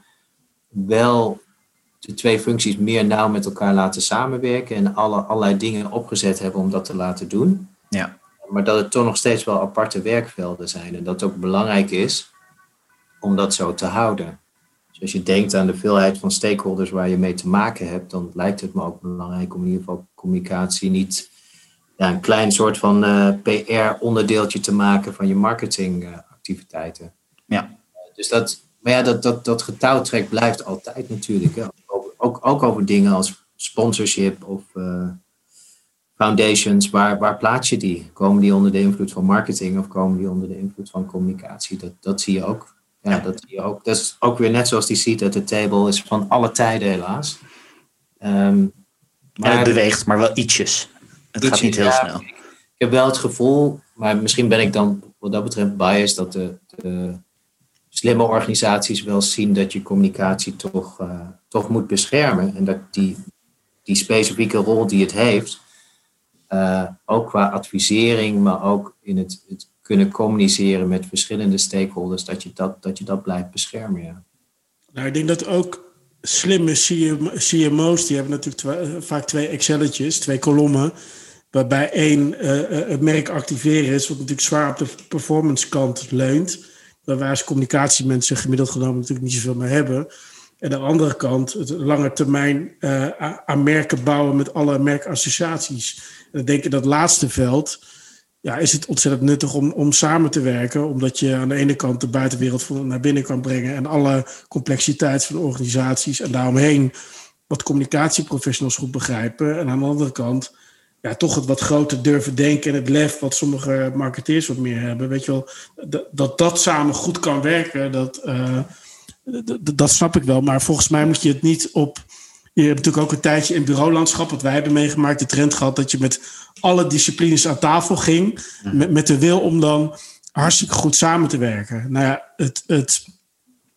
[SPEAKER 4] wel de twee functies meer nauw met elkaar laten samenwerken en alle, allerlei dingen opgezet hebben om dat te laten doen.
[SPEAKER 2] Ja.
[SPEAKER 4] Maar dat het toch nog steeds wel aparte werkvelden zijn en dat het ook belangrijk is om dat zo te houden. Dus als je denkt aan de veelheid van stakeholders waar je mee te maken hebt, dan lijkt het me ook belangrijk om in ieder geval communicatie niet ja, een klein soort van uh, P R-onderdeeltje te maken van je marketingactiviteiten.
[SPEAKER 2] Uh, ja.
[SPEAKER 4] Uh, dus dat, maar ja, dat, dat, dat getouwtrek blijft altijd natuurlijk. Hè. Ook, ook, ook over dingen als sponsorship of uh, foundations. Waar, waar plaats je die? Komen die onder de invloed van marketing of komen die onder de invloed van communicatie? Dat, dat zie je ook. Ja, dat zie je ook. Dat is ook weer net zoals die seat at the table is van alle tijden helaas. Um,
[SPEAKER 2] maar ja, het beweegt, maar wel ietsjes. Het ietsjes, gaat niet heel ja, snel.
[SPEAKER 4] Ik heb wel het gevoel, maar misschien ben ik dan wat dat betreft biased, dat de, de slimme organisaties wel zien dat je communicatie toch, uh, toch moet beschermen. En dat die, die specifieke rol die het heeft, uh, ook qua advisering, maar ook in het, het kunnen communiceren met verschillende stakeholders, dat je dat, dat, je dat blijft beschermen. Ja.
[SPEAKER 3] Nou, ik denk dat ook slimme C M O's, die hebben natuurlijk twa- vaak twee Excelletjes, twee kolommen, waarbij één uh, het merk activeren is, wat natuurlijk zwaar op de performance kant leunt, waar als communicatiemensen gemiddeld genomen natuurlijk niet zoveel meer hebben. En aan de andere kant het lange termijn uh, aan merken bouwen met alle merkassociaties. En ik denk in dat laatste veld, ja, is het ontzettend nuttig om, om samen te werken. Omdat je aan de ene kant de buitenwereld naar binnen kan brengen en alle complexiteit van organisaties en daaromheen wat communicatieprofessionals goed begrijpen. En aan de andere kant ja, toch het wat groter durven denken en het lef wat sommige marketeers wat meer hebben. Weet je wel, dat dat, dat samen goed kan werken, dat, uh, d- d- dat snap ik wel. Maar volgens mij moet je het niet op... Je hebt natuurlijk ook een tijdje in bureaulandschap, wat wij hebben meegemaakt, de trend gehad dat je met alle disciplines aan tafel ging, mm. met, met de wil om dan hartstikke goed samen te werken. Nou ja, het, het,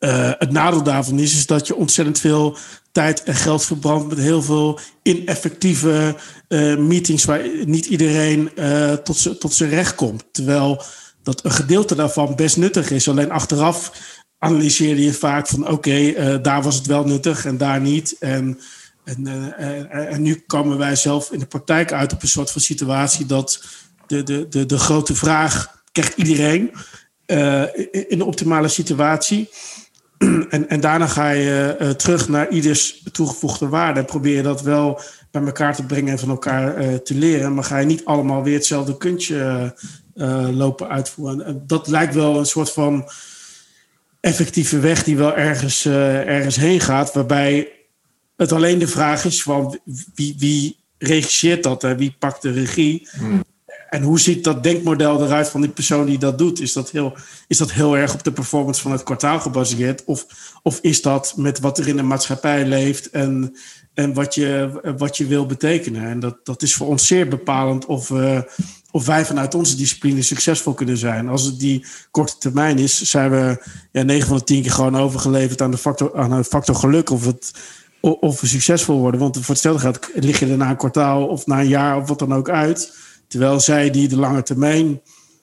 [SPEAKER 3] Uh, het nadeel daarvan is, is dat je ontzettend veel tijd en geld verbrandt met heel veel ineffectieve uh, meetings waar niet iedereen uh, tot, z- tot zijn recht komt. Terwijl dat een gedeelte daarvan best nuttig is. Alleen achteraf analyseer je vaak van oké, okay, uh, daar was het wel nuttig en daar niet. En, en, uh, uh, en nu komen wij zelf in de praktijk uit op een soort van situatie dat de, de, de, de grote vraag krijgt iedereen uh, in de optimale situatie. En, en daarna ga je uh, terug naar ieders toegevoegde waarde. En probeer je dat wel bij elkaar te brengen en van elkaar uh, te leren. Maar ga je niet allemaal weer hetzelfde kuntje uh, lopen uitvoeren. En dat lijkt wel een soort van effectieve weg die wel ergens, uh, ergens heen gaat. Waarbij het alleen de vraag is van wie, wie regisseert dat en wie pakt de regie. Hmm. En hoe ziet dat denkmodel eruit van die persoon die dat doet? Is dat heel, is dat heel erg op de performance van het kwartaal gebaseerd? Of, of is dat met wat er in de maatschappij leeft en, en wat, je, wat je wil betekenen? En dat, dat is voor ons zeer bepalend of, uh, of wij vanuit onze discipline succesvol kunnen zijn. Als het die korte termijn is, zijn we ja, negen van de tien keer gewoon overgeleverd aan de factor, aan de factor geluk of, het, of we succesvol worden. Want voor hetzelfde geld lig je er na een kwartaal of na een jaar of wat dan ook uit. Terwijl zij die de lange termijn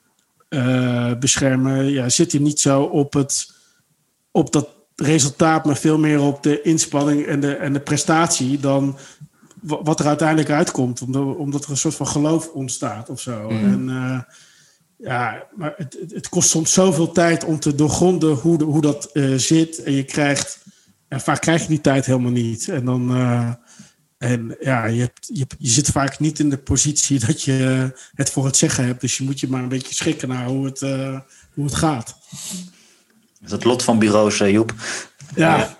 [SPEAKER 3] uh, beschermen, ja, zitten niet zo op, het, op dat resultaat, maar veel meer op de inspanning en de, en de prestatie dan wat er uiteindelijk uitkomt. Omdat, omdat er een soort van geloof ontstaat of zo. Mm. En, uh, ja, maar het, het kost soms zoveel tijd om te doorgronden hoe, de, hoe dat uh, zit. En je krijgt, ja, vaak krijg je die tijd helemaal niet. En dan... Uh, En ja, je, hebt, je, je zit vaak niet in de positie dat je het voor het zeggen hebt. Dus je moet je maar een beetje schikken naar hoe het, uh, hoe het gaat.
[SPEAKER 2] Dat is het lot van bureaus, uh, Joep.
[SPEAKER 3] Ja,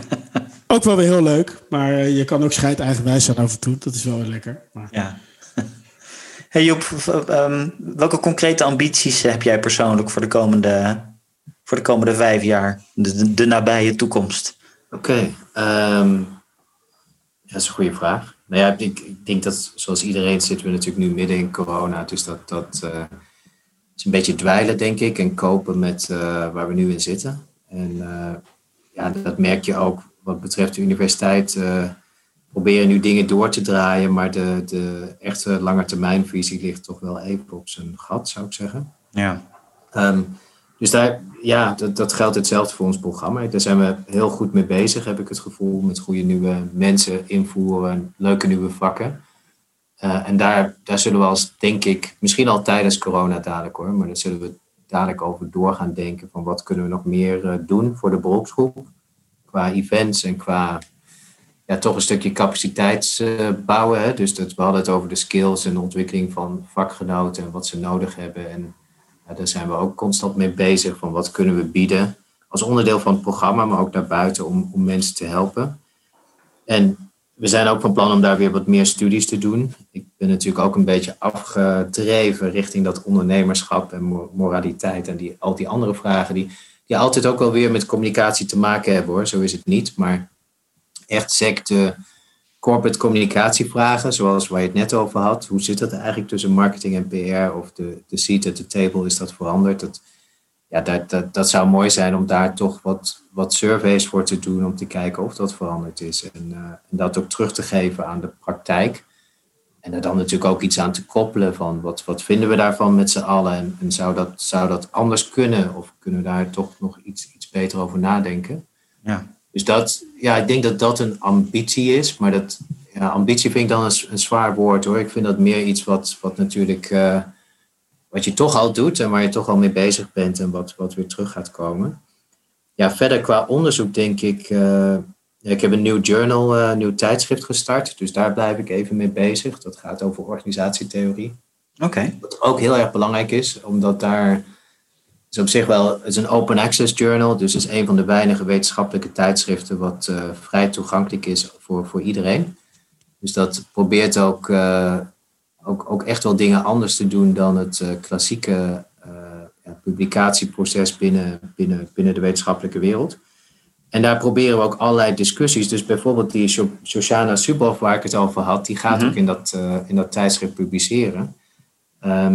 [SPEAKER 3] ook wel weer heel leuk. Maar uh, je kan ook scheid eigenwijs zijn af en toe. Dat is wel weer lekker. Maar...
[SPEAKER 2] Ja. Hey Joep, um, welke concrete ambities heb jij persoonlijk voor de komende, voor de komende vijf jaar? De, de, de nabije toekomst.
[SPEAKER 4] Oké, okay, um... dat is een goede vraag. Nou ja, ik, ik denk dat zoals iedereen zitten we natuurlijk nu midden in corona. Dus dat, dat uh, is een beetje dweilen, denk ik. En kopen met uh, waar we nu in zitten. En uh, ja, dat merk je ook wat betreft de universiteit. Uh, proberen nu dingen door te draaien. Maar de, de echte langetermijnvisie ligt toch wel even op zijn gat, zou ik zeggen.
[SPEAKER 2] Ja.
[SPEAKER 4] Um, dus daar, ja, dat, dat geldt hetzelfde voor ons programma. Daar zijn we heel goed mee bezig, heb ik het gevoel. Met goede nieuwe mensen invoeren, leuke nieuwe vakken. Uh, en daar, daar zullen we als, denk ik, misschien al tijdens corona dadelijk hoor. Maar daar zullen we dadelijk over door gaan denken. Van wat kunnen we nog meer uh, doen voor de beroepsgroep. Qua events en qua ja, toch een stukje capaciteit uh, bouwen. Hè? Dus dat, we hadden het over de skills en de ontwikkeling van vakgenoten. En wat ze nodig hebben. En ja, daar zijn we ook constant mee bezig. Van wat kunnen we bieden als onderdeel van het programma. Maar ook daarbuiten om, om mensen te helpen. En we zijn ook van plan om daar weer wat meer studies te doen. Ik ben natuurlijk ook een beetje afgedreven richting dat ondernemerschap en moraliteit. En die, al die andere vragen die, die altijd ook wel weer met communicatie te maken hebben hoor. Zo is het niet. Maar echt sec de corporate communicatievragen, zoals waar je het net over had. Hoe zit dat eigenlijk tussen marketing en P R? Of de, de seat at the table, is dat veranderd? Dat, ja, dat, dat, dat zou mooi zijn om daar toch wat, wat surveys voor te doen. Om te kijken of dat veranderd is. En, uh, en dat ook terug te geven aan de praktijk. En er dan natuurlijk ook iets aan te koppelen van wat, wat vinden we daarvan met z'n allen? En, en zou, dat, zou dat anders kunnen? Of kunnen we daar toch nog iets, iets beter over nadenken?
[SPEAKER 2] Ja.
[SPEAKER 4] Dus dat, ja, ik denk dat dat een ambitie is. Maar dat, ja, ambitie vind ik dan een, een zwaar woord hoor. Ik vind dat meer iets wat, wat natuurlijk, uh, wat je toch al doet en waar je toch al mee bezig bent en wat, wat weer terug gaat komen. Ja, verder qua onderzoek denk ik, uh, ja, ik heb een nieuw journal, een uh, nieuw tijdschrift gestart. Dus daar blijf ik even mee bezig. Dat gaat over organisatietheorie.
[SPEAKER 2] Oké. Okay.
[SPEAKER 4] Wat ook heel erg belangrijk is, omdat daar... Het is op zich wel, het is een open access journal, dus het is een van de weinige wetenschappelijke tijdschriften wat uh, vrij toegankelijk is voor, voor iedereen. Dus dat probeert ook, uh, ook, ook echt wel dingen anders te doen dan het uh, klassieke uh, ja, publicatieproces binnen, binnen, binnen de wetenschappelijke wereld. En daar proberen we ook allerlei discussies. Dus bijvoorbeeld die Shoshana Zuboff waar ik het over had, die gaat mm-hmm. ook in dat, uh, in dat tijdschrift publiceren. Um,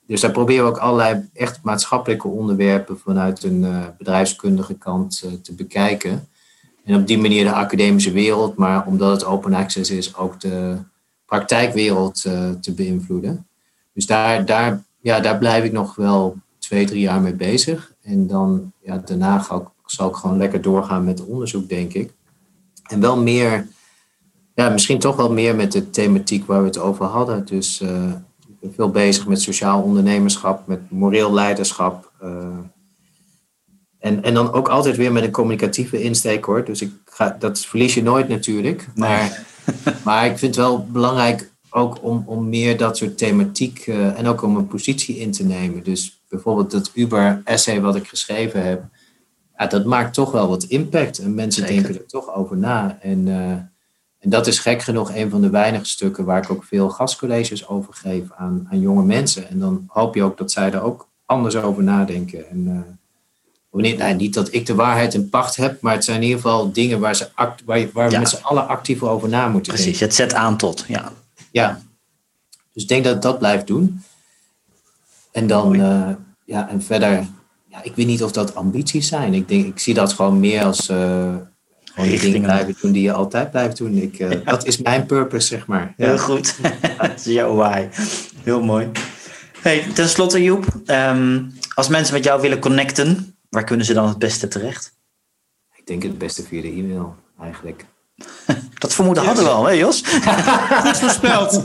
[SPEAKER 4] dus daar proberen we ook allerlei echt maatschappelijke onderwerpen vanuit een uh, bedrijfskundige kant uh, te bekijken. En op die manier de academische wereld, maar omdat het open access is, ook de praktijkwereld uh, te beïnvloeden. Dus daar, daar, ja, daar blijf ik nog wel twee, drie jaar mee bezig. En dan ja, daarna ga ik, zal ik gewoon lekker doorgaan met onderzoek, denk ik. En wel meer, ja, misschien toch wel meer met de thematiek waar we het over hadden. Dus uh, ik ben veel bezig met sociaal ondernemerschap, met moreel leiderschap. Uh, en, en dan ook altijd weer met een communicatieve insteek, hoor. Dus ik ga, dat verlies je nooit natuurlijk. Maar, nee. maar ik vind het wel belangrijk ook om, om meer dat soort thematiek uh, en ook om een positie in te nemen. Dus bijvoorbeeld dat Uber-essay wat ik geschreven heb, ja, dat maakt toch wel wat impact. En mensen Zeker. denken er toch over na. En, uh, en dat is gek genoeg een van de weinige stukken waar ik ook veel gastcolleges over geef aan, aan jonge mensen. En dan hoop je ook dat zij er ook anders over nadenken. En uh, wanneer, nou, niet dat ik de waarheid in pacht heb, maar het zijn in ieder geval dingen waar, ze act, waar, je, waar we ja. met z'n allen actief over na moeten
[SPEAKER 2] Precies,
[SPEAKER 4] denken.
[SPEAKER 2] het zet aan tot, ja.
[SPEAKER 4] Ja, dus ik denk dat ik dat blijf doen. En dan, uh, ja, en verder, ja, ik weet niet of dat ambities zijn. Ik denk, ik zie dat gewoon meer als uh, gewoon die dingen blijven doen die je altijd blijft doen. Ik, uh, ja. Dat is mijn purpose, zeg maar.
[SPEAKER 2] Heel ja. goed. Dat is jouw why. Heel mooi. Hey, ten slotte, Joep, um, als mensen met jou willen connecten, waar kunnen ze dan het beste terecht?
[SPEAKER 4] Ik denk het beste via de e-mail, eigenlijk.
[SPEAKER 2] Dat vermoeden yes. hadden we al, hè Jos?
[SPEAKER 3] Goed voorspeld.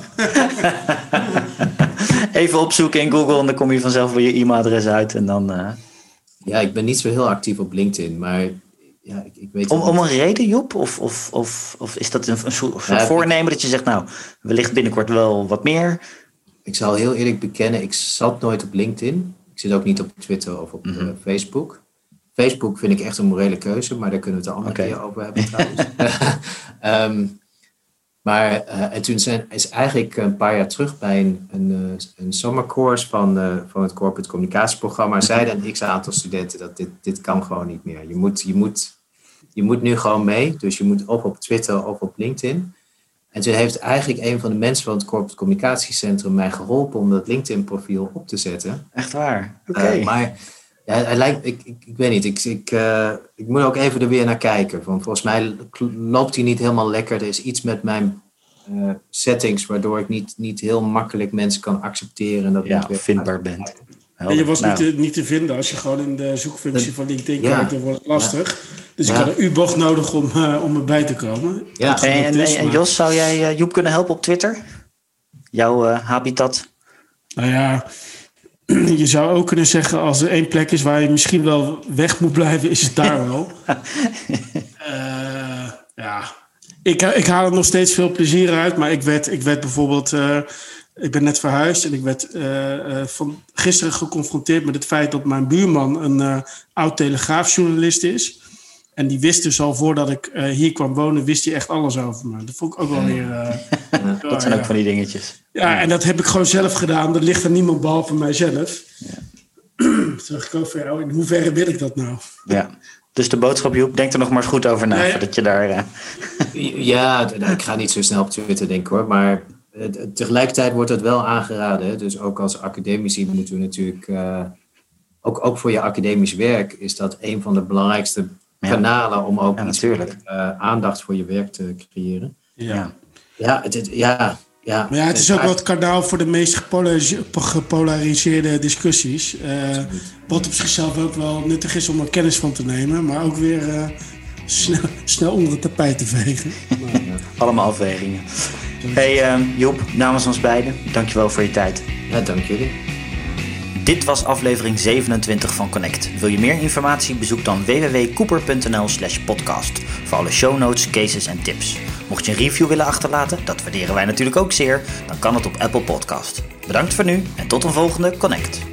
[SPEAKER 2] Even opzoeken in Google en dan kom je vanzelf bij je e-mailadres uit. En dan, uh...
[SPEAKER 4] Ja, ik ben niet zo heel actief op LinkedIn, maar ja, ik, ik weet
[SPEAKER 2] om, om een reden, Joep? Of, of, of, of is dat een, een soort ja, voornemen ik, dat je zegt, nou, wellicht binnenkort wel wat meer?
[SPEAKER 4] Ik zal heel eerlijk bekennen, ik zat nooit op LinkedIn. Ik zit ook niet op Twitter of op mm-hmm. uh, Facebook. Facebook vind ik echt een morele keuze, maar daar kunnen we het een andere okay. keer over hebben trouwens. um, maar uh, en toen zijn, is eigenlijk een paar jaar terug bij een, een, een summercourse van, uh, van het corporate communicatieprogramma zeiden een x-aantal studenten dat dit, dit kan gewoon niet meer. Je moet, je, moet, je moet nu gewoon mee, dus je moet of op Twitter of op LinkedIn. En toen heeft eigenlijk een van de mensen van het corporate communicatiecentrum mij geholpen om dat LinkedIn profiel op te zetten.
[SPEAKER 2] Echt waar? Oké. Okay.
[SPEAKER 4] Uh, maar ja, hij lijkt, ik, ik, ik weet niet, ik, ik, uh, ik moet ook even er weer naar kijken. Want volgens mij loopt hij niet helemaal lekker. Er is iets met mijn uh, settings waardoor ik niet, niet heel makkelijk mensen kan accepteren. En dat
[SPEAKER 2] ja, vindbaar bent.
[SPEAKER 3] En je was nou. niet, te, niet te vinden als je gewoon in de zoekfunctie van LinkedIn ja. kijkt. Dan wordt het lastig. Ja. Dus ja. ik had een U-bocht nodig om, uh, om erbij te komen.
[SPEAKER 2] Ja. En, en, is, en, en Jos, zou jij uh, Joep kunnen helpen op Twitter? Jouw uh, habitat?
[SPEAKER 3] Nou ja... Je zou ook kunnen zeggen, als er één plek is waar je misschien wel weg moet blijven, is het daar wel. uh, ja, ik, ik haal er nog steeds veel plezier uit, maar ik werd, ik werd bijvoorbeeld, uh, ik ben net verhuisd en ik werd uh, uh, van gisteren geconfronteerd met het feit dat mijn buurman een uh, oud telegraafjournalist is. En die wist dus al voordat ik uh, hier kwam wonen, wist hij echt alles over me. Dat vond ik ook wel weer... Uh,
[SPEAKER 2] ja, dat zijn ook ja. van die dingetjes.
[SPEAKER 3] Ja, ja, en dat heb ik gewoon zelf gedaan. Er ligt er niemand behalve mijzelf. Ja. Toen dacht ik ook van, oh, in hoeverre wil ik dat nou?
[SPEAKER 2] Ja, dus de boodschap, Joep, denk er nog maar eens goed over na. Ja, ja. Voordat je daar... Uh...
[SPEAKER 4] ja, ik ga niet zo snel op Twitter denken hoor. Maar uh, tegelijkertijd wordt dat wel aangeraden. Hè? Dus ook als academici moeten we natuurlijk... Uh, ook, ook voor je academisch werk is dat een van de belangrijkste... kanalen om ook
[SPEAKER 2] ja,
[SPEAKER 4] iets meer, uh, aandacht voor je werk te creëren.
[SPEAKER 3] Ja,
[SPEAKER 4] ja, het, het, ja, ja.
[SPEAKER 3] Maar ja, het is ook wel het kanaal voor de meest gepolariseerde, gepolariseerde discussies. Uh, wat op zichzelf ook wel nuttig is om er kennis van te nemen, maar ook weer uh, snel, snel onder het tapijt te vegen. Maar,
[SPEAKER 2] ja. Allemaal afwegingen. Hey uh, Joep, namens ons beiden, dankjewel voor je tijd.
[SPEAKER 4] Ja, dank jullie.
[SPEAKER 2] Dit was aflevering zevenentwintig van Connect. Wil je meer informatie? Bezoek dan w w w punt cooper punt n l slash podcast voor alle show notes, cases en tips. Mocht je een review willen achterlaten, dat waarderen wij natuurlijk ook zeer, dan kan het op Apple Podcast. Bedankt voor nu en tot een volgende Connect.